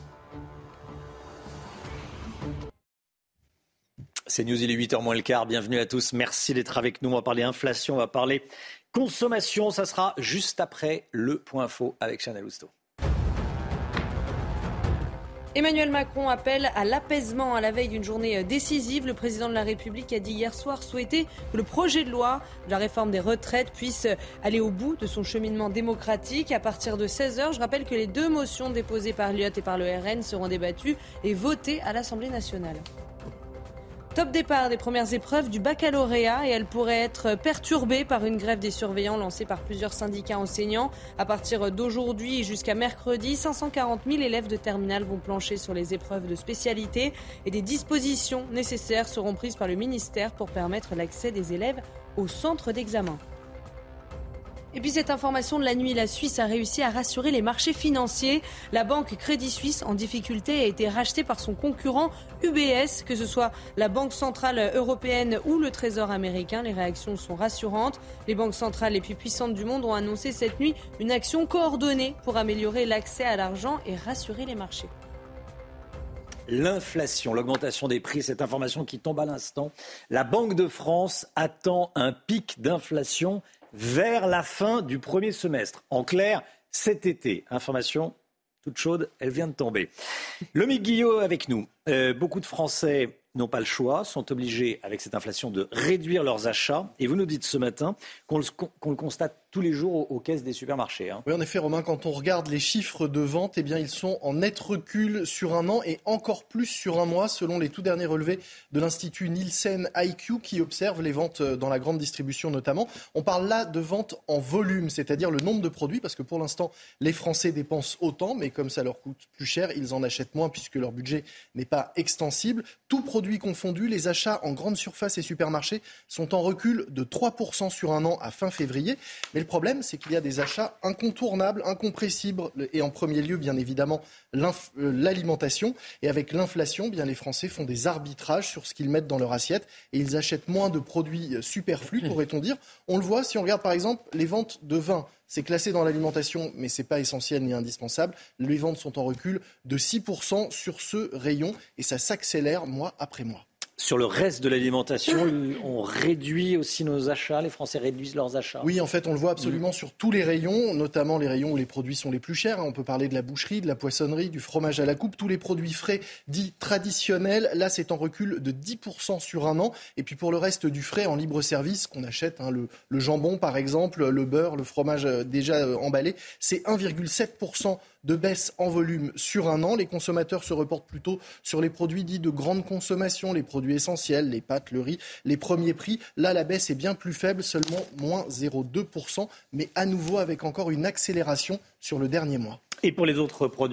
C'est News, il est 8h moins le quart. Bienvenue à tous. Merci d'être avec nous. On va parler inflation, on va parler consommation. Ça sera juste après le point info avec Chanel Housteau. Emmanuel Macron appelle à l'apaisement à la veille d'une journée décisive. Le président de la République a dit hier soir souhaiter que le projet de loi de la réforme des retraites puisse aller au bout de son cheminement démocratique. À partir de 16h, je rappelle que les 2 motions déposées par Elliott et par le RN seront débattues et votées à l'Assemblée nationale. Top départ des premières épreuves du baccalauréat et elle pourrait être perturbée par une grève des surveillants lancée par plusieurs syndicats enseignants. À partir d'aujourd'hui et jusqu'à mercredi, 540 000 élèves de terminale vont plancher sur les épreuves de spécialité et des dispositions nécessaires seront prises par le ministère pour permettre l'accès des élèves au centre d'examen. Et puis cette information de la nuit, la Suisse a réussi à rassurer les marchés financiers. La banque Crédit Suisse en difficulté a été rachetée par son concurrent UBS, que ce soit la Banque Centrale Européenne ou le Trésor américain. Les réactions sont rassurantes. Les banques centrales les plus puissantes du monde ont annoncé cette nuit une action coordonnée pour améliorer l'accès à l'argent et rassurer les marchés. L'inflation, l'augmentation des prix, cette information qui tombe à l'instant. La Banque de France attend un pic d'inflation vers la fin du premier semestre. En clair, cet été. Information toute chaude, elle vient de tomber. Lomique Guillot avec nous. Beaucoup de Français n'ont pas le choix, sont obligés, avec cette inflation, de réduire leurs achats. Et vous nous dites ce matin qu'on le constate tous les jours aux caisses des supermarchés. Hein. Oui, en effet, Romain, quand on regarde les chiffres de vente, eh bien, ils sont en net recul sur un an et encore plus sur un mois, selon les tout derniers relevés de l'Institut Nielsen IQ, qui observe les ventes dans la grande distribution notamment. On parle là de ventes en volume, c'est-à-dire le nombre de produits, parce que pour l'instant, les Français dépensent autant, mais comme ça leur coûte plus cher, ils en achètent moins puisque leur budget n'est pas extensible. Tout produit confondu, les achats en grande surface et supermarchés sont en recul de 3% sur un an à fin février. Mais le problème, c'est qu'il y a des achats incontournables, incompressibles, et en premier lieu, bien évidemment, l'alimentation. Et avec l'inflation, bien, les Français font des arbitrages sur ce qu'ils mettent dans leur assiette et ils achètent moins de produits superflus, pourrait-on dire. On le voit si on regarde par exemple les ventes de vin. C'est classé dans l'alimentation, mais ce n'est pas essentiel ni indispensable. Les ventes sont en recul de 6% sur ce rayon et ça s'accélère mois après mois. Sur le reste de l'alimentation, on réduit aussi nos achats, les Français réduisent leurs achats. Oui, en fait, on le voit absolument sur tous les rayons, notamment les rayons où les produits sont les plus chers. On peut parler de la boucherie, de la poissonnerie, du fromage à la coupe, tous les produits frais dits traditionnels. Là, c'est en recul de 10% sur un an. Et puis pour le reste du frais en libre-service qu'on achète, le jambon par exemple, le beurre, le fromage déjà emballé, c'est 1,7% de baisse en volume sur un an. Les consommateurs se reportent plutôt sur les produits dits de grande consommation, les produits essentiels, les pâtes, le riz, les premiers prix. Là, la baisse est bien plus faible, seulement moins 0,2%, mais à nouveau avec encore une accélération sur le dernier mois. Et pour les autres produits,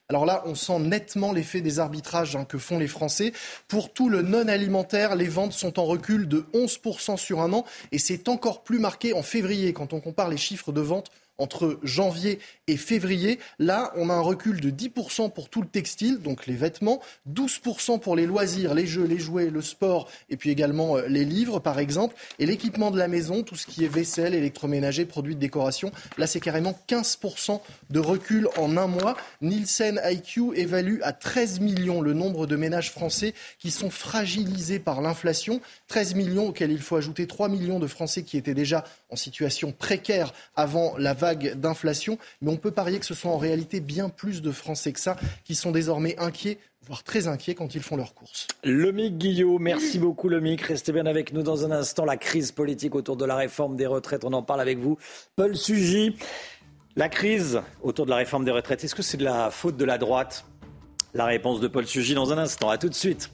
Alors là, on sent nettement l'effet des arbitrages que font les Français. Pour tout le non-alimentaire, les ventes sont en recul de 11% sur un an. Et c'est encore plus marqué en février, quand on compare les chiffres de vente entre janvier et février. Là, on a un recul de 10% pour tout le textile, donc les vêtements, 12% pour les loisirs, les jeux, les jouets, le sport, et puis également les livres, par exemple. Et l'équipement de la maison, tout ce qui est vaisselle, électroménager, produits de décoration, là, c'est carrément 15% de recul en un mois. Nielsen IQ évalue à 13 millions le nombre de ménages français qui sont fragilisés par l'inflation. 13 millions auxquels il faut ajouter 3 millions de Français qui étaient déjà en situation précaire avant la vague d'inflation. Mais on peut parier que ce sont en réalité bien plus de Français que ça qui sont désormais inquiets, voire très inquiets quand ils font leurs courses. Lomique Guillot, merci beaucoup Lomique. Restez bien avec nous dans un instant. La crise politique autour de la réforme des retraites, on en parle avec vous. Paul Sugy, la crise autour de la réforme des retraites, est-ce que c'est de la faute de la droite ? La réponse de Paul Sugy dans un instant. À tout de suite.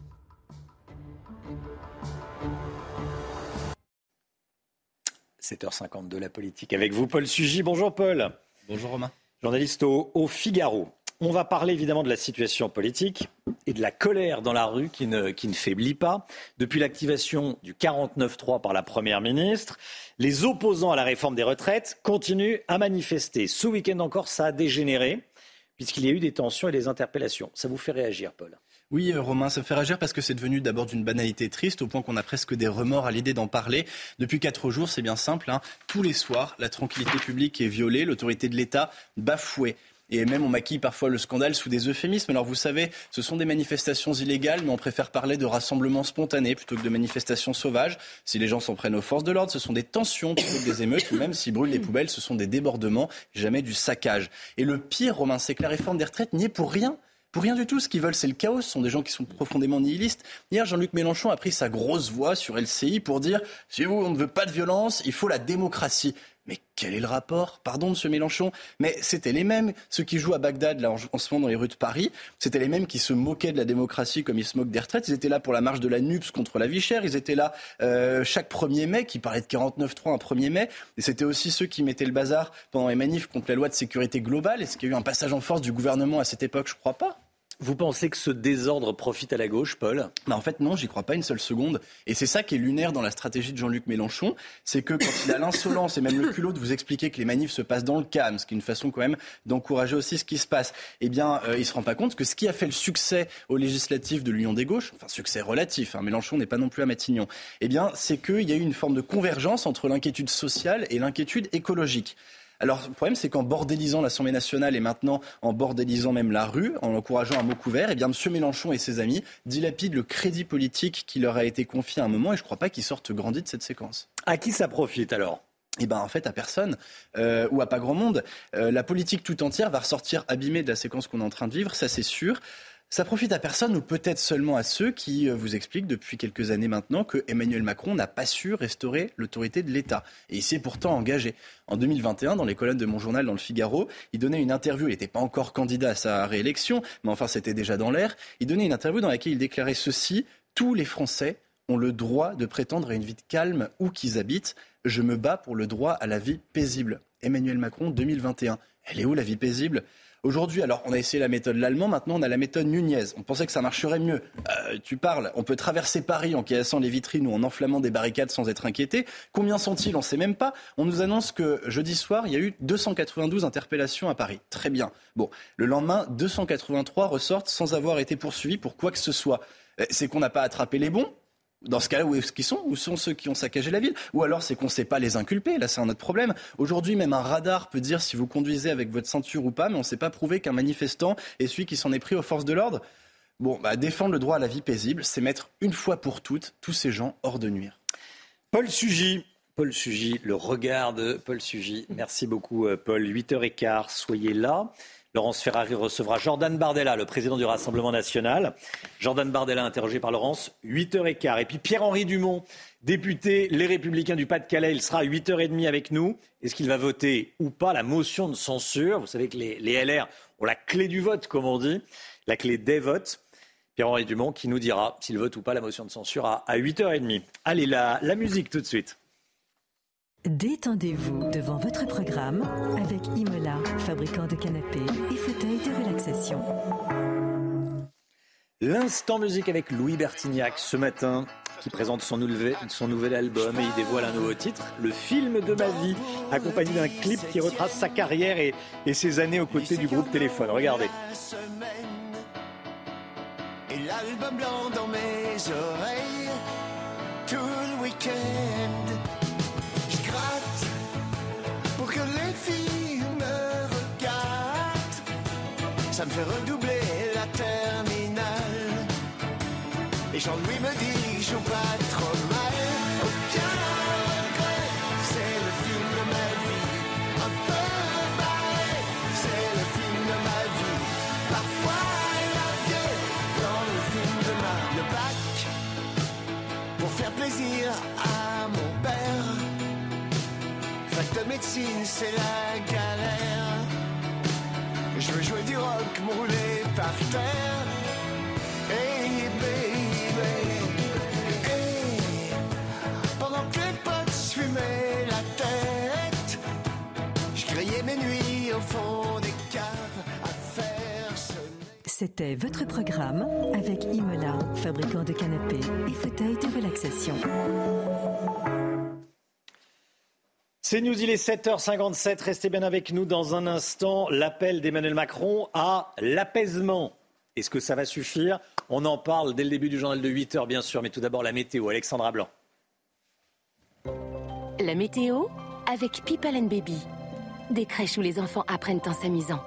« 7h52, la politique avec vous, Paul Sugy. Bonjour Paul. Bonjour Romain. Journaliste au Figaro. On va parler évidemment de la situation politique et de la colère dans la rue qui ne faiblit pas. Depuis l'activation du 49.3 par la Première ministre, les opposants à la réforme des retraites continuent à manifester. Ce week-end encore, ça a dégénéré puisqu'il y a eu des tensions et des interpellations. Ça vous fait réagir, Paul ? Oui, Romain, ça me fait réagir parce que c'est devenu d'abord d'une banalité triste au point qu'on a presque des remords à l'idée d'en parler. Depuis 4 jours, c'est bien simple. Tous les soirs, la tranquillité publique est violée, l'autorité de l'État bafouée. Et même on maquille parfois le scandale sous des euphémismes. Alors vous savez, ce sont des manifestations illégales, mais on préfère parler de rassemblements spontanés plutôt que de manifestations sauvages. Si les gens s'en prennent aux forces de l'ordre, ce sont des tensions plutôt que des émeutes. Ou même s'ils brûlent les poubelles, ce sont des débordements, jamais du saccage. Et le pire, Romain, c'est que la réforme des retraites n'y est pour rien. Pour rien du tout, ce qu'ils veulent, c'est le chaos. Ce sont des gens qui sont profondément nihilistes. Hier, Jean-Luc Mélenchon a pris sa grosse voix sur LCI pour dire « Si on ne veut pas de violence, il faut la démocratie ». Mais quel est le rapport ? Pardon, monsieur Mélenchon, mais c'était les mêmes, ceux qui jouent à Bagdad, là, en ce moment dans les rues de Paris, c'était les mêmes qui se moquaient de la démocratie comme ils se moquent des retraites. Ils étaient là pour la marche de la NUPS contre la vie chère, ils étaient là chaque 1er mai, qui parlait de 49.3 un 1er mai, et c'était aussi ceux qui mettaient le bazar pendant les manifs contre la loi de sécurité globale. Est-ce qu'il y a eu un passage en force du gouvernement à cette époque ? Je crois pas. Vous pensez que ce désordre profite à la gauche, Paul ? En fait, non, j'y crois pas une seule seconde. Et c'est ça qui est lunaire dans la stratégie de Jean-Luc Mélenchon. C'est que quand il a l'insolence et même le culot de vous expliquer que les manifs se passent dans le calme, ce qui est une façon quand même d'encourager aussi ce qui se passe, il se rend pas compte que ce qui a fait le succès aux législatives de l'Union des gauches, enfin succès relatif, Mélenchon n'est pas non plus à Matignon, c'est qu'il y a eu une forme de convergence entre l'inquiétude sociale et l'inquiétude écologique. Alors, le problème, c'est qu'en bordélisant l'Assemblée nationale et maintenant en bordélisant même la rue, en encourageant un mot couvert, M. Mélenchon et ses amis dilapident le crédit politique qui leur a été confié à un moment et je ne crois pas qu'ils sortent grandis de cette séquence. À qui ça profite alors ? En fait, à personne ou à pas grand monde. La politique tout entière va ressortir abîmée de la séquence qu'on est en train de vivre, ça c'est sûr. Ça profite à personne ou peut-être seulement à ceux qui vous expliquent depuis quelques années maintenant que Emmanuel Macron n'a pas su restaurer l'autorité de l'État. Et il s'est pourtant engagé. En 2021, dans les colonnes de mon journal dans le Figaro, il donnait une interview, il n'était pas encore candidat à sa réélection, mais enfin c'était déjà dans l'air. Il donnait une interview dans laquelle il déclarait ceci : « Tous les Français ont le droit de prétendre à une vie de calme où qu'ils habitent. Je me bats pour le droit à la vie paisible. » Emmanuel Macron, 2021. Elle est où la vie paisible ? Aujourd'hui, alors on a essayé la méthode l'allemand, maintenant on a la méthode Nunez. On pensait que ça marcherait mieux. Tu parles, on peut traverser Paris en cassant les vitrines ou en enflammant des barricades sans être inquiété. Combien sont-ils ? On ne sait même pas. On nous annonce que jeudi soir, il y a eu 292 interpellations à Paris. Très bien. Bon, le lendemain, 283 ressortent sans avoir été poursuivis pour quoi que ce soit. C'est qu'on n'a pas attrapé les bons ? Dans ce cas-là, où est-ce qu'ils sont ? Où sont ceux qui ont saccagé la ville ? Ou alors c'est qu'on ne sait pas les inculper. Là, c'est un autre problème. Aujourd'hui, même un radar peut dire si vous conduisez avec votre ceinture ou pas, mais on ne sait pas prouver qu'un manifestant est celui qui s'en est pris aux forces de l'ordre. Défendre le droit à la vie paisible, c'est mettre une fois pour toutes tous ces gens hors de nuire. Paul Sugy, le regard de Paul Sugy. Merci beaucoup, Paul. 8h15, soyez là. Laurence Ferrari recevra Jordan Bardella, le président du Rassemblement national. Jordan Bardella interrogé par Laurence, 8h15. Et puis Pierre-Henri Dumont, député Les Républicains du Pas-de-Calais, il sera à 8h30 avec nous. Est-ce qu'il va voter ou pas la motion de censure ? Vous savez que les LR ont la clé du vote, comme on dit, la clé des votes. Pierre-Henri Dumont qui nous dira s'il vote ou pas la motion de censure à 8h30. Allez, la musique tout de suite. Détendez-vous devant votre programme avec Imola, fabricant de canapés et fauteuils de relaxation. L'instant musique avec Louis Bertignac ce matin, qui présente son nouvel album et il dévoile un nouveau titre, Le film de ma vie, accompagné d'un clip qui retrace sa carrière et ses années aux côtés du groupe Téléphone. Regardez. Et l'album blanc dans mes oreilles, tout le week-end, je gratte pour que les filles me regardent, ça me fait redoubler la terminale, et Jean-Louis me dit que je joue pas trop mal, aucun regret, c'est le film de ma vie, un peu barré, c'est le film de ma vie, parfois le bac pour faire plaisir à mon père. Fac de médecine, c'est la galère. Je veux jouer du rock, me rouler par terre. Hey baby, hey. Pendant que les potes se fumaient la tête, je grillais mes nuits au fond des caves à faire sonner. C'était votre programme avec Imola, fabricant de canapés et fauteuils de relaxation. C'est News, il est 7h57. Restez bien avec nous dans un instant. L'appel d'Emmanuel Macron à l'apaisement. Est-ce que ça va suffire ? On en parle dès le début du journal de 8h, bien sûr. Mais tout d'abord, la météo. Alexandra Blanc. La météo avec People & Baby. Des crèches où les enfants apprennent en s'amusant.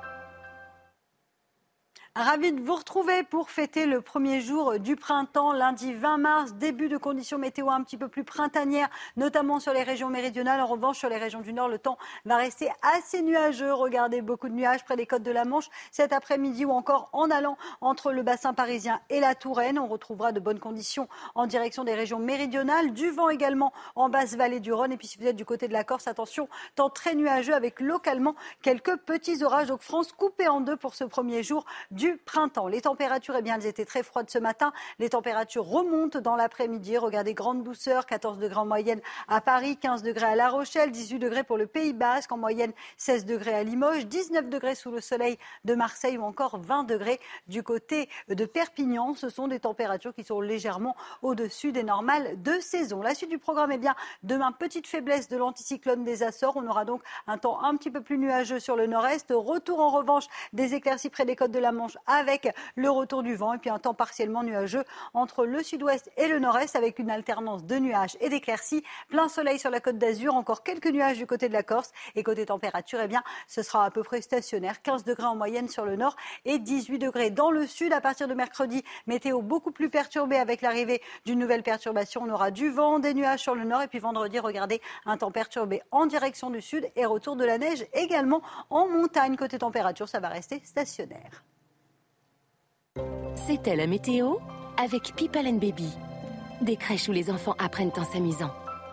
Ravi de vous retrouver pour fêter le premier jour du printemps, lundi 20 mars, début de conditions météo un petit peu plus printanières, notamment sur les régions méridionales. En revanche, sur les régions du Nord, le temps va rester assez nuageux. Regardez, beaucoup de nuages près des côtes de la Manche cet après-midi ou encore en allant entre le bassin parisien et la Touraine. On retrouvera de bonnes conditions en direction des régions méridionales, du vent également en basse vallée du Rhône. Et puis si vous êtes du côté de la Corse, attention, temps très nuageux avec localement quelques petits orages. Donc France coupée en deux pour ce premier jour du printemps. Les températures, eh bien, elles étaient très froides ce matin. Les températures remontent dans l'après-midi. Regardez, grande douceur, 14 degrés en moyenne à Paris, 15 degrés à La Rochelle, 18 degrés pour le Pays Basque, en moyenne 16 degrés à Limoges, 19 degrés sous le soleil de Marseille ou encore 20 degrés du côté de Perpignan. Ce sont des températures qui sont légèrement au-dessus des normales de saison. La suite du programme, eh bien, demain, petite faiblesse de l'anticyclone des Açores. On aura donc un temps un petit peu plus nuageux sur le nord-est. Retour en revanche des éclaircies près des côtes de la Manche avec le retour du vent et puis un temps partiellement nuageux entre le sud-ouest et le nord-est avec une alternance de nuages et d'éclaircies. Plein soleil sur la côte d'Azur, encore quelques nuages du côté de la Corse et côté température, eh bien, ce sera à peu près stationnaire. 15 degrés en moyenne sur le nord et 18 degrés dans le sud. À partir de mercredi, météo beaucoup plus perturbée avec l'arrivée d'une nouvelle perturbation. On aura du vent, des nuages sur le nord et puis vendredi, regardez, un temps perturbé en direction du sud et retour de la neige également en montagne. Côté température, ça va rester stationnaire. C'était la météo avec People & Baby. Des crèches où les enfants apprennent en s'amusant.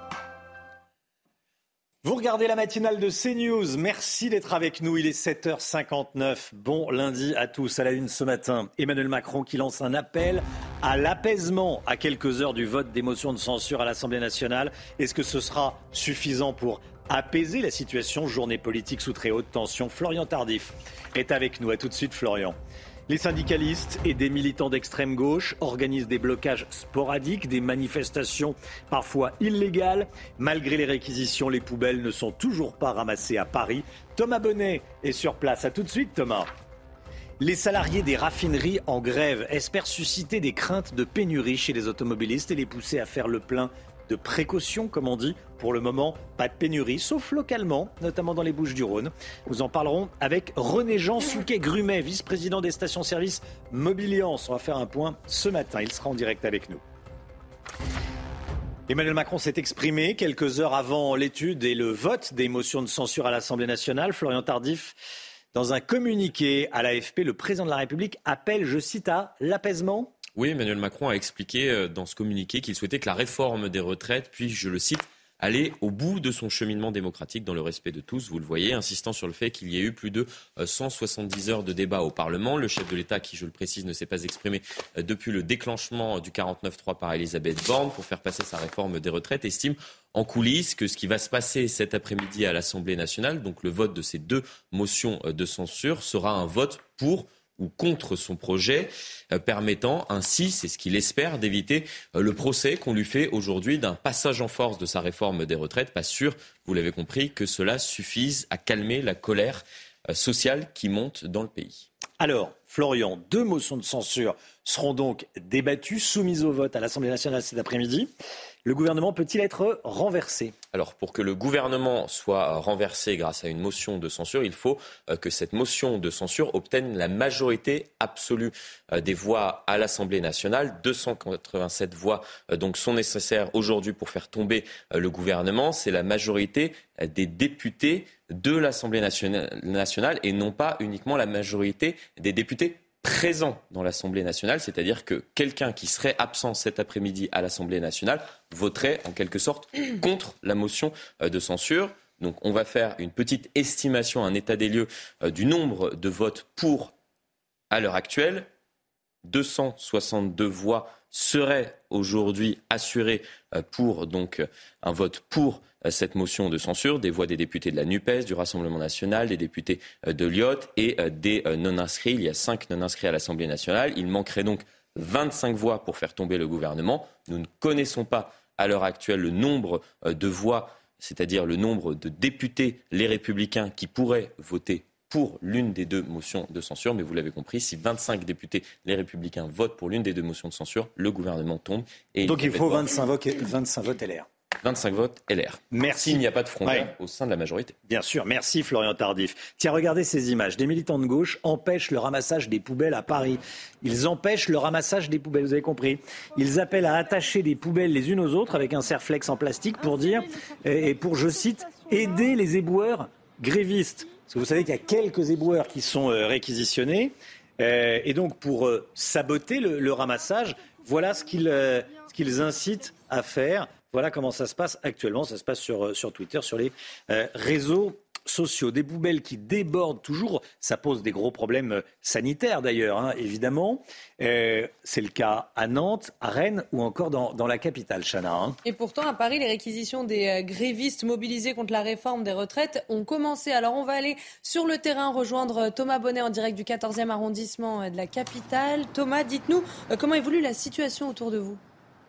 Vous regardez la matinale de CNews. Merci d'être avec nous. Il est 7h59. Bon lundi à tous. À la une ce matin, Emmanuel Macron qui lance un appel à l'apaisement à quelques heures du vote des motions de censure à l'Assemblée nationale. Est-ce que ce sera suffisant pour apaiser la situation ? Journée politique sous très haute tension. Florian Tardif est avec nous. À tout de suite, Florian. Les syndicalistes et des militants d'extrême gauche organisent des blocages sporadiques, des manifestations parfois illégales. Malgré les réquisitions, les poubelles ne sont toujours pas ramassées à Paris. Thomas Bonnet est sur place. À tout de suite, Thomas. Les salariés des raffineries en grève espèrent susciter des craintes de pénurie chez les automobilistes et les pousser à faire le plein de précaution, comme on dit. Pour le moment, pas de pénurie, sauf localement, notamment dans les Bouches-du-Rhône. Nous en parlerons avec René-Jean Souquet-Grumet, vice-président des stations-service Mobiliance. On va faire un point ce matin. Il sera en direct avec nous. Emmanuel Macron s'est exprimé quelques heures avant l'étude et le vote des motions de censure à l'Assemblée nationale. Florian Tardif, dans un communiqué à l'AFP, le président de la République appelle, je cite, à l'apaisement. Oui, Emmanuel Macron a expliqué dans ce communiqué qu'il souhaitait que la réforme des retraites puisse, je le cite, aller au bout de son cheminement démocratique dans le respect de tous, vous le voyez, insistant sur le fait qu'il y ait eu plus de 170 heures de débat au Parlement. Le chef de l'État, qui je le précise, ne s'est pas exprimé depuis le déclenchement du 49.3 par Elisabeth Borne pour faire passer sa réforme des retraites, estime en coulisses que ce qui va se passer cet après-midi à l'Assemblée nationale, donc le vote de ces 2 motions de censure, sera un vote pour ou contre son projet, permettant ainsi, c'est ce qu'il espère, d'éviter le procès qu'on lui fait aujourd'hui d'un passage en force de sa réforme des retraites. Pas sûr, vous l'avez compris, que cela suffise à calmer la colère sociale qui monte dans le pays. Alors, Florian, 2 motions de censure seront donc débattues, soumises au vote à l'Assemblée nationale cet après-midi. Le gouvernement peut-il être renversé ? Alors, pour que le gouvernement soit renversé grâce à une motion de censure, il faut que cette motion de censure obtienne la majorité absolue des voix à l'Assemblée nationale. 287 voix donc sont nécessaires aujourd'hui pour faire tomber le gouvernement. C'est la majorité des députés de l'Assemblée nationale et non pas uniquement la majorité des députés présent dans l'Assemblée nationale, c'est-à-dire que quelqu'un qui serait absent cet après-midi à l'Assemblée nationale voterait en quelque sorte contre la motion de censure. Donc on va faire une petite estimation, un état des lieux du nombre de votes pour à l'heure actuelle. 262 voix seraient aujourd'hui assurées pour donc un vote pour cette motion de censure, des voix des députés de la NUPES, du Rassemblement national, des députés de l'IOT et des non-inscrits. Il y a 5 non-inscrits à l'Assemblée nationale. Il manquerait donc 25 voix pour faire tomber le gouvernement. Nous ne connaissons pas à l'heure actuelle le nombre de voix, c'est-à-dire le nombre de députés, les Républicains, qui pourraient voter pour l'une des 2 motions de censure. Mais vous l'avez compris, si 25 députés, les Républicains, votent pour l'une des 2 motions de censure, le gouvernement tombe. Et donc il faut 25 votes LR. 25 votes LR. Merci. S'il n'y a pas de frontière au sein de la majorité. Bien sûr. Merci Florian Tardif. Tiens, regardez ces images. Des militants de gauche empêchent le ramassage des poubelles à Paris. Ils empêchent le ramassage des poubelles, vous avez compris. Ils appellent à attacher des poubelles les unes aux autres avec un serre-flex en plastique pour dire, et pour, je cite, aider les éboueurs grévistes. Parce que vous savez qu'il y a quelques éboueurs qui sont réquisitionnés. Et donc, pour saboter le ramassage, voilà ce qu'ils incitent à faire. Voilà comment ça se passe actuellement. Ça se passe sur Twitter, sur les réseaux sociaux. Des poubelles qui débordent toujours. Ça pose des gros problèmes sanitaires d'ailleurs, évidemment. C'est le cas à Nantes, à Rennes ou encore dans la capitale, Chana. Et pourtant, à Paris, les réquisitions des grévistes mobilisés contre la réforme des retraites ont commencé. Alors, on va aller sur le terrain rejoindre Thomas Bonnet en direct du 14e arrondissement de la capitale. Thomas, dites-nous comment évolue la situation autour de vous ?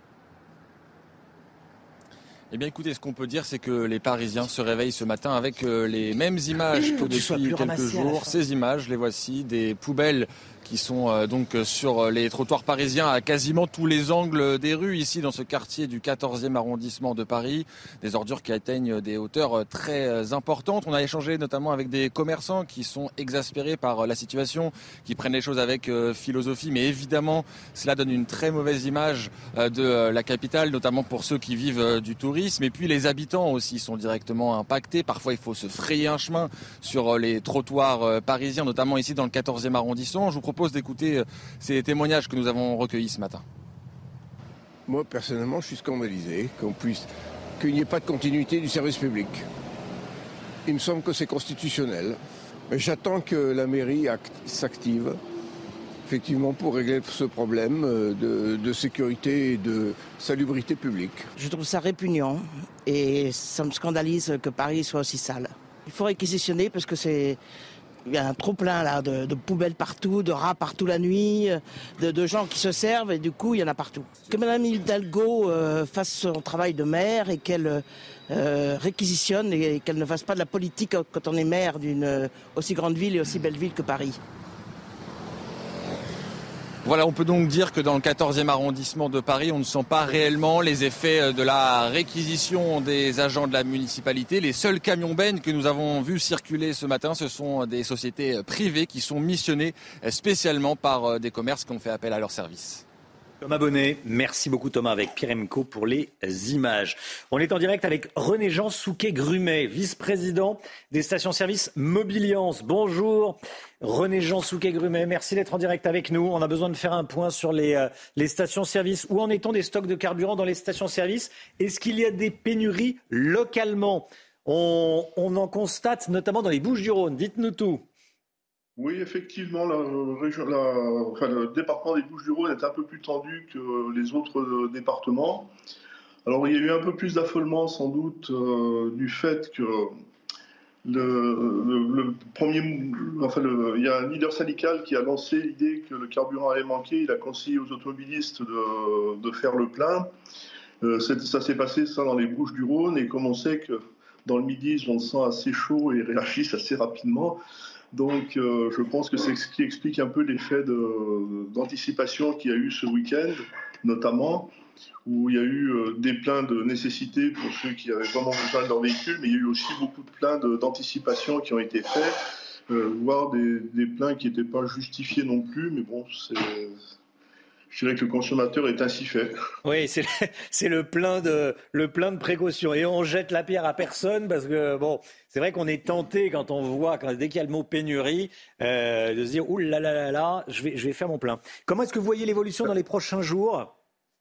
Eh bien écoutez, ce qu'on peut dire, c'est que les Parisiens se réveillent ce matin avec les mêmes images que depuis quelques jours. Ces images, les voici, des poubelles qui sont donc sur les trottoirs parisiens à quasiment tous les angles des rues ici dans ce quartier du 14e arrondissement de Paris. Des ordures qui atteignent des hauteurs très importantes. On a échangé notamment avec des commerçants qui sont exaspérés par la situation, qui prennent les choses avec philosophie. Mais évidemment, cela donne une très mauvaise image de la capitale, notamment pour ceux qui vivent du tourisme. Et puis les habitants aussi sont directement impactés. Parfois, il faut se frayer un chemin sur les trottoirs parisiens, notamment ici dans le 14e arrondissement. Je vous propose d'écouter ces témoignages que nous avons recueillis ce matin. Moi, personnellement, je suis scandalisé qu'il n'y ait pas de continuité du service public. Il me semble que c'est constitutionnel. Mais j'attends que la mairie s'active, effectivement, pour régler ce problème de sécurité et de salubrité publique. Je trouve ça répugnant et ça me scandalise que Paris soit aussi sale. Il faut réquisitionner parce que il y a un trop-plein là, de poubelles partout, de rats partout la nuit, de gens qui se servent et du coup il y en a partout. Que Mme Hidalgo fasse son travail de maire et qu'elle réquisitionne et qu'elle ne fasse pas de la politique quand on est maire d'une aussi grande ville et aussi belle ville que Paris. Voilà, on peut donc dire que dans le 14e arrondissement de Paris, on ne sent pas réellement les effets de la réquisition des agents de la municipalité. Les seuls camions-bennes que nous avons vus circuler ce matin, ce sont des sociétés privées qui sont missionnées spécialement par des commerces qui ont fait appel à leurs services. Thomas Bonnet, merci beaucoup Thomas avec Pierre Emco pour les images. On est en direct avec René-Jean Souquet-Grumet, vice-président des stations-service Mobiliance. Bonjour René-Jean Souquet-Grumet, merci d'être en direct avec nous. On a besoin de faire un point sur les stations-service. Où en est-on des stocks de carburant dans les stations-service ? Est-ce qu'il y a des pénuries localement ? On en constate notamment dans les Bouches-du-Rhône. Dites-nous tout. Oui, effectivement, le département des Bouches-du-Rhône est un peu plus tendu que les autres départements. Alors, il y a eu un peu plus d'affolement, sans doute, du fait que il y a un leader syndical qui a lancé l'idée que le carburant allait manquer. Il a conseillé aux automobilistes de faire le plein. Ça s'est passé, ça, dans les Bouches-du-Rhône. Et comme on sait que dans le Midi, ils ont le sang assez chaud et réagissent assez rapidement. Donc, je pense que c'est ce qui explique un peu l'effet d'anticipation qu'il y a eu ce week-end, notamment, où il y a eu des pleins de nécessité pour ceux qui avaient vraiment besoin de leur véhicule, mais il y a eu aussi beaucoup de pleins d'anticipation qui ont été faits, voire des pleins qui n'étaient pas justifiés non plus, mais bon, je dirais que le consommateur est ainsi fait. Oui, c'est le plein de précaution. Et on jette la pierre à personne parce que, bon, c'est vrai qu'on est tenté quand on voit, dès qu'il y a le mot pénurie, de se dire, ouh là là là là, je vais faire mon plein. Comment est-ce que vous voyez l'évolution dans les prochains jours ?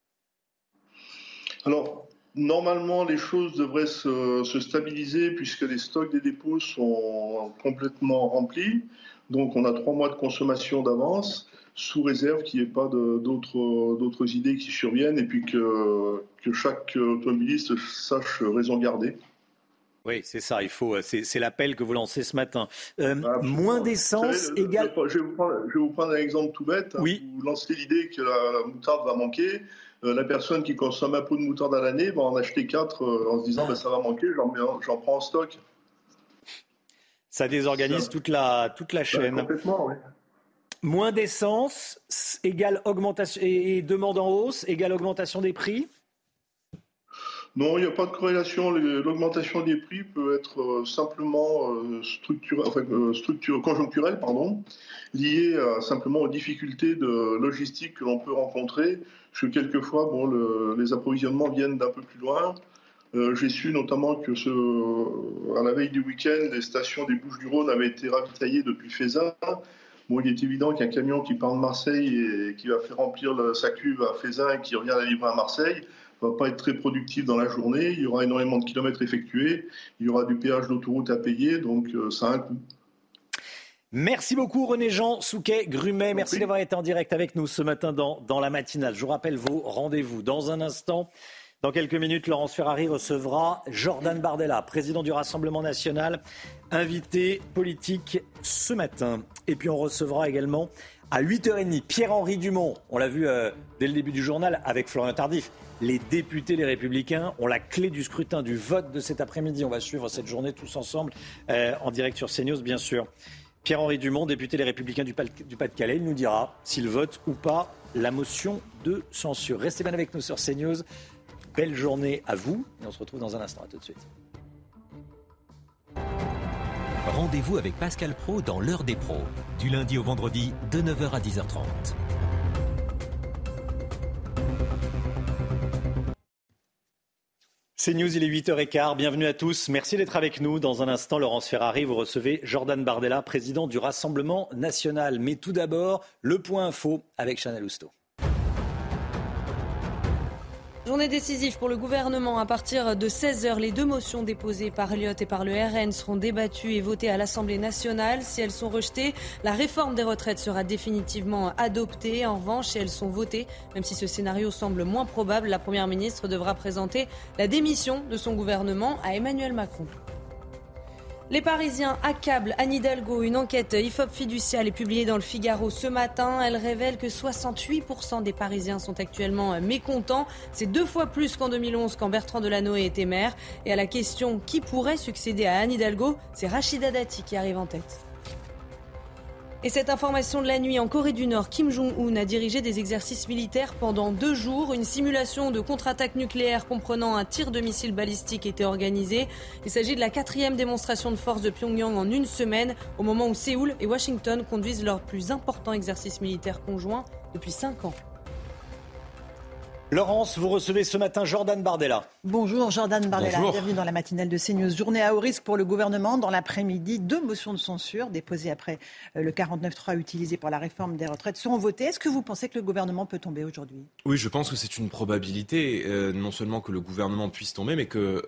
Alors, normalement, les choses devraient se stabiliser puisque les stocks des dépôts sont complètement remplis. Donc, on a 3 mois de consommation d'avance, sous réserve qu'il n'y ait pas d'autres idées qui surviennent et puis que chaque automobiliste sache raison garder. Oui, c'est ça, c'est l'appel que vous lancez ce matin. Moins d'essence égale... Je vais vous prendre un exemple tout bête. Oui. Vous lancez l'idée que la moutarde va manquer. La personne qui consomme un pot de moutarde à l'année va en acheter 4 en se disant ça va manquer, j'en prends en stock. Ça désorganise toute la chaîne. Complètement, oui. Moins d'essence égale augmentation et demande en hausse égale augmentation des prix ? Non, il n'y a pas de corrélation. L'augmentation des prix peut être simplement conjoncturelle, liée simplement aux difficultés de logistique que l'on peut rencontrer. Parce que quelquefois, les approvisionnements viennent d'un peu plus loin. J'ai su notamment que à la veille du week-end, les stations des Bouches-du-Rhône avaient été ravitaillées depuis Fézin. Bon, il est évident qu'un camion qui part de Marseille et qui va faire remplir sa cuve à Fézin et qui revient la livrer à Marseille ne va pas être très productif dans la journée. Il y aura énormément de kilomètres effectués. Il y aura du péage d'autoroute à payer, donc ça a un coût. Merci beaucoup René-Jean Souquet-Grumet. Merci d'avoir été en direct avec nous ce matin dans la matinale. Je vous rappelle vos rendez-vous. Dans un instant, dans quelques minutes, Laurence Ferrari recevra Jordan Bardella, président du Rassemblement national, invité politique ce matin. Et puis on recevra également à 8h30 Pierre-Henri Dumont. On l'a vu dès le début du journal avec Florian Tardif. Les députés Les Républicains ont la clé du scrutin, du vote de cet après-midi. On va suivre cette journée tous ensemble en direct sur CNews, bien sûr. Pierre-Henri Dumont, député Les Républicains du Pas-de-Calais, il nous dira s'il vote ou pas la motion de censure. Restez bien avec nous sur CNews. Belle journée à vous et on se retrouve dans un instant. À tout de suite. Rendez-vous avec Pascal Praud dans l'heure des pros, du lundi au vendredi de 9h à 10h30. CNews, il est 8h15, bienvenue à tous, merci d'être avec nous. Dans un instant, Laurence Ferrari, vous recevez Jordan Bardella, président du Rassemblement national. Mais tout d'abord, le point info avec Chanel Housteau. Journée décisive pour le gouvernement. À partir de 16h, les 2 motions déposées par Elliott et par le RN seront débattues et votées à l'Assemblée nationale. Si elles sont rejetées, la réforme des retraites sera définitivement adoptée. En revanche, si elles sont votées, même si ce scénario semble moins probable, la Première ministre devra présenter la démission de son gouvernement à Emmanuel Macron. Les Parisiens accablent Anne Hidalgo. Une enquête IFOP Fiducial est publiée dans le Figaro ce matin. Elle révèle que 68% des Parisiens sont actuellement mécontents. C'est 2 fois plus qu'en 2011 quand Bertrand Delanoë était maire. Et à la question qui pourrait succéder à Anne Hidalgo, c'est Rachida Dati qui arrive en tête. Et cette information de la nuit, en Corée du Nord, Kim Jong-un a dirigé des exercices militaires pendant 2 jours. Une simulation de contre-attaque nucléaire comprenant un tir de missile balistique était organisée. Il s'agit de la 4e démonstration de force de Pyongyang en 1 semaine, au moment où Séoul et Washington conduisent leur plus important exercice militaire conjoint depuis 5 ans. Laurence, vous recevez ce matin Jordan Bardella. Bonjour Jordan Bardella, Bonjour. Bienvenue dans la matinale de CNews. Journée à haut risque pour le gouvernement. Dans l'après-midi, 2 motions de censure déposées après le 49.3 utilisé pour la réforme des retraites seront votées. Est-ce que vous pensez que le gouvernement peut tomber aujourd'hui ? Oui, je pense que c'est une probabilité, non seulement que le gouvernement puisse tomber, mais que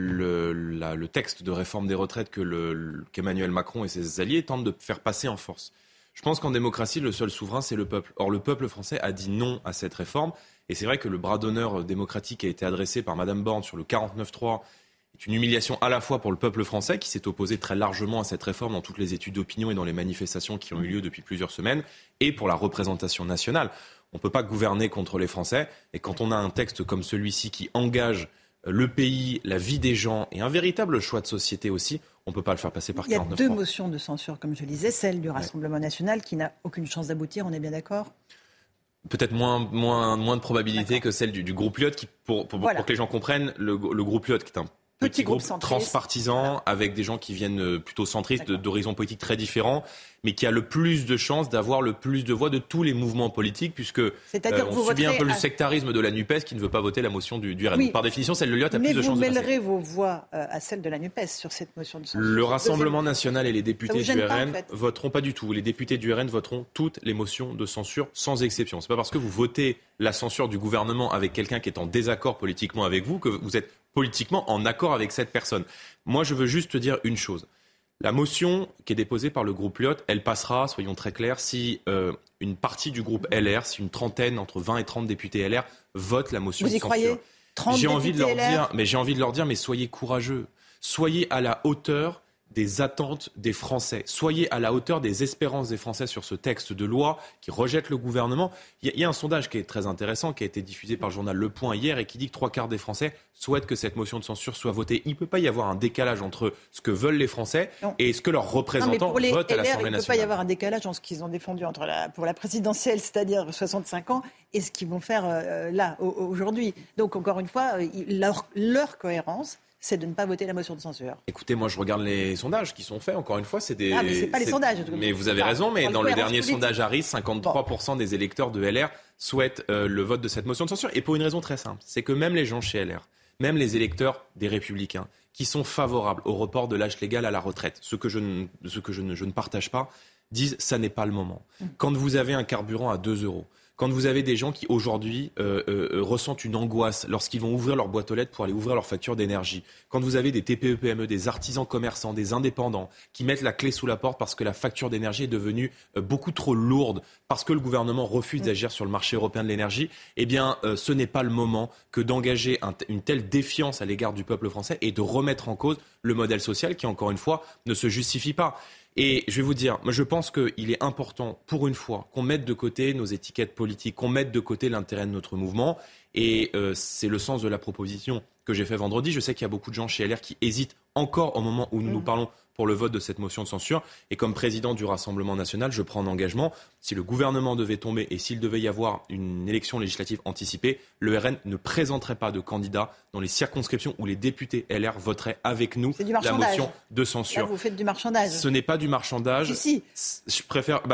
le texte de réforme des retraites qu'Emmanuel Macron et ses alliés tentent de faire passer en force. Je pense qu'en démocratie, le seul souverain, c'est le peuple. Or, le peuple français a dit non à cette réforme. Et c'est vrai que le bras d'honneur démocratique qui a été adressé par Mme Borne sur le 49.3 est une humiliation à la fois pour le peuple français, qui s'est opposé très largement à cette réforme dans toutes les études d'opinion et dans les manifestations qui ont eu lieu depuis plusieurs semaines, et pour la représentation nationale. On ne peut pas gouverner contre les Français. Et quand on a un texte comme celui-ci qui engage le pays, la vie des gens et un véritable choix de société aussi, on ne peut pas le faire passer par 49.3. Il y a 2 motions de censure, comme je le disais, celle du Rassemblement national qui n'a aucune chance d'aboutir, on est bien d'accord ? Peut-être moins de probabilité que celle du groupe Lyot, qui, pour que les gens comprennent, le groupe Lyot, qui est un petit groupe transpartisan, avec des gens qui viennent plutôt centristes, d'horizons politiques très différents, mais qui a le plus de chances d'avoir le plus de voix de tous les mouvements politiques, puisque on subit un peu le sectarisme de la NUPES qui ne veut pas voter la motion du RN. Oui. Par définition, celle de Lyot a plus de chances de passer. Mais vous mêlerez vos voix à celle de la NUPES sur cette motion de censure. Le Rassemblement national et les députés du RN voteront pas du tout. Les députés du RN voteront toutes les motions de censure sans exception. C'est pas parce que vous votez la censure du gouvernement avec quelqu'un qui est en désaccord politiquement avec vous que vous êtes politiquement en accord avec cette personne. Moi, je veux juste te dire une chose. La motion qui est déposée par le groupe Lyot, elle passera, soyons très clairs, si une partie du groupe LR, si une trentaine, entre 20 et 30 députés LR, votent la motion de censure. Vous y croyez ? 30 j'ai envie de leur LR. dire, mais j'ai envie de leur dire, mais soyez courageux. Soyez à la hauteur des attentes des Français. Soyez à la hauteur des espérances des Français sur ce texte de loi qui rejette le gouvernement. Il y a un sondage qui est très intéressant, qui a été diffusé par le journal Le Point hier et qui dit que 3/4 des Français souhaitent que cette motion de censure soit votée. Il ne peut pas y avoir un décalage entre ce que veulent les Français et ce que leurs représentants votent à l'Assemblée nationale. Il ne peut pas y avoir un décalage entre ce qu'ils ont défendu pour la présidentielle, c'est-à-dire 65 ans, et ce qu'ils vont faire là, aujourd'hui. Donc, encore une fois, leur cohérence, c'est de ne pas voter la motion de censure. Écoutez, moi je regarde les sondages qui sont faits, encore une fois, c'est des... mais c'est pas les sondages. Mais vous avez raison, mais dans le dernier sondage Harris, 53% des électeurs de LR souhaitent le vote de cette motion de censure. Et pour une raison très simple, c'est que même les gens chez LR, même les électeurs des Républicains, qui sont favorables au report de l'âge légal à la retraite, ce que je ne partage pas, disent ça n'est pas le moment. Quand vous avez un carburant à 2 €, quand vous avez des gens qui aujourd'hui ressentent une angoisse lorsqu'ils vont ouvrir leur boîte aux lettres pour aller ouvrir leur facture d'énergie, quand vous avez des TPE, PME, des artisans commerçants, des indépendants qui mettent la clé sous la porte parce que la facture d'énergie est devenue beaucoup trop lourde, parce que le gouvernement refuse d'agir sur le marché européen de l'énergie, eh bien ce n'est pas le moment que d'engager une telle défiance à l'égard du peuple français et de remettre en cause le modèle social qui, encore une fois, ne se justifie pas. Et je vais vous dire, moi je pense qu'il est important, pour une fois, qu'on mette de côté nos étiquettes politiques, qu'on mette de côté l'intérêt de notre mouvement. Et c'est le sens de la proposition que j'ai faite vendredi. Je sais qu'il y a beaucoup de gens chez LR qui hésitent encore au moment où nous parlons pour le vote de cette motion de censure. Et comme président du Rassemblement national, je prends un engagement. Si le gouvernement devait tomber et s'il devait y avoir une élection législative anticipée, le RN ne présenterait pas de candidat dans les circonscriptions où les députés LR voteraient avec nous la motion de censure. Là, vous faites du marchandage. Ce n'est pas du marchandage. Si. Je préfère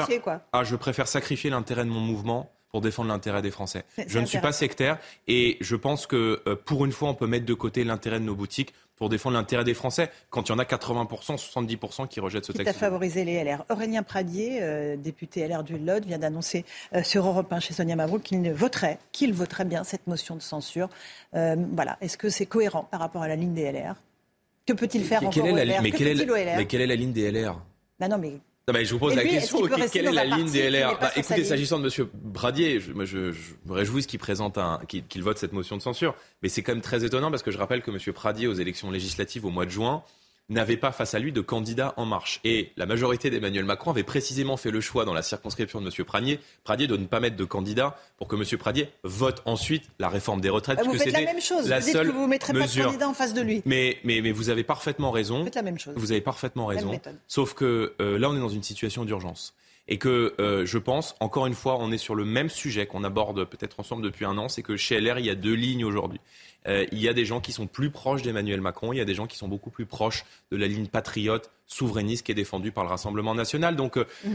sacrifier l'intérêt de mon mouvement pour défendre l'intérêt des Français. Je ne suis pas sectaire et je pense que pour une fois, on peut mettre de côté l'intérêt de nos boutiques pour défendre l'intérêt des Français, quand il y en a 80%, 70% qui rejettent ce texte. Quitte à favoriser les LR. Aurélien Pradier, député LR du Lot, vient d'annoncer sur Europe 1 chez Sonia Mabrouk qu'il voterait bien cette motion de censure. Voilà. Est-ce que c'est cohérent par rapport à la ligne des LR ? Que peut-il faire encore au LR ? Mais quelle est la ligne des LR ? Non, mais... Non, mais je vous pose la question, quelle est la ligne des LR ? Écoutez, s'agissant de M. Pradier, je me réjouis qu'il vote cette motion de censure. Mais c'est quand même très étonnant parce que je rappelle que M. Pradier, aux élections législatives au mois de juin, n'avait pas face à lui de candidat En Marche. Et la majorité d'Emmanuel Macron avait précisément fait le choix dans la circonscription de M. Pradier de ne pas mettre de candidat pour que M. Pradier vote ensuite la réforme des retraites. Vous faites la même chose. Vous dites que vous ne mettrez pas de candidat en face de lui. Mais vous avez parfaitement raison. Vous faites la même chose. Vous avez parfaitement raison. Sauf que là, on est dans une situation d'urgence. Et que je pense, encore une fois, on est sur le même sujet qu'on aborde peut-être ensemble depuis un an, c'est que chez LR, il y a 2 lignes aujourd'hui. Il y a des gens qui sont plus proches d'Emmanuel Macron, il y a des gens qui sont beaucoup plus proches de la ligne patriote, souverainiste qui est défendue par le Rassemblement national. Donc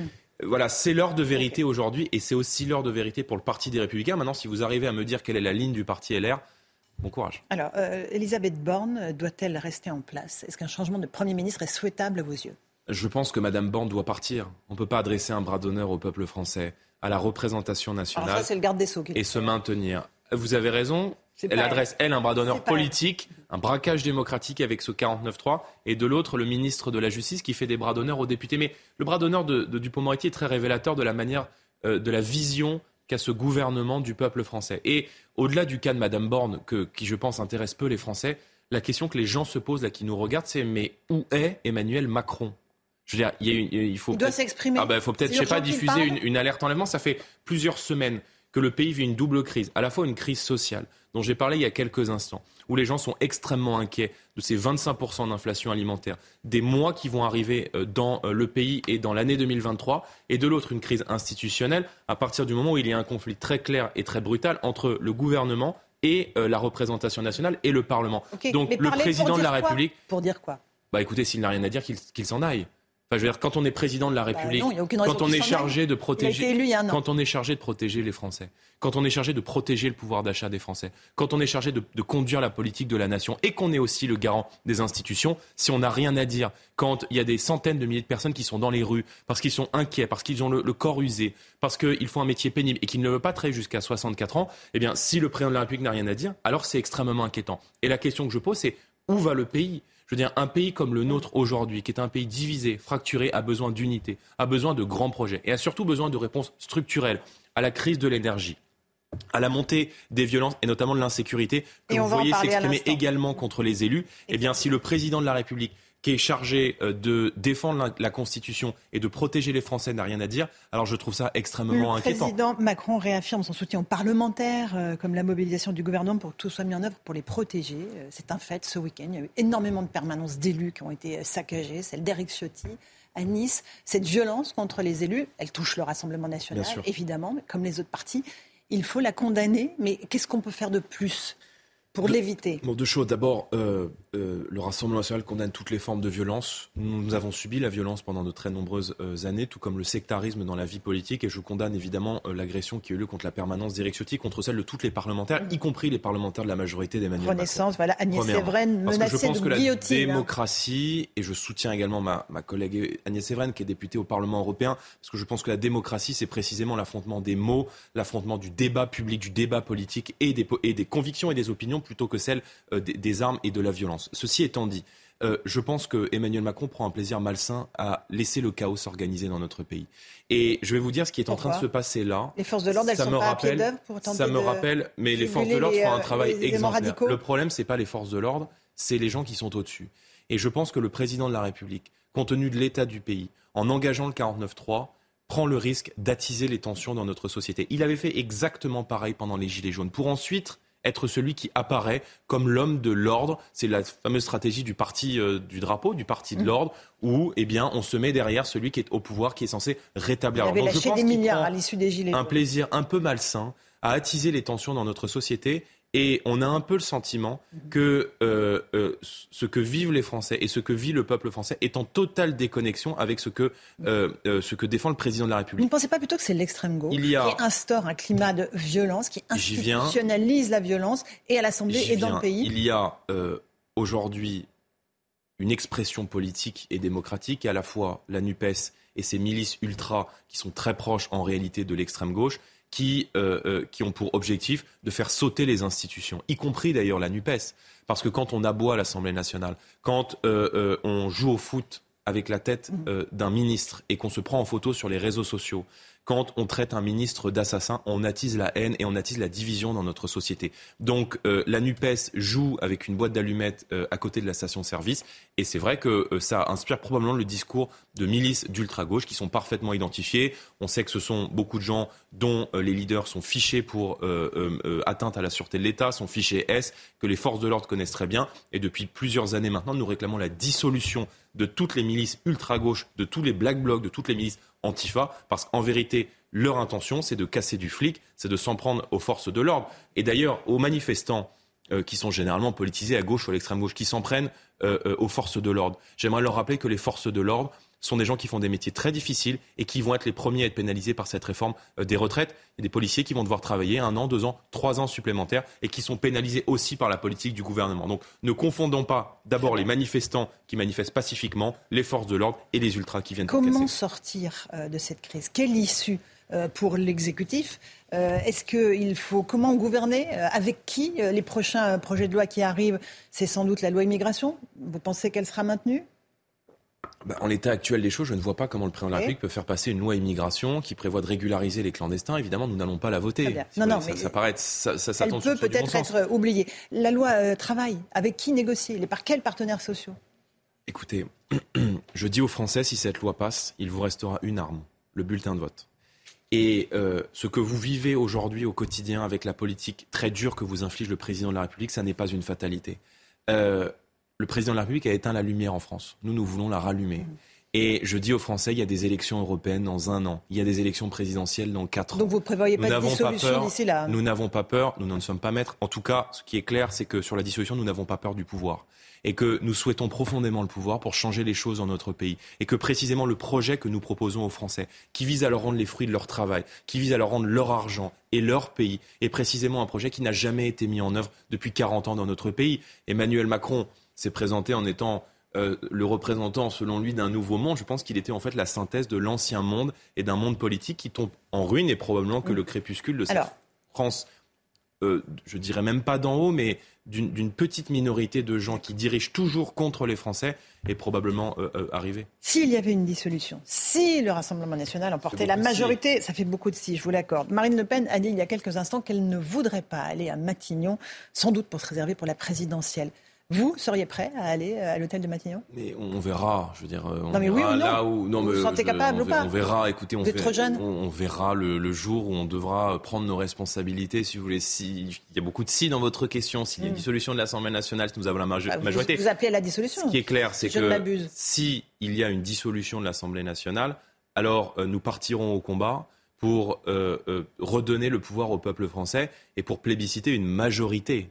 Voilà, c'est l'heure de vérité aujourd'hui et c'est aussi l'heure de vérité pour le Parti des Républicains. Maintenant, si vous arrivez à me dire quelle est la ligne du parti LR, bon courage. Alors, Elisabeth Borne doit-elle rester en place ? Est-ce qu'un changement de Premier ministre est souhaitable à vos yeux ? Je pense que Mme Borne doit partir. On ne peut pas adresser un bras d'honneur au peuple français, à la représentation nationale. Alors ça, c'est le garde des Sceaux qui et se maintenir. Vous avez raison. Elle adresse, un bras d'honneur politique, un braquage démocratique avec ce 49-3, et de l'autre, le ministre de la Justice qui fait des bras d'honneur aux députés. Mais le bras d'honneur de Dupond-Moretti est très révélateur de la manière, de la vision qu'a ce gouvernement du peuple français. Et au-delà du cas de Mme Borne, qui je pense intéresse peu les Français, la question que les gens se posent, là, qui nous regardent, c'est mais où est Emmanuel Macron ? Je veux dire, il doit s'exprimer. Il faut peut-être, diffuser une alerte enlèvement. Ça fait plusieurs semaines que le pays vit une double crise, à la fois une crise sociale, dont j'ai parlé il y a quelques instants, où les gens sont extrêmement inquiets de ces 25% d'inflation alimentaire, des mois qui vont arriver dans le pays et dans l'année 2023, et de l'autre, une crise institutionnelle, à partir du moment où il y a un conflit très clair et très brutal entre le gouvernement et la représentation nationale et le Parlement. Donc le président de la République... Pour dire quoi ? Écoutez, s'il n'a rien à dire, qu'il s'en aille. Enfin, je veux dire, quand on est président de la République, quand on est chargé de protéger, quand on est chargé de protéger les Français, quand on est chargé de protéger le pouvoir d'achat des Français, quand on est chargé de conduire la politique de la nation et qu'on est aussi le garant des institutions, si on n'a rien à dire, quand il y a des centaines de milliers de personnes qui sont dans les rues parce qu'ils sont inquiets, parce qu'ils ont le corps usé, parce qu'ils font un métier pénible et qu'ils ne veulent pas travailler jusqu'à 64 ans, eh bien, si le président de la République n'a rien à dire, alors c'est extrêmement inquiétant. Et la question que je pose, c'est où va le pays ? Je veux dire, un pays comme le nôtre aujourd'hui, qui est un pays divisé, fracturé, a besoin d'unité, a besoin de grands projets et a surtout besoin de réponses structurelles à la crise de l'énergie, à la montée des violences et notamment de l'insécurité que vous voyez s'exprimer également contre les élus. Eh bien, si le président de la République, qui est chargé de défendre la Constitution et de protéger les Français, n'a rien à dire, alors je trouve ça extrêmement inquiétant. Le président Macron réaffirme son soutien aux parlementaires, comme la mobilisation du gouvernement pour que tout soit mis en œuvre pour les protéger. C'est un fait, ce week-end, il y a eu énormément de permanences d'élus qui ont été saccagées, celle d'Éric Ciotti à Nice. Cette violence contre les élus, elle touche le Rassemblement national, évidemment, comme les autres partis. Il faut la condamner, mais qu'est-ce qu'on peut faire de plus pour l'éviter? Deux choses. D'abord, le Rassemblement national condamne toutes les formes de violence. Nous avons subi la violence pendant de très nombreuses années, tout comme le sectarisme dans la vie politique. Et je condamne évidemment l'agression qui a eu lieu contre la permanence d'Éric Ciotti, contre celle de tous les parlementaires, y compris les parlementaires de la majorité d'Emmanuel Macron. Renaissance, voilà, Agnès Séveraine menacée de guillotine. Parce que je pense que la démocratie, et je soutiens également ma collègue Agnès Séveraine, qui est députée au Parlement européen, parce que je pense que la démocratie, c'est précisément l'affrontement des mots, l'affrontement du débat public, du débat politique et des convictions et des opinions, plutôt que celle des armes et de la violence. Ceci étant dit, je pense que Emmanuel Macron prend un plaisir malsain à laisser le chaos s'organiser dans notre pays. Et je vais vous dire ce qui est en train de se passer là. Les forces de l'ordre, elles sont pas à pied d'œuvre pour tenter Ça me rappelle, mais les forces de l'ordre font un travail exemplaire. Le problème, c'est pas les forces de l'ordre, c'est les gens qui sont au-dessus. Et je pense que le président de la République, compte tenu de l'état du pays, en engageant le 49.3, prend le risque d'attiser les tensions dans notre société. Il avait fait exactement pareil pendant les Gilets jaunes, pour ensuite être celui qui apparaît comme l'homme de l'ordre. C'est la fameuse stratégie du parti du drapeau, du parti de l'ordre, où on se met derrière celui qui est au pouvoir, qui est censé rétablir l'ordre. Il avait lâché des milliards à l'issue des Gilets jaunes. Un plaisir un peu malsain à attiser les tensions dans notre société. Et on a un peu le sentiment que ce que vivent les Français et ce que vit le peuple français est en totale déconnexion avec ce que défend le président de la République. Vous ne pensez pas plutôt que c'est l'extrême gauche qui instaure un climat de violence, qui institutionnalise la violence et à l'Assemblée et dans le pays? Il y a aujourd'hui une expression politique et démocratique, et à la fois la NUPES et ses milices ultra qui sont très proches en réalité de l'extrême gauche, qui ont pour objectif de faire sauter les institutions, y compris d'ailleurs la NUPES. Parce que quand on aboie à l'Assemblée nationale, quand on joue au foot avec la tête d'un ministre et qu'on se prend en photo sur les réseaux sociaux, quand on traite un ministre d'assassin, on attise la haine et on attise la division dans notre société. Donc la NUPES joue avec une boîte d'allumettes à côté de la station-service, et c'est vrai que ça inspire probablement le discours de milices d'ultra-gauche qui sont parfaitement identifiées. On sait que ce sont beaucoup de gens dont les leaders sont fichés pour atteinte à la sûreté de l'État, sont fichés S, que les forces de l'ordre connaissent très bien. Et depuis plusieurs années maintenant, nous réclamons la dissolution de toutes les milices ultra-gauche, de tous les black blocs, de toutes les milices Antifa, parce qu'en vérité, leur intention, c'est de casser du flic, c'est de s'en prendre aux forces de l'ordre. Et d'ailleurs, aux manifestants qui sont généralement politisés à gauche ou à l'extrême gauche, qui s'en prennent aux forces de l'ordre. J'aimerais leur rappeler que les forces de l'ordre sont des gens qui font des métiers très difficiles et qui vont être les premiers à être pénalisés par cette réforme des retraites. Il y a des policiers qui vont devoir travailler 1 an, 2 ans, 3 ans supplémentaires et qui sont pénalisés aussi par la politique du gouvernement. Donc ne confondons pas d'abord les manifestants qui manifestent pacifiquement, les forces de l'ordre et les ultras qui viennent tout casser. Comment sortir de cette crise ? Quelle issue pour l'exécutif ? Comment gouverner ? Avec qui ? Les prochains projets de loi qui arrivent, c'est sans doute la loi immigration. Vous pensez qu'elle sera maintenue ? En l'état actuel des choses, je ne vois pas comment le président de la République peut faire passer une loi immigration qui prévoit de régulariser les clandestins. Évidemment, nous n'allons pas la voter. Ça paraît ça elle peut peut-être être oubliée. La loi travail, avec qui négocier ? Par quels partenaires sociaux ? Écoutez, je dis aux Français, si cette loi passe, il vous restera une arme, le bulletin de vote. Et ce que vous vivez aujourd'hui au quotidien avec la politique très dure que vous inflige le président de la République, ça n'est pas une fatalité. Le président de la République a éteint la lumière en France. Nous voulons la rallumer. Et je dis aux Français, il y a des élections européennes dans 1 an. Il y a des élections présidentielles dans 4 ans. Donc vous ne prévoyez pas de dissolution d'ici là ? Nous n'avons pas peur, nous n'en sommes pas maîtres. En tout cas, ce qui est clair, c'est que sur la dissolution, nous n'avons pas peur du pouvoir. Et que nous souhaitons profondément le pouvoir pour changer les choses dans notre pays. Et que précisément le projet que nous proposons aux Français, qui vise à leur rendre les fruits de leur travail, qui vise à leur rendre leur argent et leur pays, est précisément un projet qui n'a jamais été mis en œuvre depuis 40 ans dans notre pays. Emmanuel Macron s'est présenté en étant le représentant, selon lui, d'un nouveau monde. Je pense qu'il était en fait la synthèse de l'ancien monde et d'un monde politique qui tombe en ruine et probablement que le crépuscule de cette France, je dirais même pas d'en haut, mais d'une petite minorité de gens qui dirigent toujours contre les Français est probablement arrivé. S'il y avait une dissolution, si le Rassemblement national emportait la majorité, ça fait beaucoup de si, je vous l'accorde. Marine Le Pen a dit il y a quelques instants qu'elle ne voudrait pas aller à Matignon, sans doute pour se réserver pour la présidentielle. Vous seriez prêt à aller à l'hôtel de Matignon ? Mais on verra, je veux dire, on verra là où... Non, vous vous sentez capable ou pas ? On verra, écoutez, vous êtes trop jeune ? On verra le jour où on devra prendre nos responsabilités, si vous voulez. Il y a beaucoup de si dans votre question. S'il y a une dissolution de l'Assemblée nationale, si nous avons la majorité... Vous appelez à la dissolution ? Ce qui est clair, c'est que s'il y a une dissolution de l'Assemblée nationale, alors nous partirons au combat pour redonner le pouvoir au peuple français et pour plébisciter une majorité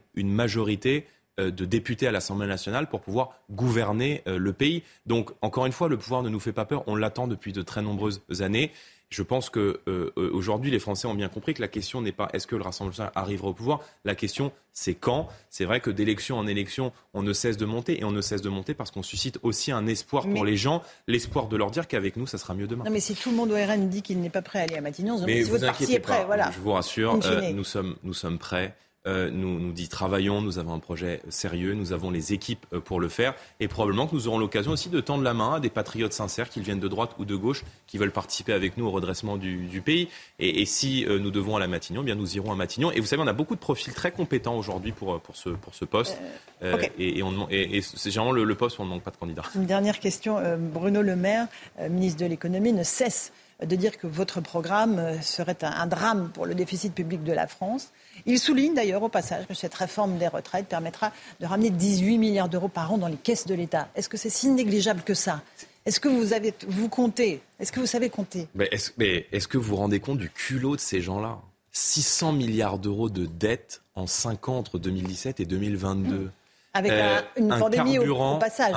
de députés à l'Assemblée nationale pour pouvoir gouverner le pays. Donc, encore une fois, le pouvoir ne nous fait pas peur. On l'attend depuis de très nombreuses années. Je pense qu'aujourd'hui, les Français ont bien compris que la question n'est pas est-ce que le Rassemblement national arrivera au pouvoir. La question, c'est quand. C'est vrai que d'élection en élection, on ne cesse de monter. Et on ne cesse de monter parce qu'on suscite aussi un espoir pour les gens. L'espoir de leur dire qu'avec nous, ça sera mieux demain. Non, mais si tout le monde au RN dit qu'il n'est pas prêt à aller à Matignon, mais si votre parti est prêt, voilà. Je vous rassure, nous sommes prêts. Nous y travaillons, nous avons un projet sérieux, nous avons les équipes pour le faire et probablement que nous aurons l'occasion aussi de tendre la main à des patriotes sincères, qu'ils viennent de droite ou de gauche, qui veulent participer avec nous au redressement du pays. Et si nous devons aller à Matignon, eh bien nous irons à Matignon. Et vous savez, on a beaucoup de profils très compétents aujourd'hui pour ce poste. Okay. Et c'est généralement le poste où on ne manque pas de candidats. Une dernière question. Bruno Le Maire, ministre de l'économie, ne cesse de dire que votre programme serait un drame pour le déficit public de la France. Il souligne d'ailleurs au passage que cette réforme des retraites permettra de ramener 18 milliards d'euros par an dans les caisses de l'État. Est-ce que c'est si négligeable que ça ? Est-ce que vous comptez ? Est-ce que vous savez compter ? Est-ce que vous vous rendez compte du culot de ces gens-là ? 600 milliards d'euros de dettes en 5 ans entre 2017 et 2022. Avec une pandémie au passage.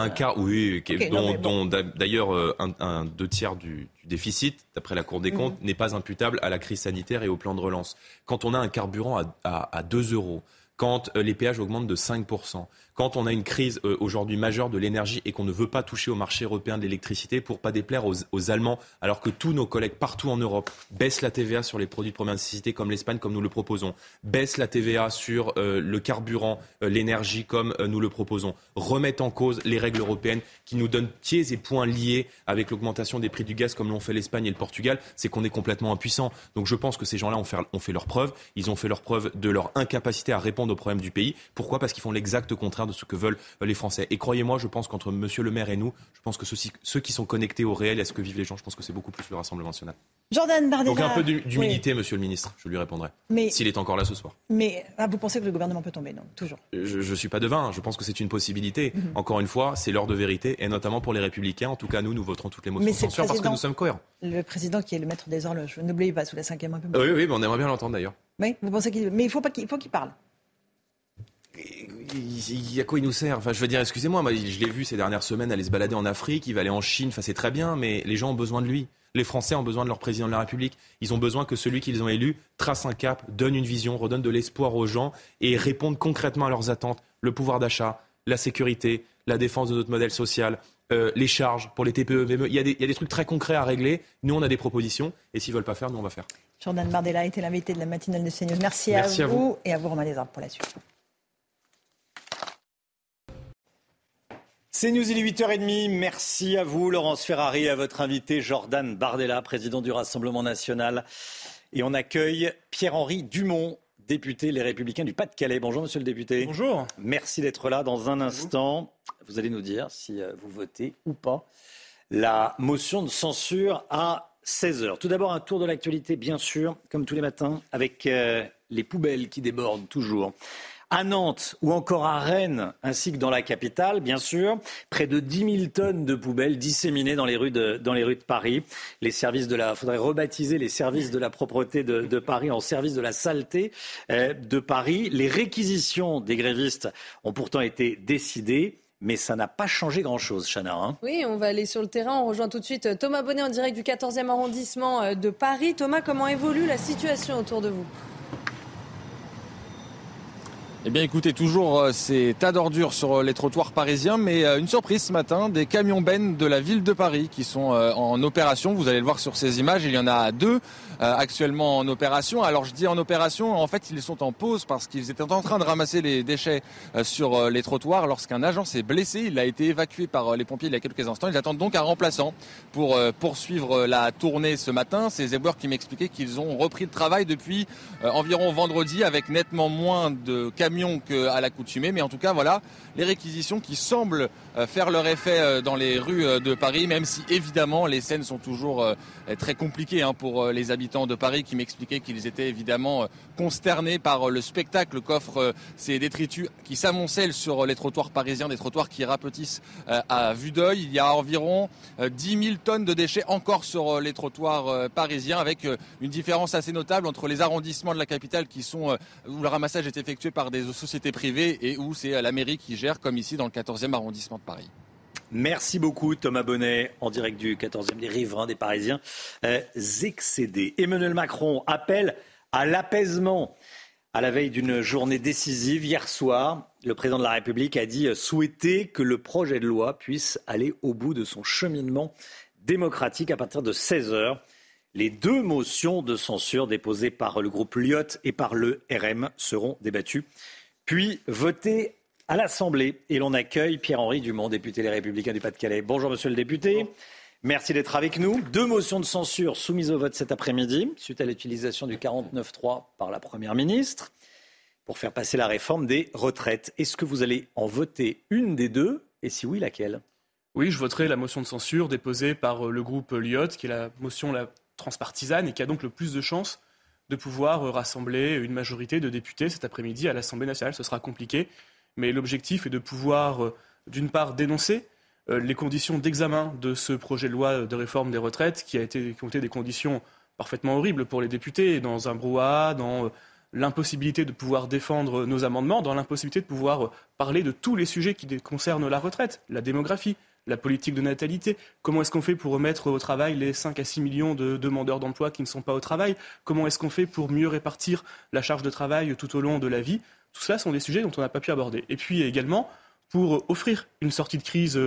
Dont d'ailleurs un 2/3 du déficit, d'après la Cour des comptes, n'est pas imputable à la crise sanitaire et au plan de relance. Quand on a un carburant à 2 euros, quand les péages augmentent de 5%, quand on a une crise aujourd'hui majeure de l'énergie et qu'on ne veut pas toucher au marché européen de l'électricité pour pas déplaire aux Allemands, alors que tous nos collègues partout en Europe baissent la TVA sur les produits de première nécessité comme l'Espagne, comme nous le proposons, baissent la TVA sur le carburant, l'énergie comme nous le proposons, remettent en cause les règles européennes qui nous donnent pieds et poings liés avec l'augmentation des prix du gaz comme l'ont fait l'Espagne et le Portugal, c'est qu'on est complètement impuissant. Donc je pense que ces gens-là ont fait leur preuve, ils ont fait leur preuve de leur incapacité à répondre aux problèmes du pays. Pourquoi ? Parce qu'ils font l'exact contraire de ce que veulent les Français. Et croyez-moi, je pense qu'entre Monsieur le maire et nous, je pense que ceux qui sont connectés au réel et à ce que vivent les gens, je pense que c'est beaucoup plus le Rassemblement national. Jordan Bardella. Donc un peu d'humilité, Monsieur le ministre, je lui répondrai. S'il est encore là ce soir. Mais vous pensez que le gouvernement peut tomber ? Non, toujours. Je ne suis pas devin, je pense que c'est une possibilité. Encore une fois, c'est l'heure de vérité, et notamment pour les Républicains. En tout cas, nous voterons toutes les motions de censure parce que nous sommes cohérents. Le président qui est le maître des horloges, n'oubliez pas, sous la 5e République. Oui, mais on aimerait bien l'entendre d'ailleurs. Oui, vous pensez qu'il... Mais il faut qu'il parle. il y a quoi il nous sert ? Enfin, je veux dire, excusez-moi, moi, je l'ai vu ces dernières semaines aller se balader en Afrique, il va aller en Chine, enfin, c'est très bien, mais les gens ont besoin de lui. Les Français ont besoin de leur président de la République. Ils ont besoin que celui qu'ils ont élu trace un cap, donne une vision, redonne de l'espoir aux gens et réponde concrètement à leurs attentes. Le pouvoir d'achat, la sécurité, la défense de notre modèle social, les charges pour les TPE, PME. Il y a des trucs très concrets à régler. Nous, on a des propositions. Et s'ils ne veulent pas faire, nous, on va faire. Jordan Bardella était l'invité de la matinale de CNews. Merci à vous et à vous, Romain Desarmes, pour la suite. C'est News, il est 8h30. Merci à vous, Laurence Ferrari, et à votre invité, Jordan Bardella, président du Rassemblement national. Et on accueille Pierre-Henri Dumont, député Les Républicains du Pas-de-Calais. Bonjour, monsieur le député. Bonjour. Merci d'être là. Dans un instant, vous allez nous dire si vous votez ou pas la motion de censure à 16h. Tout d'abord, un tour de l'actualité, bien sûr, comme tous les matins, avec les poubelles qui débordent toujours. À Nantes ou encore à Rennes, ainsi que dans la capitale, bien sûr, près de 10 000 tonnes de poubelles disséminées dans les rues de Paris. Faudrait rebaptiser les services de la propreté de Paris en services de la saleté de Paris. Les réquisitions des grévistes ont pourtant été décidées. Mais ça n'a pas changé grand-chose, Chana. Oui, on va aller sur le terrain. On rejoint tout de suite Thomas Bonnet en direct du 14e arrondissement de Paris. Thomas, comment évolue la situation autour de vous ? Eh bien écoutez, toujours ces tas d'ordures sur les trottoirs parisiens, mais une surprise ce matin, des camions bennes de la ville de Paris qui sont en opération. Vous allez le voir sur ces images, il y en a 2 actuellement en opération. Alors je dis en opération, en fait ils sont en pause parce qu'ils étaient en train de ramasser les déchets sur les trottoirs lorsqu'un agent s'est blessé. Il a été évacué par les pompiers il y a quelques instants. Ils attendent donc un remplaçant pour poursuivre la tournée ce matin. Ces éboueurs qui m'expliquaient qu'ils ont repris le travail depuis environ vendredi avec nettement moins de camions qu'à l'accoutumée, mais en tout cas voilà les réquisitions qui semblent faire leur effet dans les rues de Paris, même si évidemment les scènes sont toujours très compliquées pour les habitants de Paris qui m'expliquaient qu'ils étaient évidemment consternés par le spectacle qu'offrent ces détritus qui s'amoncellent sur les trottoirs parisiens, des trottoirs qui rapetissent à vue d'œil. Il y a environ 10 000 tonnes de déchets encore sur les trottoirs parisiens, avec une différence assez notable entre les arrondissements de la capitale qui sont où le ramassage est effectué par des sociétés privées et où c'est la mairie qui gère, comme ici dans le 14e arrondissement de Paris. Merci beaucoup Thomas Bonnet, en direct du 14e, des riverains, des Parisiens excédés. Emmanuel Macron appelle à l'apaisement à la veille d'une journée décisive. Hier soir, le président de la République a dit souhaiter que le projet de loi puisse aller au bout de son cheminement démocratique à partir de 16h. Les 2 motions de censure déposées par le groupe Lyot et par le RM seront débattues, puis votées à l'Assemblée. Et l'on accueille Pierre-Henri Dumont, député Les Républicains du Pas-de-Calais. Bonjour monsieur le député. Bonjour. Merci d'être avec nous. 2 motions de censure soumises au vote cet après-midi, suite à l'utilisation du 49.3 par la Première ministre, pour faire passer la réforme des retraites. Est-ce que vous allez en voter une des 2 ? Et si oui, laquelle ? Oui, je voterai la motion de censure déposée par le groupe Lyot, qui est la motion la transpartisane et qui a donc le plus de chances de pouvoir rassembler une majorité de députés cet après-midi à l'Assemblée nationale. Ce sera compliqué, mais l'objectif est de pouvoir, d'une part, dénoncer les conditions d'examen de ce projet de loi de réforme des retraites qui ont été des conditions parfaitement horribles pour les députés, dans un brouhaha, dans l'impossibilité de pouvoir défendre nos amendements, dans l'impossibilité de pouvoir parler de tous les sujets qui concernent la retraite, la démographie, la politique de natalité. Comment est-ce qu'on fait pour remettre au travail les 5 à 6 millions de demandeurs d'emploi qui ne sont pas au travail ? Comment est-ce qu'on fait pour mieux répartir la charge de travail tout au long de la vie ? Tout cela sont des sujets dont on n'a pas pu aborder. Et puis également, pour offrir une sortie de crise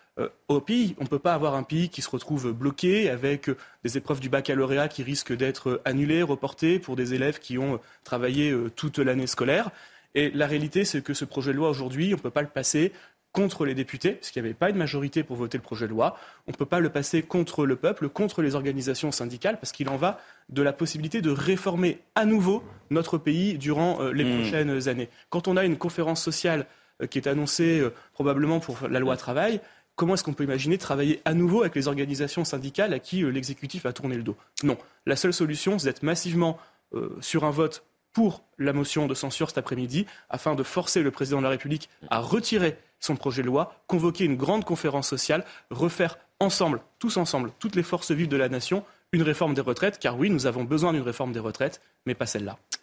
au pays. On ne peut pas avoir un pays qui se retrouve bloqué avec des épreuves du baccalauréat qui risquent d'être annulées, reportées pour des élèves qui ont travaillé toute l'année scolaire. Et la réalité, c'est que ce projet de loi aujourd'hui, on ne peut pas le passer contre les députés, parce qu'il n'y avait pas de majorité pour voter le projet de loi. On ne peut pas le passer contre le peuple, contre les organisations syndicales, parce qu'il en va de la possibilité de réformer à nouveau notre pays durant les prochaines années. Quand on a une conférence sociale qui est annoncée probablement pour la loi travail, comment est-ce qu'on peut imaginer travailler à nouveau avec les organisations syndicales à qui l'exécutif a tourné le dos ? Non. La seule solution, c'est d'être massivement sur un vote pour la motion de censure cet après-midi, afin de forcer le président de la République à retirer son projet de loi, convoquer une grande conférence sociale, refaire ensemble, tous ensemble, toutes les forces vives de la nation, une réforme des retraites, car oui, nous avons besoin d'une réforme des retraites, mais pas celle-là.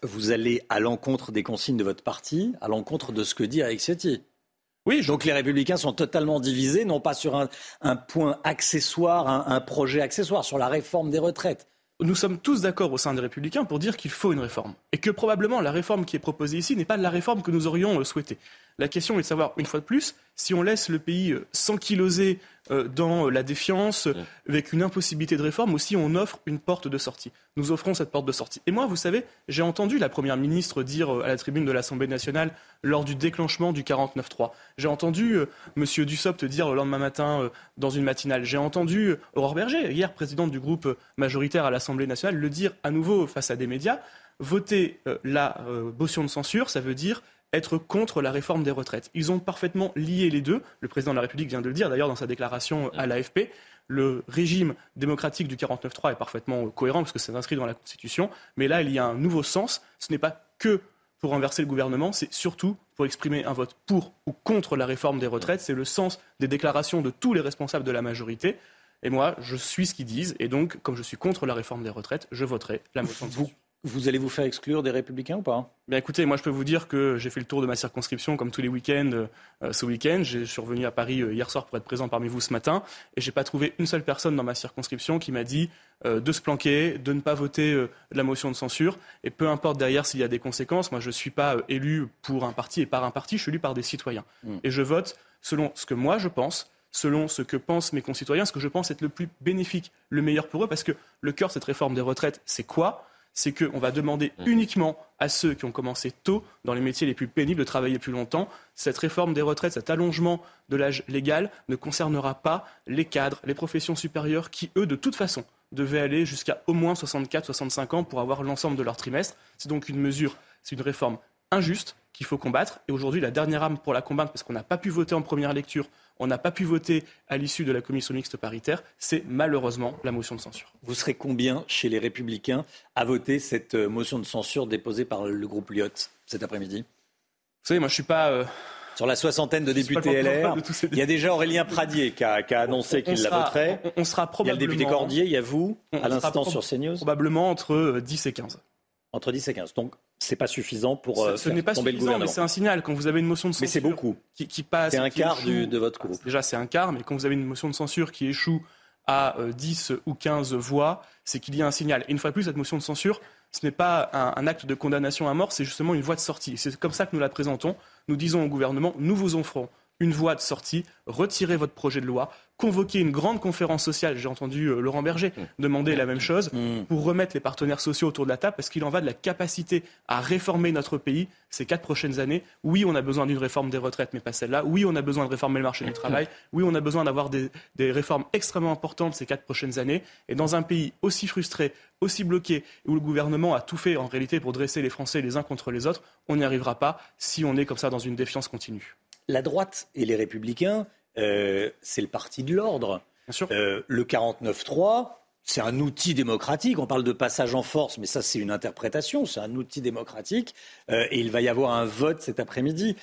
vous allez à l'encontre des consignes de votre parti, à l'encontre de ce que dit Éric Ciotti. Oui, donc les Républicains sont totalement divisés, non pas sur un point accessoire, un projet accessoire, sur la réforme des retraites. Nous sommes tous d'accord au sein des Républicains pour dire qu'il faut une réforme. Et que probablement la réforme qui est proposée ici n'est pas la réforme que nous aurions souhaitée. La question est de savoir, une fois de plus, si on laisse le pays s'enkyloser dans la défiance, avec une impossibilité de réforme, ou si on offre une porte de sortie. Nous offrons cette porte de sortie. Et moi, vous savez, j'ai entendu la Première ministre dire à la tribune de l'Assemblée nationale, lors du déclenchement du 49.3. J'ai entendu M. Dussopt dire le lendemain matin dans une matinale. J'ai entendu Aurore Berger, hier présidente du groupe majoritaire à l'Assemblée nationale, le dire à nouveau face à des médias. Voter la motion de censure, ça veut dire être contre la réforme des retraites. Ils ont parfaitement lié les deux. Le président de la République vient de le dire, d'ailleurs, dans sa déclaration à l'AFP. Le régime démocratique du 49.3 est parfaitement cohérent, parce que c'est inscrit dans la Constitution. Mais là, il y a un nouveau sens. Ce n'est pas que pour renverser le gouvernement, c'est surtout pour exprimer un vote pour ou contre la réforme des retraites. C'est le sens des déclarations de tous les responsables de la majorité. Et moi, je suis ce qu'ils disent. Et donc, comme je suis contre la réforme des retraites, je voterai la motion de censure. Vous allez vous faire exclure des Républicains ou pas ? Bien écoutez, moi je peux vous dire que j'ai fait le tour de ma circonscription comme tous les week-ends ce week-end. Je suis revenu à Paris hier soir pour être présent parmi vous ce matin et j'ai pas trouvé une seule personne dans ma circonscription qui m'a dit de se planquer, de ne pas voter la motion de censure. Et peu importe derrière s'il y a des conséquences, moi je suis pas élu pour un parti et par un parti, je suis élu par des citoyens. Et je vote selon ce que moi je pense, selon ce que pensent mes concitoyens, ce que je pense être le plus bénéfique, le meilleur pour eux, parce que le cœur de cette réforme des retraites, c'est quoi ? C'est qu'on va demander uniquement à ceux qui ont commencé tôt, dans les métiers les plus pénibles, de travailler plus longtemps. Cette réforme des retraites, cet allongement de l'âge légal ne concernera pas les cadres, les professions supérieures qui, eux, de toute façon, devaient aller jusqu'à au moins 64-65 ans pour avoir l'ensemble de leur trimestre. C'est donc une mesure, c'est une réforme injuste qu'il faut combattre. Et aujourd'hui, la dernière arme pour la combattre, parce qu'on n'a pas pu voter en première lecture, on n'a pas pu voter à l'issue de la commission mixte paritaire, c'est malheureusement la motion de censure. Vous serez combien chez les Républicains à voter cette motion de censure déposée par le groupe Lyot cet après-midi ? Vous savez, moi je suis pas... Sur la soixantaine de députés LR, il y a déjà Aurélien Pradier qui a annoncé qu'il la voterait. On sera probablement... Il y a le député Cordier, il y a vous, à l'instant sur CNews. Probablement entre 10 et 15. Entre 10 et 15. Donc, c'est pas suffisant pour ce n'est pas tomber suffisant, le gouvernement. Mais c'est un signal. Quand vous avez une motion de censure... Mais c'est beaucoup. Qui passe... C'est un quart de votre groupe. Déjà, c'est un quart, mais quand vous avez une motion de censure qui échoue à 10 ou 15 voix, c'est qu'il y a un signal. Et une fois de plus, cette motion de censure, ce n'est pas un acte de condamnation à mort, c'est justement une voie de sortie. C'est comme ça que nous la présentons. Nous disons au gouvernement, nous vous offrons une voie de sortie, retirez votre projet de loi, convoquez une grande conférence sociale, j'ai entendu Laurent Berger demander la même chose, pour remettre les partenaires sociaux autour de la table, parce qu'il en va de la capacité à réformer notre pays ces 4 prochaines années. Oui, on a besoin d'une réforme des retraites, mais pas celle-là. Oui, on a besoin de réformer le marché du travail. Oui, on a besoin d'avoir des réformes extrêmement importantes ces 4 prochaines années. Et dans un pays aussi frustré, aussi bloqué, où le gouvernement a tout fait en réalité pour dresser les Français les uns contre les autres, on n'y arrivera pas si on est comme ça dans une défiance continue. La droite et les Républicains, c'est le parti de l'ordre. Bien sûr. Le 49.3, c'est un outil démocratique. On parle de passage en force, mais ça, c'est une interprétation. C'est un outil démocratique. Et il va y avoir un vote cet après-midi.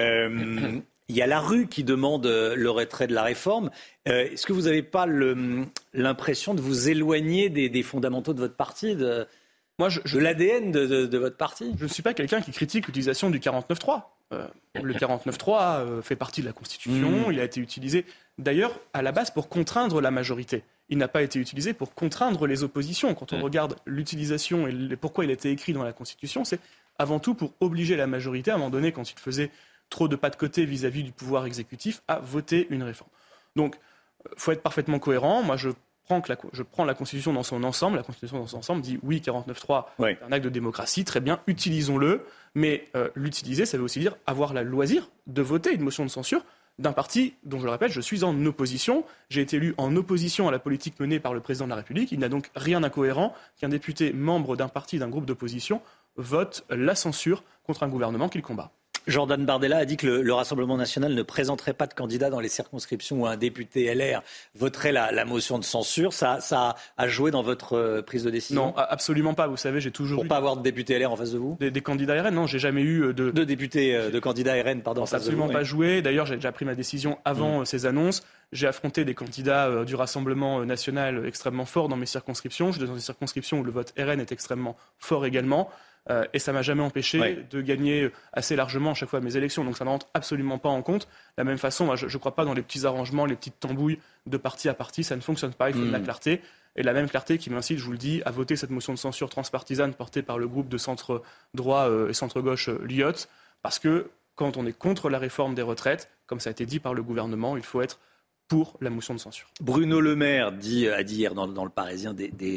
Il y a la rue qui demande le retrait de la réforme. Est-ce que vous n'avez pas l'impression de vous éloigner des fondamentaux de votre parti, de l'ADN de votre parti ? Je ne suis pas quelqu'un qui critique l'utilisation du 49.3. Le 49.3 fait partie de la Constitution, il a été utilisé d'ailleurs à la base pour contraindre la majorité. Il n'a pas été utilisé pour contraindre les oppositions. Quand on regarde l'utilisation et pourquoi il a été écrit dans la Constitution, c'est avant tout pour obliger la majorité, à un moment donné, quand il faisait trop de pas de côté vis-à-vis du pouvoir exécutif, à voter une réforme. Donc, il faut être parfaitement cohérent. Moi, je prends la Constitution dans son ensemble. La Constitution dans son ensemble dit oui, 49.3, c'est un acte de démocratie, très bien, utilisons-le. Mais l'utiliser, ça veut aussi dire avoir la loisir de voter une motion de censure d'un parti dont, je le répète, je suis en opposition. J'ai été élu en opposition à la politique menée par le président de la République. Il n'a donc rien d'incohérent qu'un député membre d'un parti, d'un groupe d'opposition, vote la censure contre un gouvernement qu'il combat. Jordan Bardella a dit que le Rassemblement national ne présenterait pas de candidat dans les circonscriptions où un député LR voterait la motion de censure. Ça a joué dans votre prise de décision ? Non, absolument pas. Vous savez, j'ai toujours Pour pas avoir de député LR en face de vous ? Des candidats RN, non, j'ai jamais eu de... De députés, de candidats RN, pardon, en face de vous. Absolument pas joué. D'ailleurs, j'ai déjà pris ma décision avant ces annonces. J'ai affronté des candidats du Rassemblement national extrêmement forts dans mes circonscriptions. Je suis dans des circonscriptions où le vote RN est extrêmement fort également. Et ça m'a jamais empêché de gagner assez largement à chaque fois mes élections. Donc ça ne rentre absolument pas en compte. De la même façon, moi, je ne crois pas dans les petits arrangements, les petites tambouilles de parti à parti. Ça ne fonctionne pas. Il faut de la clarté. Et la même clarté qui m'incite, je vous le dis, à voter cette motion de censure transpartisane portée par le groupe de centre-droit et centre-gauche Lyot. Parce que quand on est contre la réforme des retraites, comme ça a été dit par le gouvernement, il faut être pour la motion de censure. Bruno Le Maire a dit hier dans le Parisien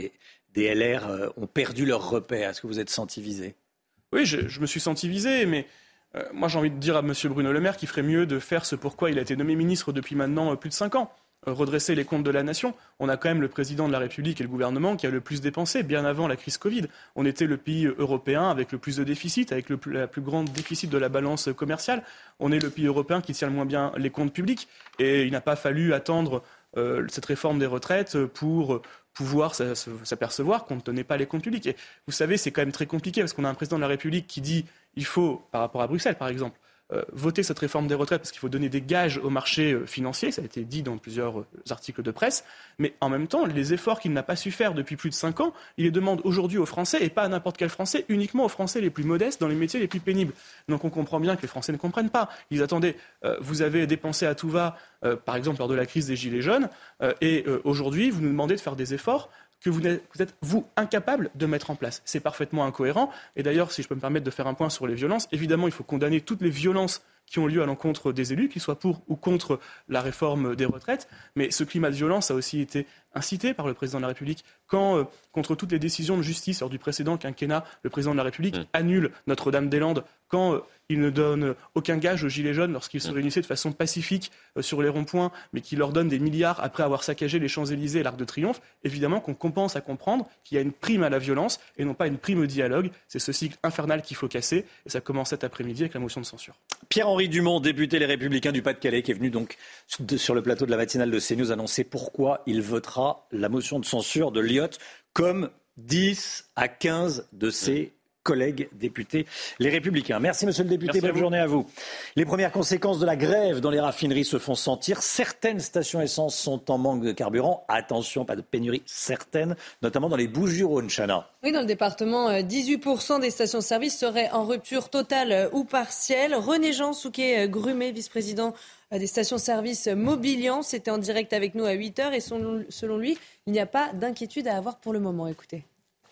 des LR ont perdu leur repère. Est-ce que vous êtes senti visé ? Oui, je me suis senti visé, mais moi j'ai envie de dire à M. Bruno Le Maire qu'il ferait mieux de faire ce pourquoi il a été nommé ministre depuis maintenant plus de 5 ans. Redresser les comptes de la nation. On a quand même le président de la République et le gouvernement qui a le plus dépensé, bien avant la crise Covid. On était le pays européen avec le plus de déficit, avec la plus grande déficit de la balance commerciale. On est le pays européen qui tient le moins bien les comptes publics. Et il n'a pas fallu attendre cette réforme des retraites pour pouvoir s'apercevoir qu'on ne tenait pas les comptes publics. Et vous savez, c'est quand même très compliqué parce qu'on a un président de la République qui dit il faut, par rapport à Bruxelles par exemple, voter cette réforme des retraites parce qu'il faut donner des gages au marché financier, ça a été dit dans plusieurs articles de presse, mais en même temps, les efforts qu'il n'a pas su faire depuis plus de 5 ans, il les demande aujourd'hui aux Français, et pas à n'importe quel Français, uniquement aux Français les plus modestes dans les métiers les plus pénibles. Donc on comprend bien que les Français ne comprennent pas. Ils disent, attendez, vous avez dépensé à tout va, par exemple lors de la crise des Gilets jaunes, et aujourd'hui, vous nous demandez de faire des efforts que vous êtes, vous, incapable de mettre en place. C'est parfaitement incohérent. Et d'ailleurs, si je peux me permettre de faire un point sur les violences, évidemment, il faut condamner toutes les violences qui ont lieu à l'encontre des élus, qu'ils soient pour ou contre la réforme des retraites. Mais ce climat de violence a aussi été incité par le président de la République quand, contre toutes les décisions de justice lors du précédent quinquennat, le président de la République annule Notre-Dame-des-Landes, quand il ne donne aucun gage aux Gilets jaunes lorsqu'ils se réunissaient de façon pacifique sur les ronds-points, mais qui leur donne des milliards après avoir saccagé les Champs-Élysées et l'Arc de Triomphe, évidemment qu'on compense à comprendre qu'il y a une prime à la violence et non pas une prime au dialogue. C'est ce cycle infernal qu'il faut casser et ça commence cet après-midi avec la motion de censure. Pierre-Henri Dumont, député Les Républicains du Pas-de-Calais, qui est venu donc sur le plateau de la matinale de CNews annoncer pourquoi il votera la motion de censure de Lyot comme 10 à 15 de ses collègues députés Les Républicains. Merci monsieur le député, bonne journée à vous. Les premières conséquences de la grève dans les raffineries se font sentir. Certaines stations essence sont en manque de carburant. Attention, pas de pénurie certaine, notamment dans les Bouches-du-Rhône, Chana. Oui, dans le département, 18% des stations-service seraient en rupture totale ou partielle. René Jean Souquet-Grumet, vice-président des stations-service Mobilian, c'était en direct avec nous à 8h et selon lui, il n'y a pas d'inquiétude à avoir pour le moment. Écoutez.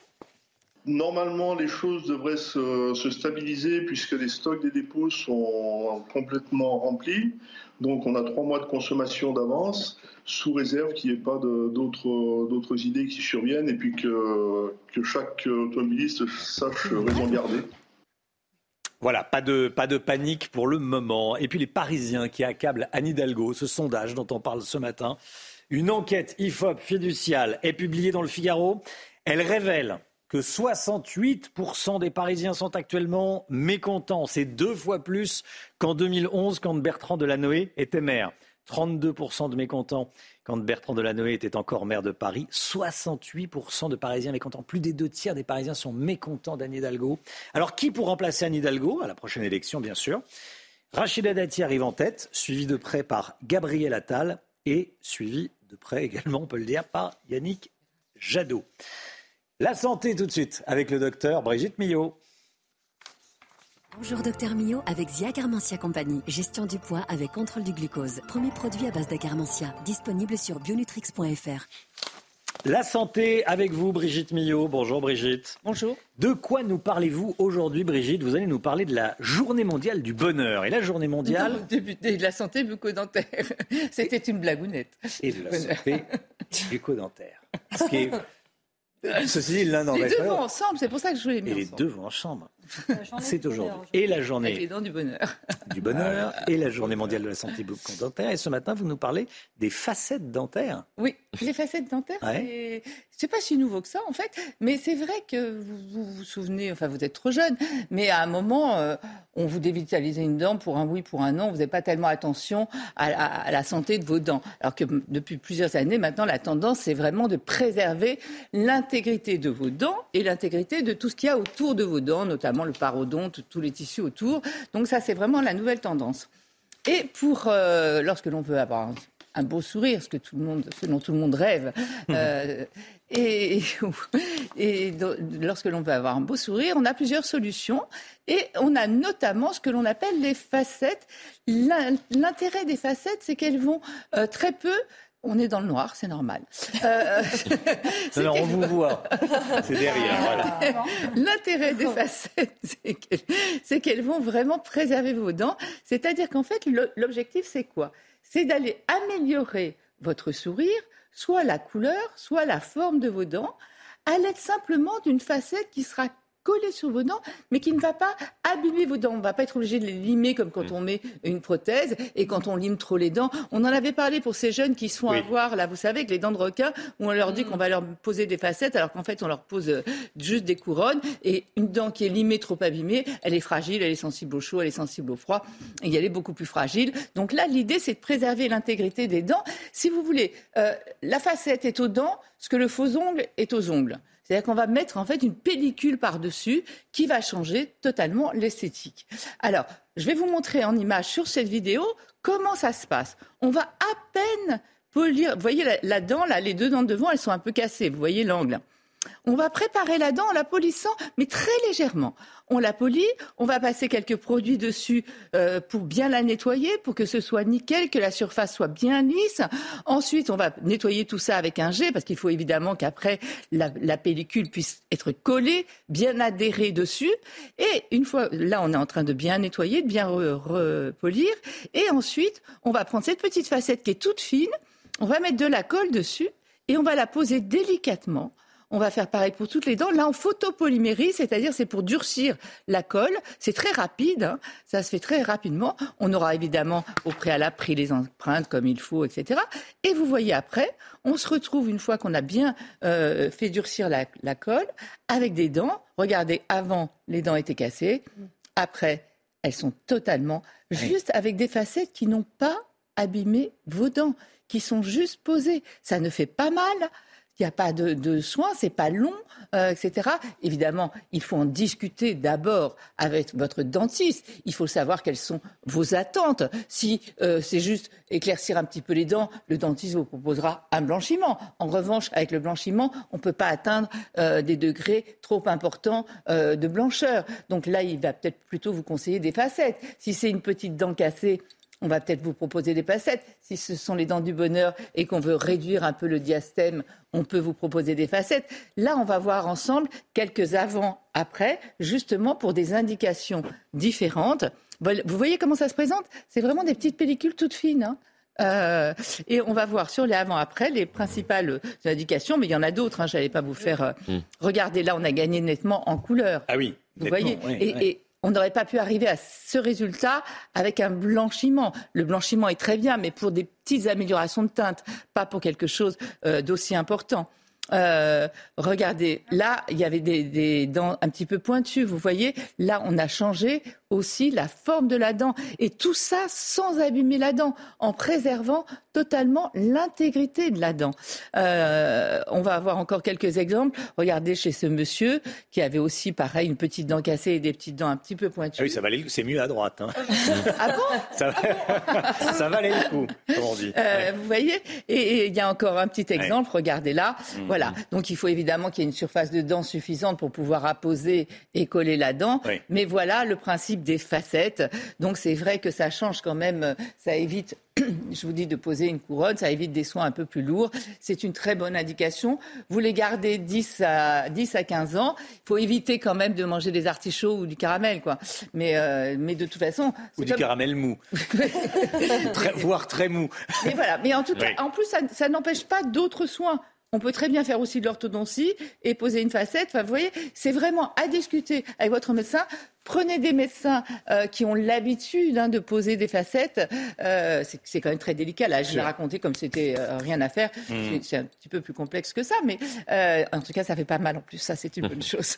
Normalement, les choses devraient se stabiliser puisque les stocks des dépôts sont complètement remplis. Donc on a 3 mois de consommation d'avance, sous réserve qu'il n'y ait pas d'autres idées qui surviennent et puis que chaque automobiliste sache raison garder. Voilà, pas de panique pour le moment. Et puis les Parisiens qui accablent Anne Hidalgo, ce sondage dont on parle ce matin. Une enquête IFOP fiduciale est publiée dans le Figaro. Elle révèle que 68% des Parisiens sont actuellement mécontents. C'est 2 fois plus qu'en 2011, quand Bertrand Delanoë était maire. 32% de mécontents quand Bertrand Delanoë était encore maire de Paris. 68% de Parisiens mécontents. Plus des 2 tiers des Parisiens sont mécontents d'Anne Hidalgo. Alors, qui pour remplacer Anne Hidalgo à la prochaine élection, bien sûr? Rachida Dati arrive en tête, suivi de près par Gabriel Attal et suivi de près également, on peut le dire, par Yannick Jadot. La santé tout de suite avec le docteur Brigitte Millot. Bonjour Docteur Millot avec The Agarmentia Company. Gestion du poids avec contrôle du glucose. Premier produit à base d'Agarmentia. Disponible sur bionutrix.fr. La santé avec vous Brigitte Millot. Bonjour Brigitte. Bonjour. De quoi nous parlez-vous aujourd'hui Brigitte? Vous allez nous parler de la journée mondiale du bonheur. Et la journée mondiale... De la santé bucco-dentaire. C'était une blagounette. Et de la santé bucco-dentaire. Ce qui est... Ceci dit, l'un n'empêche pas. Les deux vont ensemble, c'est pour ça que je voulais mis ensemble. Et les deux vont ensemble. C'est aujourd'hui. Et la journée avec les dents du bonheur. Du bonheur et la journée mondiale de la santé bucco-dentaire. Et ce matin, vous nous parlez des facettes dentaires. Oui, les facettes dentaires, c'est pas si nouveau que ça en fait. Mais c'est vrai que vous vous souvenez, enfin vous êtes trop jeune, mais à un moment, on vous dévitalisait une dent pour un oui, pour un non. Vous n'avez pas tellement attention à la santé de vos dents. Alors que depuis plusieurs années, maintenant, la tendance, c'est vraiment de préserver l'intégrité de vos dents et l'intégrité de tout ce qu'il y a autour de vos dents, notamment le parodonte, tous les tissus autour. Donc ça, c'est vraiment la nouvelle tendance. Et pour lorsque l'on veut avoir un beau sourire, ce dont tout le monde rêve. Et lorsque l'on veut avoir un beau sourire, on a plusieurs solutions. Et on a notamment ce que l'on appelle les facettes. L'intérêt des facettes, c'est qu'elles vont très peu... On est dans le noir, c'est normal. Non, on vous voit. C'est derrière. Voilà. L'intérêt des facettes, c'est qu'elles vont vraiment préserver vos dents. C'est-à-dire qu'en fait, l'objectif, c'est quoi ? C'est d'aller améliorer votre sourire, soit la couleur, soit la forme de vos dents, à l'aide simplement d'une facette qui sera collée sur vos dents, mais qui ne va pas abîmer vos dents. On ne va pas être obligé de les limer comme quand on met une prothèse et quand on lime trop les dents. On en avait parlé pour ces jeunes qui se font avoir, là, vous savez, avec les dents de requin, où on leur dit qu'on va leur poser des facettes, alors qu'en fait, on leur pose juste des couronnes. Et une dent qui est limée, trop abîmée, elle est fragile, elle est sensible au chaud, elle est sensible au froid, et elle est beaucoup plus fragile. Donc là, l'idée, c'est de préserver l'intégrité des dents. Si vous voulez, la facette est aux dents, ce que le faux ongle est aux ongles. C'est-à-dire qu'on va mettre en fait une pellicule par-dessus qui va changer totalement l'esthétique. Alors, je vais vous montrer en image sur cette vidéo comment ça se passe. On va à peine polir. Vous voyez la dent, là, les deux dents de devant, elles sont un peu cassées. Vous voyez l'angle. On va préparer la dent en la polissant, mais très légèrement. On la polit, on va passer quelques produits dessus pour bien la nettoyer, pour que ce soit nickel, que la surface soit bien lisse. Ensuite, on va nettoyer tout ça avec un jet, parce qu'il faut évidemment qu'après, la pellicule puisse être collée, bien adhérée dessus. Et une fois, là, on est en train de bien nettoyer, de bien repolir. Et ensuite, on va prendre cette petite facette qui est toute fine, on va mettre de la colle dessus, et on va la poser délicatement. On va faire pareil pour toutes les dents. Là, en photopolymérie, c'est-à-dire c'est pour durcir la colle. C'est très rapide, hein. Ça se fait très rapidement. On aura évidemment au préalable pris les empreintes comme il faut, etc. Et vous voyez après, on se retrouve une fois qu'on a bien fait durcir la colle avec des dents. Regardez, avant, les dents étaient cassées. Après, elles sont totalement juste avec des facettes qui n'ont pas abîmé vos dents, qui sont juste posées. Ça ne fait pas mal. Il n'y a pas de soins, c'est pas long, etc. Évidemment, il faut en discuter d'abord avec votre dentiste. Il faut savoir quelles sont vos attentes. Si c'est juste éclaircir un petit peu les dents, le dentiste vous proposera un blanchiment. En revanche, avec le blanchiment, on ne peut pas atteindre des degrés trop importants de blancheur. Donc là, il va peut-être plutôt vous conseiller des facettes. Si c'est une petite dent cassée, on va peut-être vous proposer des facettes. Si ce sont les dents du bonheur et qu'on veut réduire un peu le diastème, on peut vous proposer des facettes. Là, on va voir ensemble quelques avant-après, justement pour des indications différentes. Vous voyez comment ça se présente ? C'est vraiment des petites pellicules toutes fines, hein. Et on va voir sur les avant-après les principales indications, mais il y en a d'autres, hein, je n'allais pas vous faire... Regardez, là, on a gagné nettement en couleur. Ah oui, vous voyez, oui, et on n'aurait pas pu arriver à ce résultat avec un blanchiment. Le blanchiment est très bien, mais pour des petites améliorations de teinte, pas pour quelque chose d'aussi important. Regardez, là, il y avait des dents un petit peu pointues, vous voyez. Là, on a changé aussi la forme de la dent. Et tout ça sans abîmer la dent, en préservant totalement l'intégrité de la dent. On va avoir encore quelques exemples. Regardez chez ce monsieur qui avait aussi, pareil, une petite dent cassée et des petites dents un petit peu pointues. Ah oui, ça valait, c'est mieux à droite. Hein. Ah bon ? Ça valait le coup, comme on dit. Vous voyez ? Et il y a encore un petit exemple, regardez là. Voilà. Donc il faut évidemment qu'il y ait une surface de dent suffisante pour pouvoir apposer et coller la dent. Oui. Mais voilà le principe des facettes. Donc c'est vrai que ça change quand même, ça évite, je vous dis, de poser une couronne, ça évite des soins un peu plus lourds. C'est une très bonne indication. Vous les gardez 10 à 15 ans. Il faut éviter quand même de manger des artichauts ou du caramel, quoi. Mais de toute façon... Ou du caramel mou. Voire très mou. Mais voilà. Mais en tout cas, en plus, ça n'empêche pas d'autres soins. On peut très bien faire aussi de l'orthodontie et poser une facette. Enfin, vous voyez, c'est vraiment à discuter avec votre médecin. Prenez des médecins qui ont l'habitude de poser des facettes. C'est quand même très délicat. Là, je l'ai raconté comme c'était rien à faire. C'est un petit peu plus complexe que ça, mais en tout cas, ça fait pas mal en plus. Ça, c'est une bonne chose.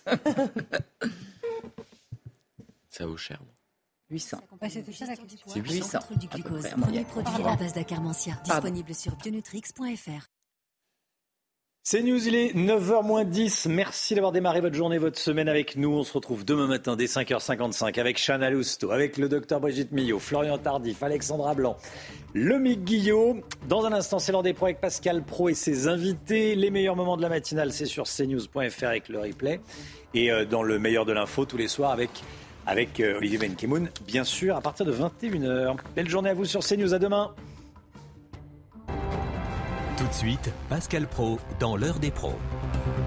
Ça vaut cher. 800. C'est 800. Du glucose, premier produit à base d'Acarmentia, disponible sur bionutrix.fr. C'est News, il est 9h-10. Merci d'avoir démarré votre journée, votre semaine avec nous. On se retrouve demain matin dès 5h55 avec Chana Lousteau, avec le docteur Brigitte Millot, Florian Tardif, Alexandra Blanc, Lomique Guillot. Dans un instant, c'est l'heure des pros avec Pascal Praud et ses invités. Les meilleurs moments de la matinale, c'est sur cnews.fr avec le replay. Et dans le meilleur de l'info, tous les soirs avec Olivier Benkemoun, bien sûr, à partir de 21h. Belle journée à vous sur CNews. À demain. Tout de suite, Pascal Praud dans l'heure des pros.